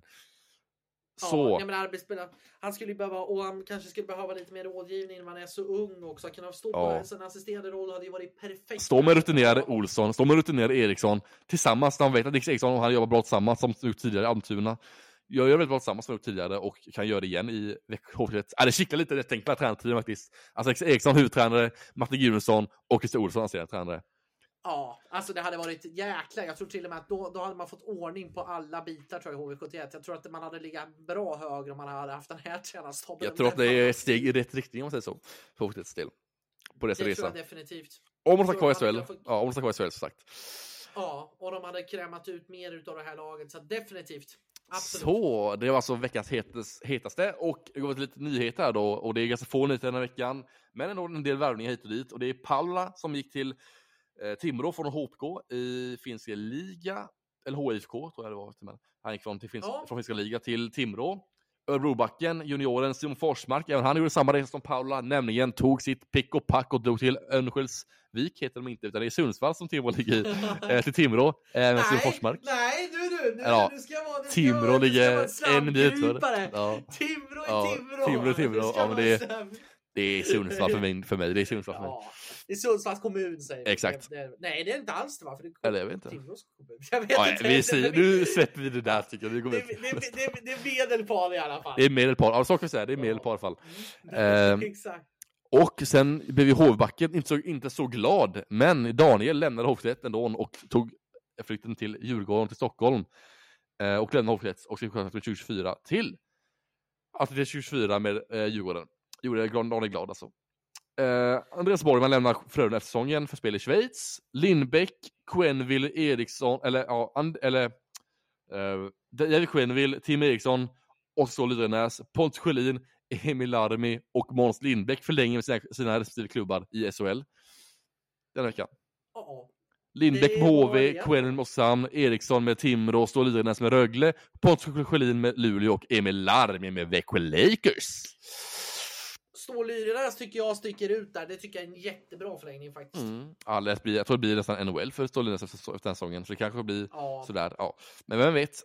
Så. Ja, men arbetsspelare, han skulle ju behöva, och han kanske skulle behöva lite mer rådgivning när man är så ung också. Kunna stå på Ja. en sån assisterande roll hade ju varit perfekt. Stå med rutinerade Olsson, stå med rutinerade Eriksson tillsammans, när han vet att Nix Eriksson och han jobbar bra tillsammans som gjort tidigare i Almtuna. Jag gör väldigt bra tillsammans som gjort tidigare och kan göra det igen i Växjö. Ja, det kittlar lite, jag tänker på tränartiden faktiskt. Alltså Eriksson huvudtränare, Martin Gudmundsson och Christer Olsson assisterande tränare. Ja, alltså det hade varit jäkla. Jag tror till och med att då, då hade man fått ordning på alla bitar tror jag i H V sjuttioett. Jag tror att man hade legat bra högre om man hade haft den här tränarstaben. Jag tror att det är ett steg i rätt riktning om man säger så. För H V sjuttioett del. På dessa Det resa. tror jag definitivt. Om de ska kvar i S Jag H L. tror att man- Ja, om de ska kvar i S H L så sagt. Ja, och de hade krämat ut mer utav det här laget. Så definitivt. Absolut. Så, det var alltså veckans hetes, hetaste. Och det går till lite nyheter här då. Och det är ganska få nyheter den här veckan. Men ändå en del värvningar hit och dit. Och det är Paula som gick till eh, Timrå från H P K i finska liga. Eller H I F K tror jag det var. Men han gick från, till finska, Ja. från finska liga till Timrå. Örebrobacken, junioren Simon Forsmark. Även han gjorde samma resa som Paula. Nämligen tog sitt pick och pack och drog till Örnsköldsvik. Heter de inte, utan det är Sundsvall som Timrå ligger i. eh, till Timrå. Eh, med Simon Forsmark. Nej, du du, nu, Ja, nu ska jag vara, nu ska Timrå jag vara, nu ska jag vara ligger en bit för. snabbgripare. Ja. Timrå i Ja, Timrå. Timrå i Timrå. Nu ska Ja, jag men vara det är- snabb. Det är Sundsvall för mig. För mig. Det är Sundsvall för mig. Ja, det är Sundsvalls kommun säger vi. Exakt. Det, det, nej, det är inte alls det va? För det är Eller jag vet inte. Timrås kommun. Jag vet Ja, inte. vi Det- säger, det- nu släpper vi det där tycker jag. Det, går det, väl. det, det, det, det är Medelpad i alla fall. Det är medelpar. Ja, så kan vi säga. Det är medelpar i alla fall. Mm. Eh, Exakt. Och sen blev ju Hovbacken inte så, inte så glad. Men Daniel lämnade Hovstedt ändå och tog flytten till Djurgården till Stockholm. Eh, och lämnade Hovstedt och skulle kunna till tjugo tjugofyra till. Alltså till tjugo tjugofyra med eh, Djurgården. Gjorde Daniel glad alltså. Eh, Andreas Borgman lämnar Frölunda efter säsongen för spel i Schweiz. Lindbäck, Quenneville, Eriksson, eller ja, and, eller eh, David Quenneville, Tim Eriksson, Oskar Lyrenäs, Pontus Sjölin, Emil Larmi och Måns Lindbäck förlänger med sina, sina respektive klubbar i S H L den veckan. Ja. Lindbäck Det med var H V, det. Quenneville med Oskarshamn, Eriksson med Timrå, Oskar Lyrenäs med Rögle, Pontus Sjölin med Luleå och Emil Larmi med Växjö Lakers. Stålyrernas tycker jag sticker ut där. Det tycker jag är en jättebra förlängning faktiskt. Mm. Ja, det blir, jag tror det blir nästan N H L för Stålines efter, efter den här säsongen. Så det kanske blir Ja. sådär. Ja. Men vem vet?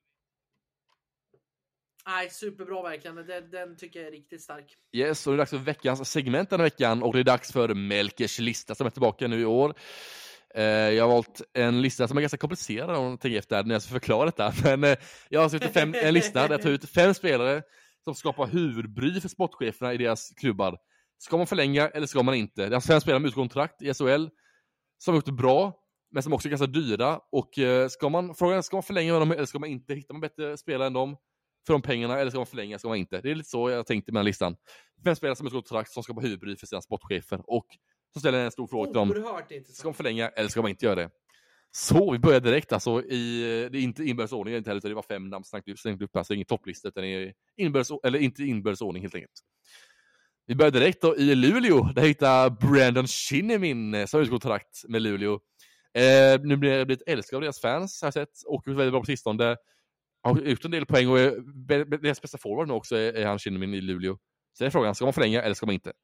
Nej, superbra verkligen. Den, den tycker jag är riktigt stark. Yes, och det är dags för veckans segment den här veckan. Och det är dags för Melkers lista som är tillbaka nu i år. Eh, jag har valt en lista som är ganska komplicerad om jag tänker efter när jag ska förklara detta. Men eh, jag har suttit fem, en lista där jag tar ut fem spelare som skapar huvudbry för sportcheferna i deras klubbar. Ska man förlänga eller ska man inte? Det är fem spelare med utkontrakt i S H L som har gjort det bra, men som också är ganska dyra. Och eh, ska man, frågan är, ska man förlänga med dem eller ska man inte? Hittar man bättre spelare än dem för de pengarna eller ska man förlänga, ska man inte? Det är lite så jag tänkte med den listan. Fem spelare som har utkontrakt som skapar huvudbry för sina sportchefer och så ställer jag en stor fråga till dem. Oerhört intressant. Ska man förlänga eller ska man inte göra det? Så vi börjar direkt alltså i, det är inte inbördes inte heller, det var fem namn snackt upp, snackt upp, alltså ingen topplista utan det är inbördes, eller inte inbördes helt enkelt. Vi börjar direkt då i Luleå, där hittar Brandon Shinnimin som har utkontrakt med Luleå. Eh, nu blir jag blivit älskad av deras fans har jag sett, och väldigt bra på sistone. Har gjort en del poäng och är, deras bästa forward nu också är, är han Shinnimin i Luleå. Så det är frågan, ska man förlänga eller ska man inte?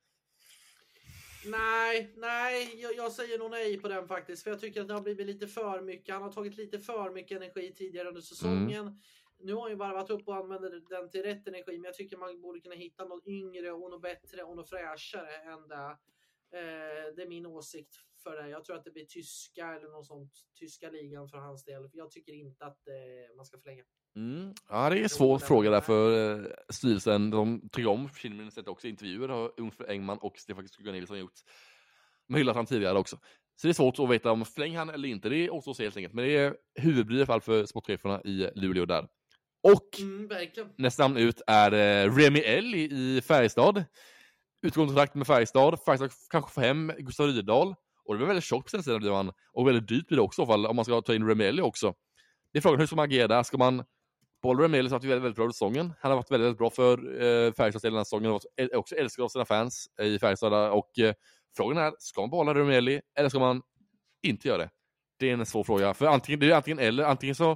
Nej, nej, jag, jag säger nog nej på den faktiskt. För jag tycker att det har blivit lite för mycket. Han har tagit lite för mycket energi tidigare under säsongen. Mm. Nu har han ju varvat upp och använder den till rätt energi. Men jag tycker man borde kunna hitta något yngre och något bättre och något fräschare än det. Eh, det är min åsikt för det. Jag tror att det blir tyska eller något sånt. Tyska ligan för hans del. För jag tycker inte att eh, man ska förlänga. Mm. Ja, det är en svår fråga där för eh, styrelsen. De tycker om Shinnimin, sett också intervjuer har Ulf Engman och Stefan Nilsson gjort. De har hyllat han tidigare också. Så det är svårt att veta om förlänger han eller inte. Det är också så helt enkelt. Men det är huvudbry i alla fall för sportcheferna i Luleå där. Och mm, nästa namn ut är eh, Remi L i Färjestad. Utgående kontrakt med Färjestad. Färjestad kanske får hem Gustav Rydahl. Och det blir väldigt tjockt på den sidan blir man. Och väldigt dyrt blir det också fall, om man ska ta in Remeli också. Det är frågan hur ska man agera där? Ska man Paul Remeli har varit väldigt, väldigt bra i säsongen. Han har varit väldigt, väldigt bra för eh, Färjestad i den här säsongen. Han har varit också älskad av sina fans i Färjestad. Och eh, frågan är, ska man behålla Remeli eller ska man inte göra det? Det är en svår fråga. För antingen, det är antingen eller. Antingen så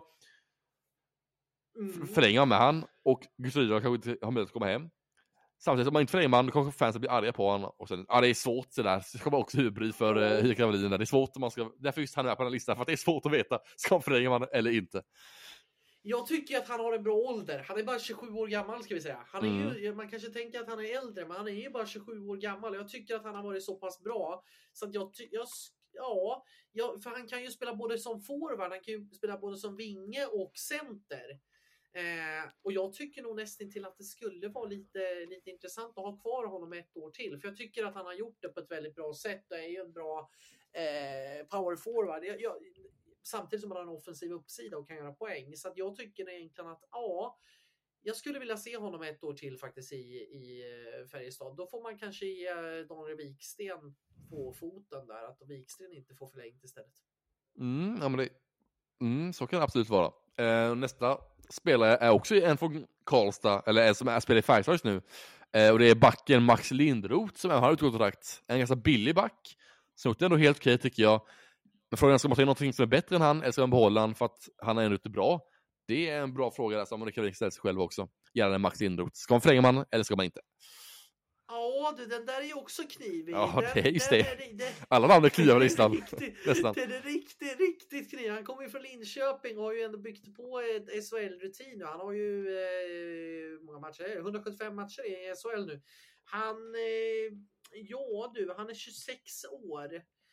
mm. förlänger man med han och Gustav Rydahl kanske inte har möjlighet att komma hem. Samtidigt som man inte förlänger man, då kanske fansen blir arga på honom. Och sen, ja det är svårt det där. Det ska vara också huvudbry för uh, Hik Ravelin. Det är svårt om man ska, därför just han är på den här listan. För att det är svårt att veta, ska man förlänga man eller inte. Jag tycker att han har en bra ålder. Han är bara tjugosju år gammal ska vi säga. Han är mm. ju, man kanske tänker att han är äldre, men han är ju bara tjugosju år gammal. Jag tycker att han har varit så pass bra. Så att jag, jag ja, jag, för han kan ju spela både som forward, han kan ju spela både som vinge och center. Eh, och jag tycker nog nästan till att det skulle vara lite, lite intressant att ha kvar honom ett år till. För jag tycker att han har gjort det på ett väldigt bra sätt. Det är ju en bra eh, power forward. Jag, jag, samtidigt som han har en offensiv uppsida och kan göra poäng. Så att jag tycker egentligen att ja, jag skulle vilja se honom ett år till faktiskt i, i Färjestad. Då får man kanske ge Daniel Wiksten på foten där. Att Wiksten inte får förlängt istället. Mm, ja, men det, mm, så kan det absolut vara. Eh, nästa spelare är också en från Karlstad. Eller en som är spelare i Färjestad just nu. Eh, och det är backen Max Lindroth som har utgått. En ganska billig back. Så det är ändå helt okej tycker jag. Men frågan är, ska man ta in någonting som är bättre än han eller ska man behålla han för att han är ändå inte bra? Det är en bra fråga där som man kan ställa sig själv också. Gärna Max Lindroth. Ska man förlänga man eller ska man inte? Ja, du, den där är ju också knivig. Ja, den, det är just den, det. Den, den, alla namn är knivar på listan. Riktigt, den är riktigt, riktigt knivig. Han kommer ju från Linköping och har ju ändå byggt på ett S H L-rutin. Han har ju eh, många matcher, hundrasjuttiofem matcher i S H L nu. Han, eh, ja du, han är tjugosex år.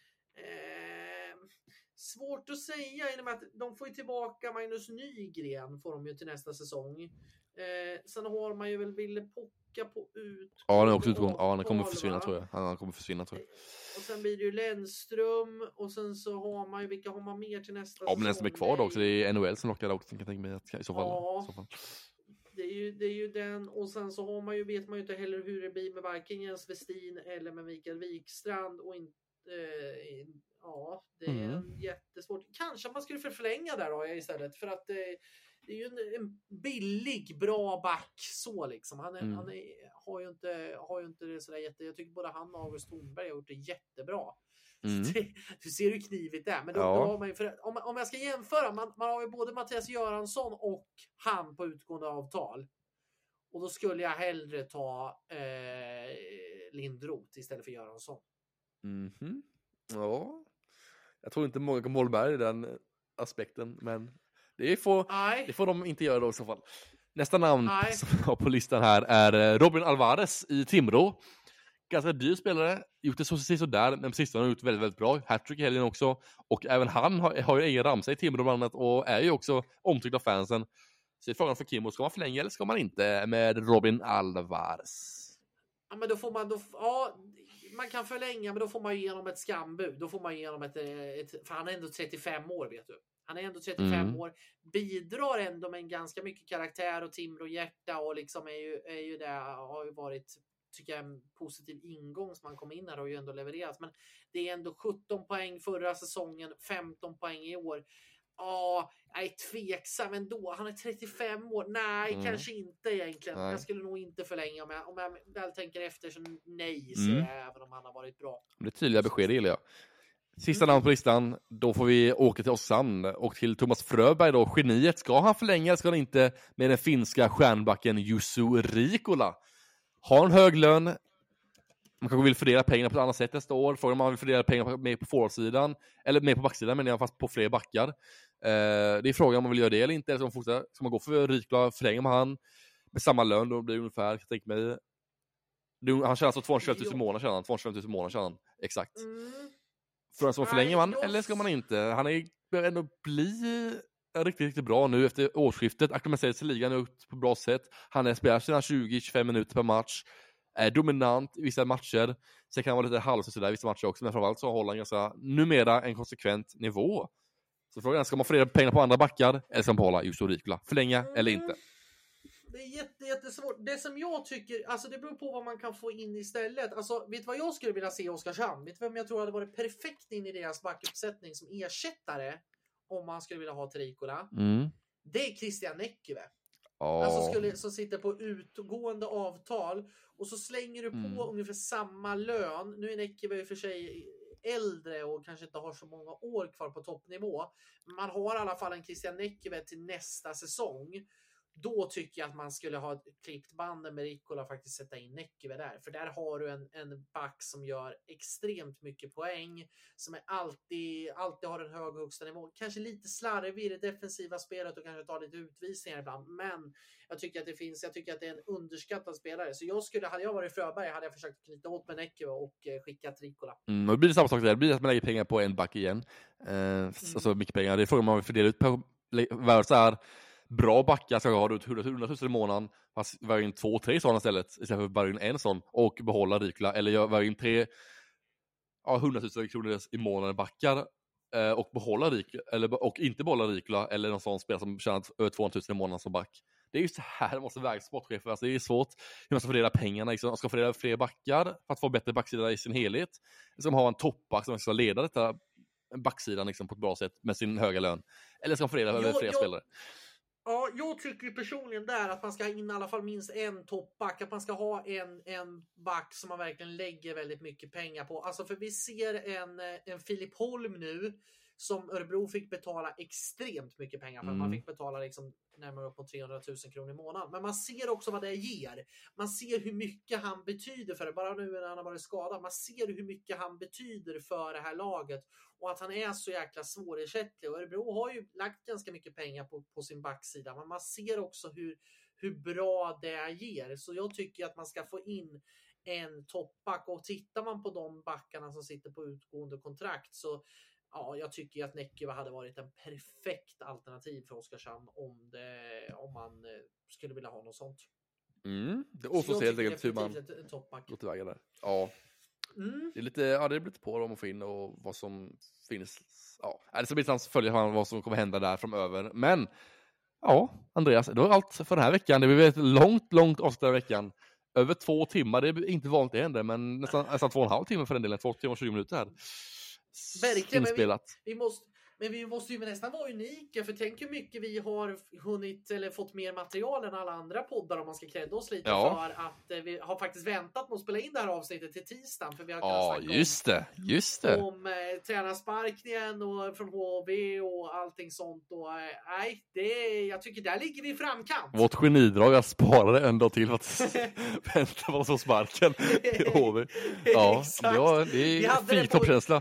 Eh, svårt att säga i och med att de får ju tillbaka Magnus Nygren får de ju till nästa säsong. Eh, sen har man ju väl Ville Pocka på ut. Ja, han är också utgång. Ja, han kommer försvinna tror jag. Han kommer försvinna tror jag. Och sen blir det ju Lennström och sen så har man ju vilka har man mer till nästa säsong? Ja, men Lennström är kvar då också. Det är N H L som lockar också, kan jag tänka mig att, i så fall. Ja. I så fall. Det är, ju, det är ju den och sen så har man ju vet man ju inte heller hur det blir med varken Jens Westin eller med Mikael Wikstrand och inte eh, ja, det är mm. en jättesvårt. Kanske man skulle förlänga där då istället för att eh, det är ju en, en billig bra back så liksom. Han, är, mm. han är, har ju inte har ju inte det så där jätte. Jag tycker både han och August Thornberg har gjort det jättebra. Mm. Det, du ser hur knivigt det är. Men då, ja. då har man ju, för, om, om jag ska jämföra, man, man har ju både Mattias Göransson och han på utgående avtal. Och då skulle jag hellre ta eh, Lindroth istället för Göransson. Mm-hmm. Ja. Jag tror inte många kommer hålla med i den aspekten, men det får, det får de inte göra då i så fall. Nästa namn Nej. som jag har på listan här är Robin Alvarez i Timrå. Ganska dyr spelare, gjort det så, så, så där, men precis har han gjort väldigt, väldigt bra. Hattrick i helgen också. Och även han har, har ju egen ramsa i Timrå bland annat och är ju också omtyckt av fansen. Så är frågan för Kimmo, ska man förlänga eller ska man inte med Robin Alvarez? Ja, men då får man, då, ja, man kan förlänga, men då får man igenom ett skambud. Då får man igenom ett, ett för han är ändå trettiofem år, vet du. Han är ändå trettiofem mm. år, bidrar ändå med en ganska mycket karaktär och Timrå hjärta och liksom är ju, är ju det, har ju varit tycker jag en positiv ingång som man kom in här och ju ändå levererat. Men det är ändå sjutton poäng förra säsongen, femton poäng i år. Ja, jag är tveksam ändå. Han är trettiofem år. Nej, mm. kanske inte egentligen. Nej. Jag skulle nog inte förlänga om jag, om jag väl tänker efter så nej, säger mm. jag, även om han har varit bra. Det är tydliga besked, gillar jag. Sista mm. namn på listan, då får vi åka till Oskarshamn och till Thomas Fröberg då, geniet. Ska han förlänga eller ska han inte med den finska stjärnbacken Jussi Riikola? Har en hög lön. Man kanske vill fördela pengarna på ett annat sätt nästa år. Frågan om man vill fördela pengarna mer på forwardsidan eller mer på backsidan, men fast på fler backar. Eh, det är frågan om man vill göra det eller inte. Eller ska man, fortsätta, ska man gå för Riikola, förlänga med han med samma lön, då blir det ungefär, jag tänker mig. Han tjänar alltså tvåhundratjugofem tusen i månaden, tjänar han. tvåhundratjugofem tusen i månaden tjänar han. Exakt. Mm. Frågan som förlänger man eller ska man inte? Han är börjar ändå bli riktigt, riktigt bra nu efter årsskiftet. Akklimatiserar sig ligan ut på bra sätt. Han är spelar sina tjugo till tjugofem minuter per match. Är dominant i vissa matcher. Sen kan han vara lite halvsås där i vissa matcher också. Men framförallt så håller han ganska numera en konsekvent nivå. Så frågan är, ska man fördela pengar på andra backar eller ska man behålla Jussi Riikola? Förlänga mm. eller inte? det är jätte, jättesvårt. Det som jag tycker, alltså det beror på vad man kan få in istället. Alltså, vet du vad jag skulle vilja se i Oskarshamn? Vet du vem jag tror hade varit perfekt in i deras backuppsättning som ersättare om man skulle vilja ha Trikola? Mm. Det är Christian Näckive. Oh. Alltså skulle, som sitter på utgående avtal och så slänger du på Mm. ungefär samma lön. Nu är Näckive i och för sig äldre och kanske inte har så många år kvar på toppnivå. Man har i alla fall en Christian Näckive till nästa säsong. Då tycker jag att man skulle ha klippt banden med Ricola och faktiskt sätta in Näckive där. För där har du en, en back som gör extremt mycket poäng. Som är alltid, alltid har en hög högsta nivå. Kanske lite slarvig i det defensiva spelet och kanske tar lite utvisningar ibland. Men jag tycker att det finns, jag tycker att det är en underskattad spelare. Så jag skulle, hade jag varit Fröberg hade jag försökt knyta åt med Näckive och eh, skickat Ricola. Mm, och det blir samma sak där. Det blir att man lägger pengar på en back igen. Eh, mm. Alltså mycket pengar. Det är frågan om man vill fördela ut på så här bra backar ska ha ut hundra tusen i månaden, fast varje in två, tre sådana istället, istället för varje in en sån, och behålla Ricola, eller varje in tre, ja, hundra tusen kronor i månaden backar, eh, och behålla Ricola, eller och inte behålla Ricola, eller någon sån spelare som tjänar över tvåhundratusen i månaden som back. Det är ju så här det måste väga sportchefer, alltså det är svårt hur man ska fördela pengarna, liksom. Man ska fördela fler backar för att få bättre backsida i sin helhet, ska man ha en toppback som ska leda detta backsidan liksom, på ett bra sätt med sin höga lön, eller ska man fördela över fler spelare? Ja, jag tycker personligen där att man ska ha in i alla fall minst en toppback. Att man ska ha en, en back som man verkligen lägger väldigt mycket pengar på. Alltså för vi ser en, en Filip Holm nu som Örebro fick betala extremt mycket pengar för. Mm. Man fick betala liksom närmare upp på trehundratusen kronor i månaden. Men man ser också vad det ger. Man ser hur mycket han betyder för det. Bara nu när han har varit skadad. Man ser hur mycket han betyder för det här laget. Och att han är så jäkla svårersättlig. Och Örebro har ju lagt ganska mycket pengar på, på sin backsida. Men man ser också hur, hur bra det ger. Så jag tycker att man ska få in en toppback. Och tittar man på de backarna som sitter på utgående kontrakt så ja, jag tycker att Näckive hade varit en perfekt alternativ för Oskarshamn om, det, om man skulle vilja ha något sånt. Mm. Det är också helt enkelt hur man går tillväga där. Ja. Mm. Det är lite, ja, det är lite på vad man får in och vad som finns. Ja, det ska bli intressant att följa vad som kommer hända där framöver. Men ja, Andreas, det var allt för den här veckan. Det blir ett långt, långt avsnitt av veckan. Över två timmar, det är inte vanligt det händer, men nästan, nästan två och en halv timme för den delen. Två timmar och tjugo minuter här. Verkligen, men vi, vi måste, men vi måste ju nästan vara unika, för tänk hur mycket vi har hunnit eller fått mer material än alla andra poddar om man ska credda oss lite, ja. För att eh, vi har faktiskt väntat med att spela in det här avsnittet till tisdagen, för vi har ja, just det, just det. om eh, tränarsparkningen och från H V och allting sånt och nej, eh, det jag tycker där ligger vi i framkant. Vårt genidrag att spara en dag till för att vänta på så sparken i H V. Ja, det, var, det är fin toppkänsla.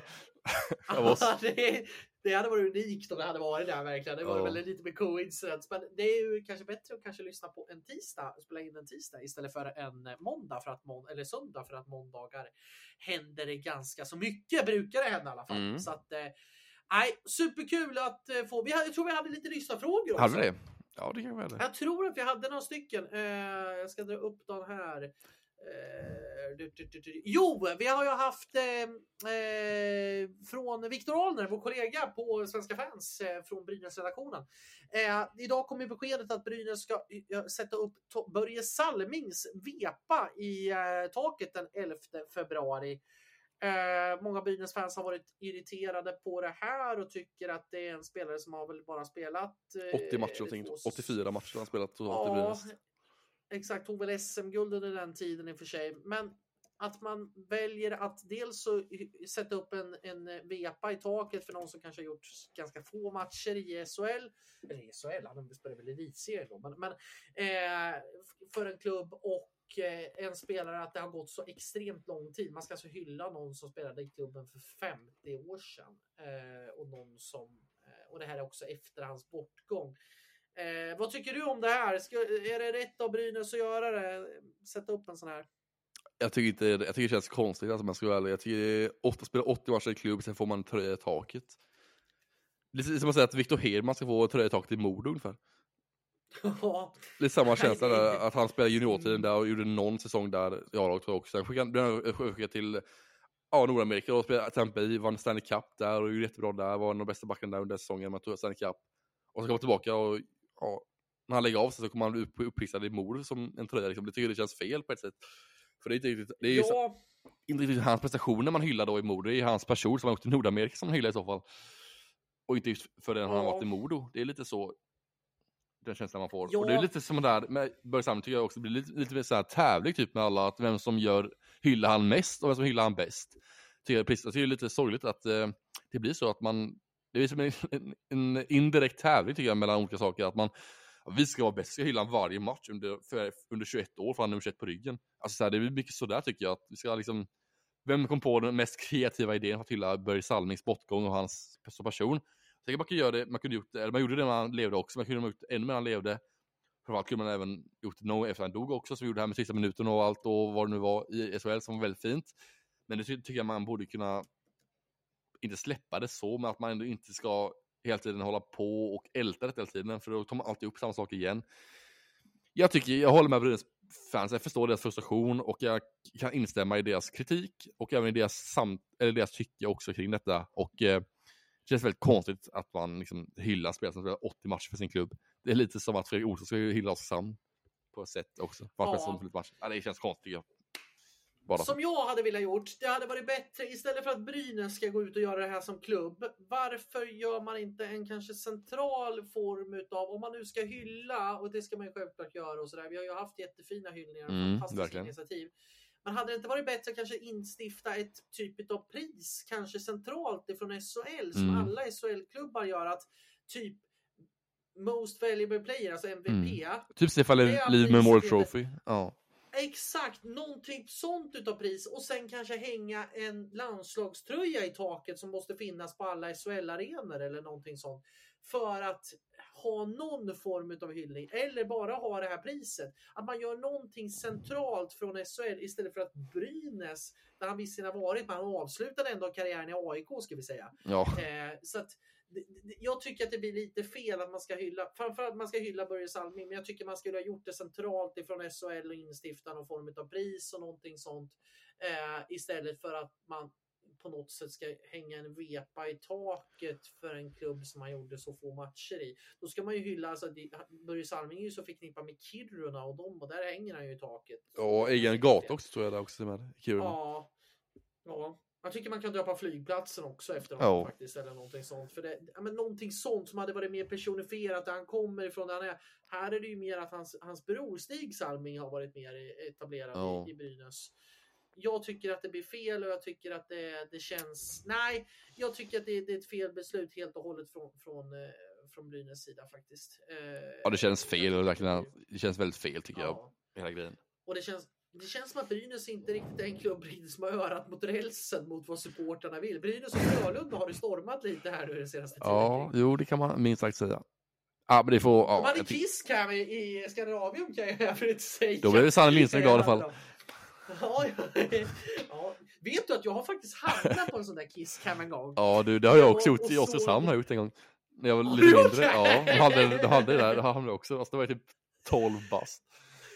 Ja, det, det hade varit unikt om det hade varit där verkligen. Det var ja. Väl lite med coincidence. Men det är ju kanske bättre att kanske lyssna på en tisdag, spela in en tisdag istället för en måndag för att må- eller söndag, för att måndagar händer det ganska så mycket, brukar det hända i alla fall. Mm. Så att eh, nej, superkul att eh, få. Vi hade, jag tror vi hade lite lyssnarfrågor också. Hade vi det? Ja, det kan vi hade. Jag tror att vi hade några stycken. Eh, jag ska dra upp den här. Uh, du, du, du, du. Jo, vi har ju haft eh, eh, från Viktor Ahlner, vår kollega på Svenska Fans eh, från Brynäs-redaktionen. Eh, idag kommer beskedet att Brynäs ska uh, sätta upp to- Börje Salmings vepa i uh, taket den elfte februari. Uh, många Brynäs-fans har varit irriterade på det här och tycker att det är en spelare som har väl bara spelat uh, åttio matcher, två... åttiofyra matcher har han spelat totalt i Brynäs. Exakt, tog väl S M-guld under den tiden i och för sig. Men att man väljer att dels så sätta upp en, en vepa i taket för någon som kanske har gjort ganska få matcher i S H L. Eller i S H L, han spelar väl elitserien då. Men, men eh, för en klubb och eh, en spelare att det har gått så extremt lång tid. Man ska alltså hylla någon som spelade i klubben för femtio år sedan. Eh, och någon som, eh, och det här är också efter hans bortgång. Eh, vad tycker du om det här? Ska, är det rätt av Brynäs att göra det? Sätta upp en sån här? Jag tycker inte, jag tycker det känns konstigt alltså, man ska vara ärlig. Jag tycker åtta spelar åttio matcher i klubb, sen får man tröja i taket. Det är som att säga att Viktor Hedman ska få tröja i taket i Modo ungefär. Det är samma känsla där, att han spelade juniortiden där och gjorde någon säsong där jag lag tror jag också. Sen skickade han skickade till ja, Nordamerika och spelade Tampa Bay, vann Stanley Cup där och gjorde jättebra där, var den bästa backen där under säsongen man tog Stanley Cup. Och så kom tillbaka och ja, när han lägger av sig så kommer han upp upphissad i mord som en tröja. Liksom. Det tycker jag det känns fel på ett sätt. För det är inte riktigt, det är ju Ja. så, inte riktigt hans prestationer man hyllar då i mord. Det är hans person som har åkt till Nordamerika som man hyllar i så fall. Och inte just för den ja. han har varit i Modo. Det är lite så den känslan man får. Ja. Och det är lite som där med Börje Salming tycker jag också blir lite, lite mer så här tävlig typ med alla. Att vem som gör hyllar han mest och vem som hyllar han bäst. Tycker jag, precis, jag tycker det är lite sorgligt att eh, det blir så att man, det är som en, en, en indirekt tävling tycker jag mellan olika saker. Att man, vi ska vara bäst, ska hylla varje match under, för, under tjugoett år för han nummer tjugoett på ryggen. Alltså så här, det är mycket sådär tycker jag. Att vi ska liksom, vem kom på den mest kreativa idén för att hylla Börje Salmings bortgång och hans person? Så jag bara kan göra det, man kunde gjort det, eller man gjorde det när han levde också, man kunde ha gjort det ännu mer när han levde. Framförallt kunde man även gjort det no efter han dog också, som vi gjorde det här med sista minuten och allt och vad det nu var i S H L som var väldigt fint. Men det tycker jag man borde kunna inte släppa det så, men att man ändå inte ska hela tiden hålla på och älta det hela tiden, för då tar man alltid upp samma sak igen. Jag tycker, jag håller med Brynäs fans, jag förstår deras frustration och jag kan instämma i deras kritik och även i deras, samt, eller deras tycke också kring detta. Och eh, det känns väldigt konstigt att man liksom hyllar spelare som spelar åttio matcher för sin klubb. Det är lite som att Fredrik Olsson ska hylla Oskarshamn på ett sätt också. Ja. Ja, det känns konstigt. Ja. Bara. Som jag hade velat gjort, det hade varit bättre istället för att Brynäs ska gå ut och göra det här som klubb. Varför gör man inte en kanske central form utav, om man nu ska hylla, och det ska man ju självklart göra och sådär. Vi har ju haft jättefina hyllningar och mm, fantastiska initiativ. Men hade det inte varit bättre att kanske instifta ett typ av pris, kanske centralt ifrån S H L, som mm. alla S H L-klubbar gör, att typ Most Valuable Player, alltså M V P. Mm. Typ Stefan Liv Memorial Trophy. Ja. Exakt, någon typ sånt utav pris, och sen kanske hänga en landslagströja i taket som måste finnas på alla S H L-arenor eller någonting sånt, för att ha någon form utav hyllning, eller bara ha det här priset. Att man gör någonting centralt från S H L istället för att Brynäs, där han visserligen har varit, men han avslutade ändå karriären i A I K, ska vi säga. Ja. Eh, så att jag tycker att det blir lite fel att man ska hylla, framförallt att man ska hylla Börje Salming, men jag tycker man skulle ha gjort det centralt ifrån S H L och instifta någon form av pris och någonting sånt, eh, istället för att man på något sätt ska hänga en vepa i taket för en klubb som man gjorde så få matcher i. Då ska man ju hylla, alltså Börje Salming är ju så förknippad med Kiruna och dem, och där hänger han ju i taket. Ja, egen gata också tror jag det också med Kiruna. Ja, ja. Jag tycker man kan dra på flygplatsen också efter honom oh. faktiskt, eller någonting sånt. För det, ja, men någonting sånt som hade varit mer personifierat där han kommer ifrån, där han är. Här är det ju mer att hans, hans bror Stig Salming har varit mer etablerad oh. i, i Brynäs. Jag tycker att det blir fel, och jag tycker att det, det känns... Nej, jag tycker att det, det är ett fel beslut helt och hållet från, från, från Brynäs sida faktiskt. Ja, det känns fel, och verkligen, det känns väldigt fel tycker ja. jag, hela grejen. Och det känns... Det känns som att Brynäs inte riktigt är en klubb som har örat mot rälsen mot vad supporterna vill. Brynäs och Frölunda har det stormat lite här nu den senaste tiden. Ja, jo, det kan man minst sagt säga. Ja, men det får... Ja, de hade Kiss här i Skandinavium, kan jag för inte säga. Då blev det Sanne Lindström glad i alla fall. Ja, ja, ja. Vet du att jag har faktiskt hamnat på en sån där Kiss-cam en gång? Ja, du, det har jag också gjort i Oskarshamn, har jag gjort en gång. När jag var lite mindre. Ja, de hade, de hade det där, det hamnade också. Alltså, det var typ tolv bast.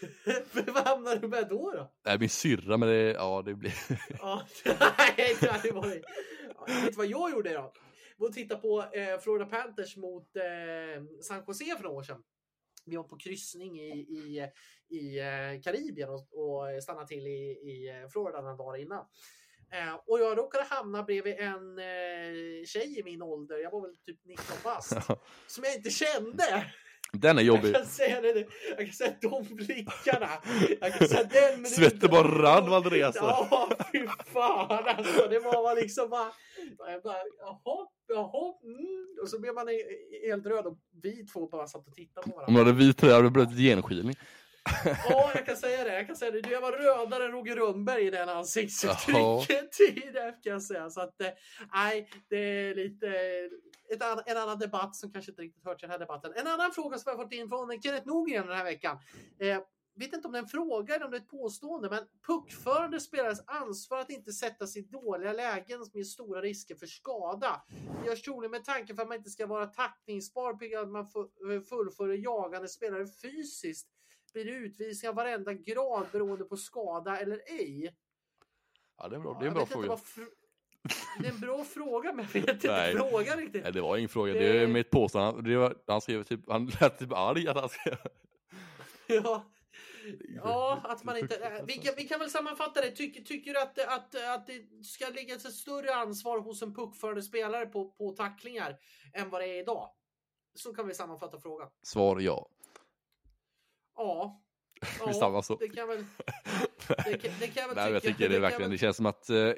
Vad hamnade du med då då? Nej, min syrra, men det, ja, det blir... ja, nej, det var det. Ja, vet du vad jag gjorde då? Vi tittade på eh, Florida Panthers mot eh, San Jose för några år sedan. Vi var på kryssning i, i, i eh, Karibien och, och stannade till i, i Florida några dagar innan. Eh, och jag råkade hamna bredvid en eh, tjej i min ålder. Jag var väl typ nitton bast. Som jag inte kände. Den är jobbig. Jag kan säga det. Jag kan säga de blickarna. Jag kan säga den. Svetten bara rann, Andreas. Ja, fy fan. Alltså, det var liksom bara... Jag bara, jaha, jaha. Mm. Och så blev man helt röd, och vi två bara satt och tittade på varandra. Om du hade vit tröja, hade du blivit genomskinlig. Ja, jag kan säga det. Jag kan säga det. Jag var rödare än Roger Rönnberg i den ansiktsuttrycket i det, kan jag säga. Så att, nej, det är lite ett an- en annan debatt som kanske inte riktigt hör till den här debatten. En annan fråga som jag har fått in från Kenneth Nordgren den här veckan. Eh, vet inte om det är en fråga eller om det är ett påstående, men puckförande spelares ansvar att inte sätta sig i dåliga lägen som ger stora risker för skada. Det görs troligen med tanke för att man inte ska vara tackningsbar på att man fullföljer jagande spelare fysiskt. Blir det utvisning av varenda grad beroende på skada eller ej? Ja, det är bra. Det är en bra fråga. Fr- Det är en bra fråga, men jag vet inte Nej. frågan riktigt. Nej, det var ingen fråga. Det- Det är mitt påstående. Det var, han skrev typ, han lät typ arg att han skrev. Ja. Ja, att man inte... Vi kan, vi kan väl sammanfatta det. Tycker, tycker du att, att, att det ska läggas ett större ansvar hos en puckförande spelare på, på tacklingar än vad det är idag? Så kan vi sammanfatta frågan. Svar ja. Ja. Vi stannar så. Det kan väl... Det kan, det kan jag väl Nej, jag tycka. tycker det är verkligen, kan det väl... känns som att eh,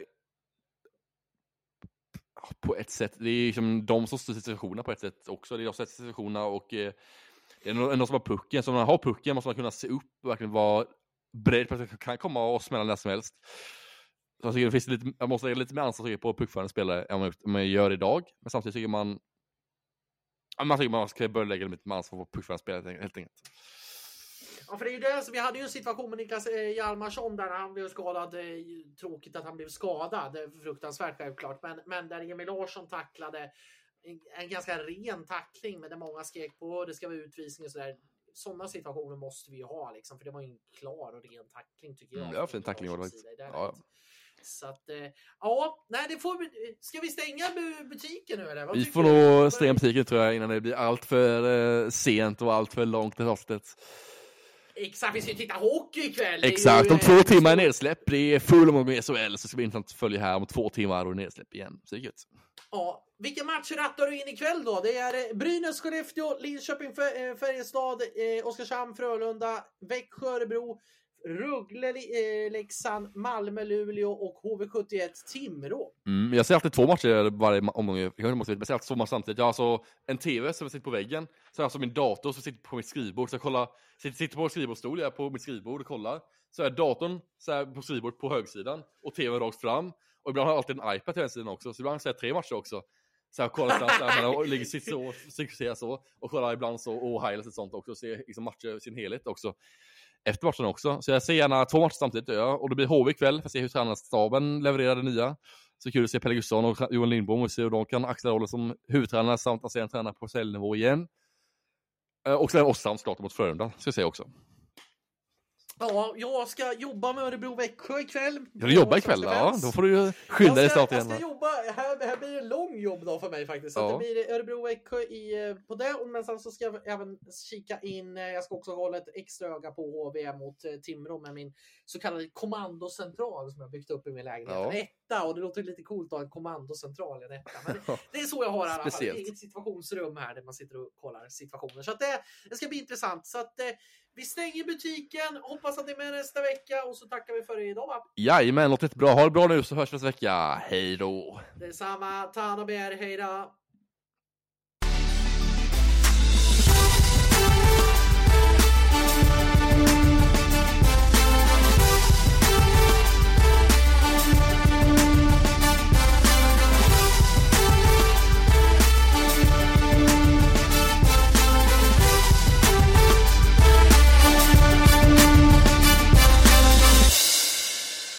på ett sätt, det är liksom de som styr situationerna på ett sätt också. Det är jag som sätter situationerna och eh, det är någon som har pucken. Så när man har pucken måste man kunna se upp och verkligen vara beredd på att det kan komma och smälla när som helst. Så jag tycker det finns lite, jag måste lägga lite mer ansvar på puckförande spelare än vad man gör idag. Men samtidigt tycker man man tycker man ska börja lägga lite mer ansvar på puckförande spelare helt enkelt. Ja, för det är ju det som vi hade ju en situation med Niklas eh, Hjalmarsson där han blev skadad. Eh, tråkigt att han blev skadad. Det är fruktansvärt självklart. Men, men där Emil Larsson tacklade en, en ganska ren tackling, men där många skrek på det ska vara utvisning och sådär. Sådana situationer måste vi ju ha liksom, för det var ju en klar och ren tackling tycker jag. Mm, det var fin tackling. Var ja. Så att, eh, ja, nej det får vi, ska vi stänga butiken nu eller? Vad vi får du? nog stänga butiken tror jag innan det blir allt för eh, sent och allt för långt i avsnittet. Exakt, vi ska ju titta hockey ikväll. Exakt, ju, om två eh, timmar är nedsläpp. Det är full omgång i S H L så ska vi inte följa här om två timmar och nedsläpp igen. Så det är gött. Ja, vilka matcher rattar du in ikväll då? Det är Brynäs, Skellefteå, Linköping, Färjestad, eh, Oskarshamn, Frölunda, Växjö, Örebro, Rögle, eh, Leksand, Malmö, Luleå och H V sjuttioett, Timrå. Mm, jag ser alltid två matcher varje omgång. Jag måste jag ser alltid två matcher samtidigt. Jag har alltså en tv som sitter på väggen. Så jag har alltså min dator som sitter på mitt skrivbord. Så jag kollar, sitter, sitter på skrivbordsstol, jag är på mitt skrivbord och kollar. Så är datorn så här på skrivbord på högsidan och tvn rakt fram. Och ibland har jag alltid en iPad till vänster sidan också. Så ibland så är tre matcher också. Så jag kollar så här, och ligger sitt så, så, så och kollar ibland så och highlights och sånt också. Se liksom matcher i sin helhet också. Efter matchen också. Så jag ser gärna två matcher samtidigt. Ja. Och det blir H V ikväll för att se hur tränarstaben levererar det nya. Så kul att se Pelle Gustafsson och Johan Lindbom och se hur de kan axla rollen som huvudtränare samt att se en tränare på cellnivå igen. Och sen Oskarshamn såklart mot Frölunda ska jag säga också. Ja, jag ska jobba med Örebro-Växjö ikväll. Ja, du jobbar ikväll, ja. Då får du ju skynda dig snart igen. Jag ska jobba, här, här blir det en lång jobb då för mig faktiskt. Så ja. det blir Örebro-Växjö i, på det. Men sen så ska jag även kika in, jag ska också hålla ett extra öga på H V mot Timrå med min så kallade kommandocentral som jag byggt upp i min lägenhet. Ja. En etta, och det låter lite coolt att ha en kommandocentral i en etta. Men det, det är så jag har i alla fall. Det är ett situationsrum här där man sitter och kollar situationer. Så att det, det ska bli intressant. Så att vi stänger butiken, hoppas att ni är med nästa vecka och så tackar vi för idag, va? Jajamän, låter bra. Ha det bra nu så hörs vi nästa vecka. Hej då! Detsamma, ta hand om er, hej då!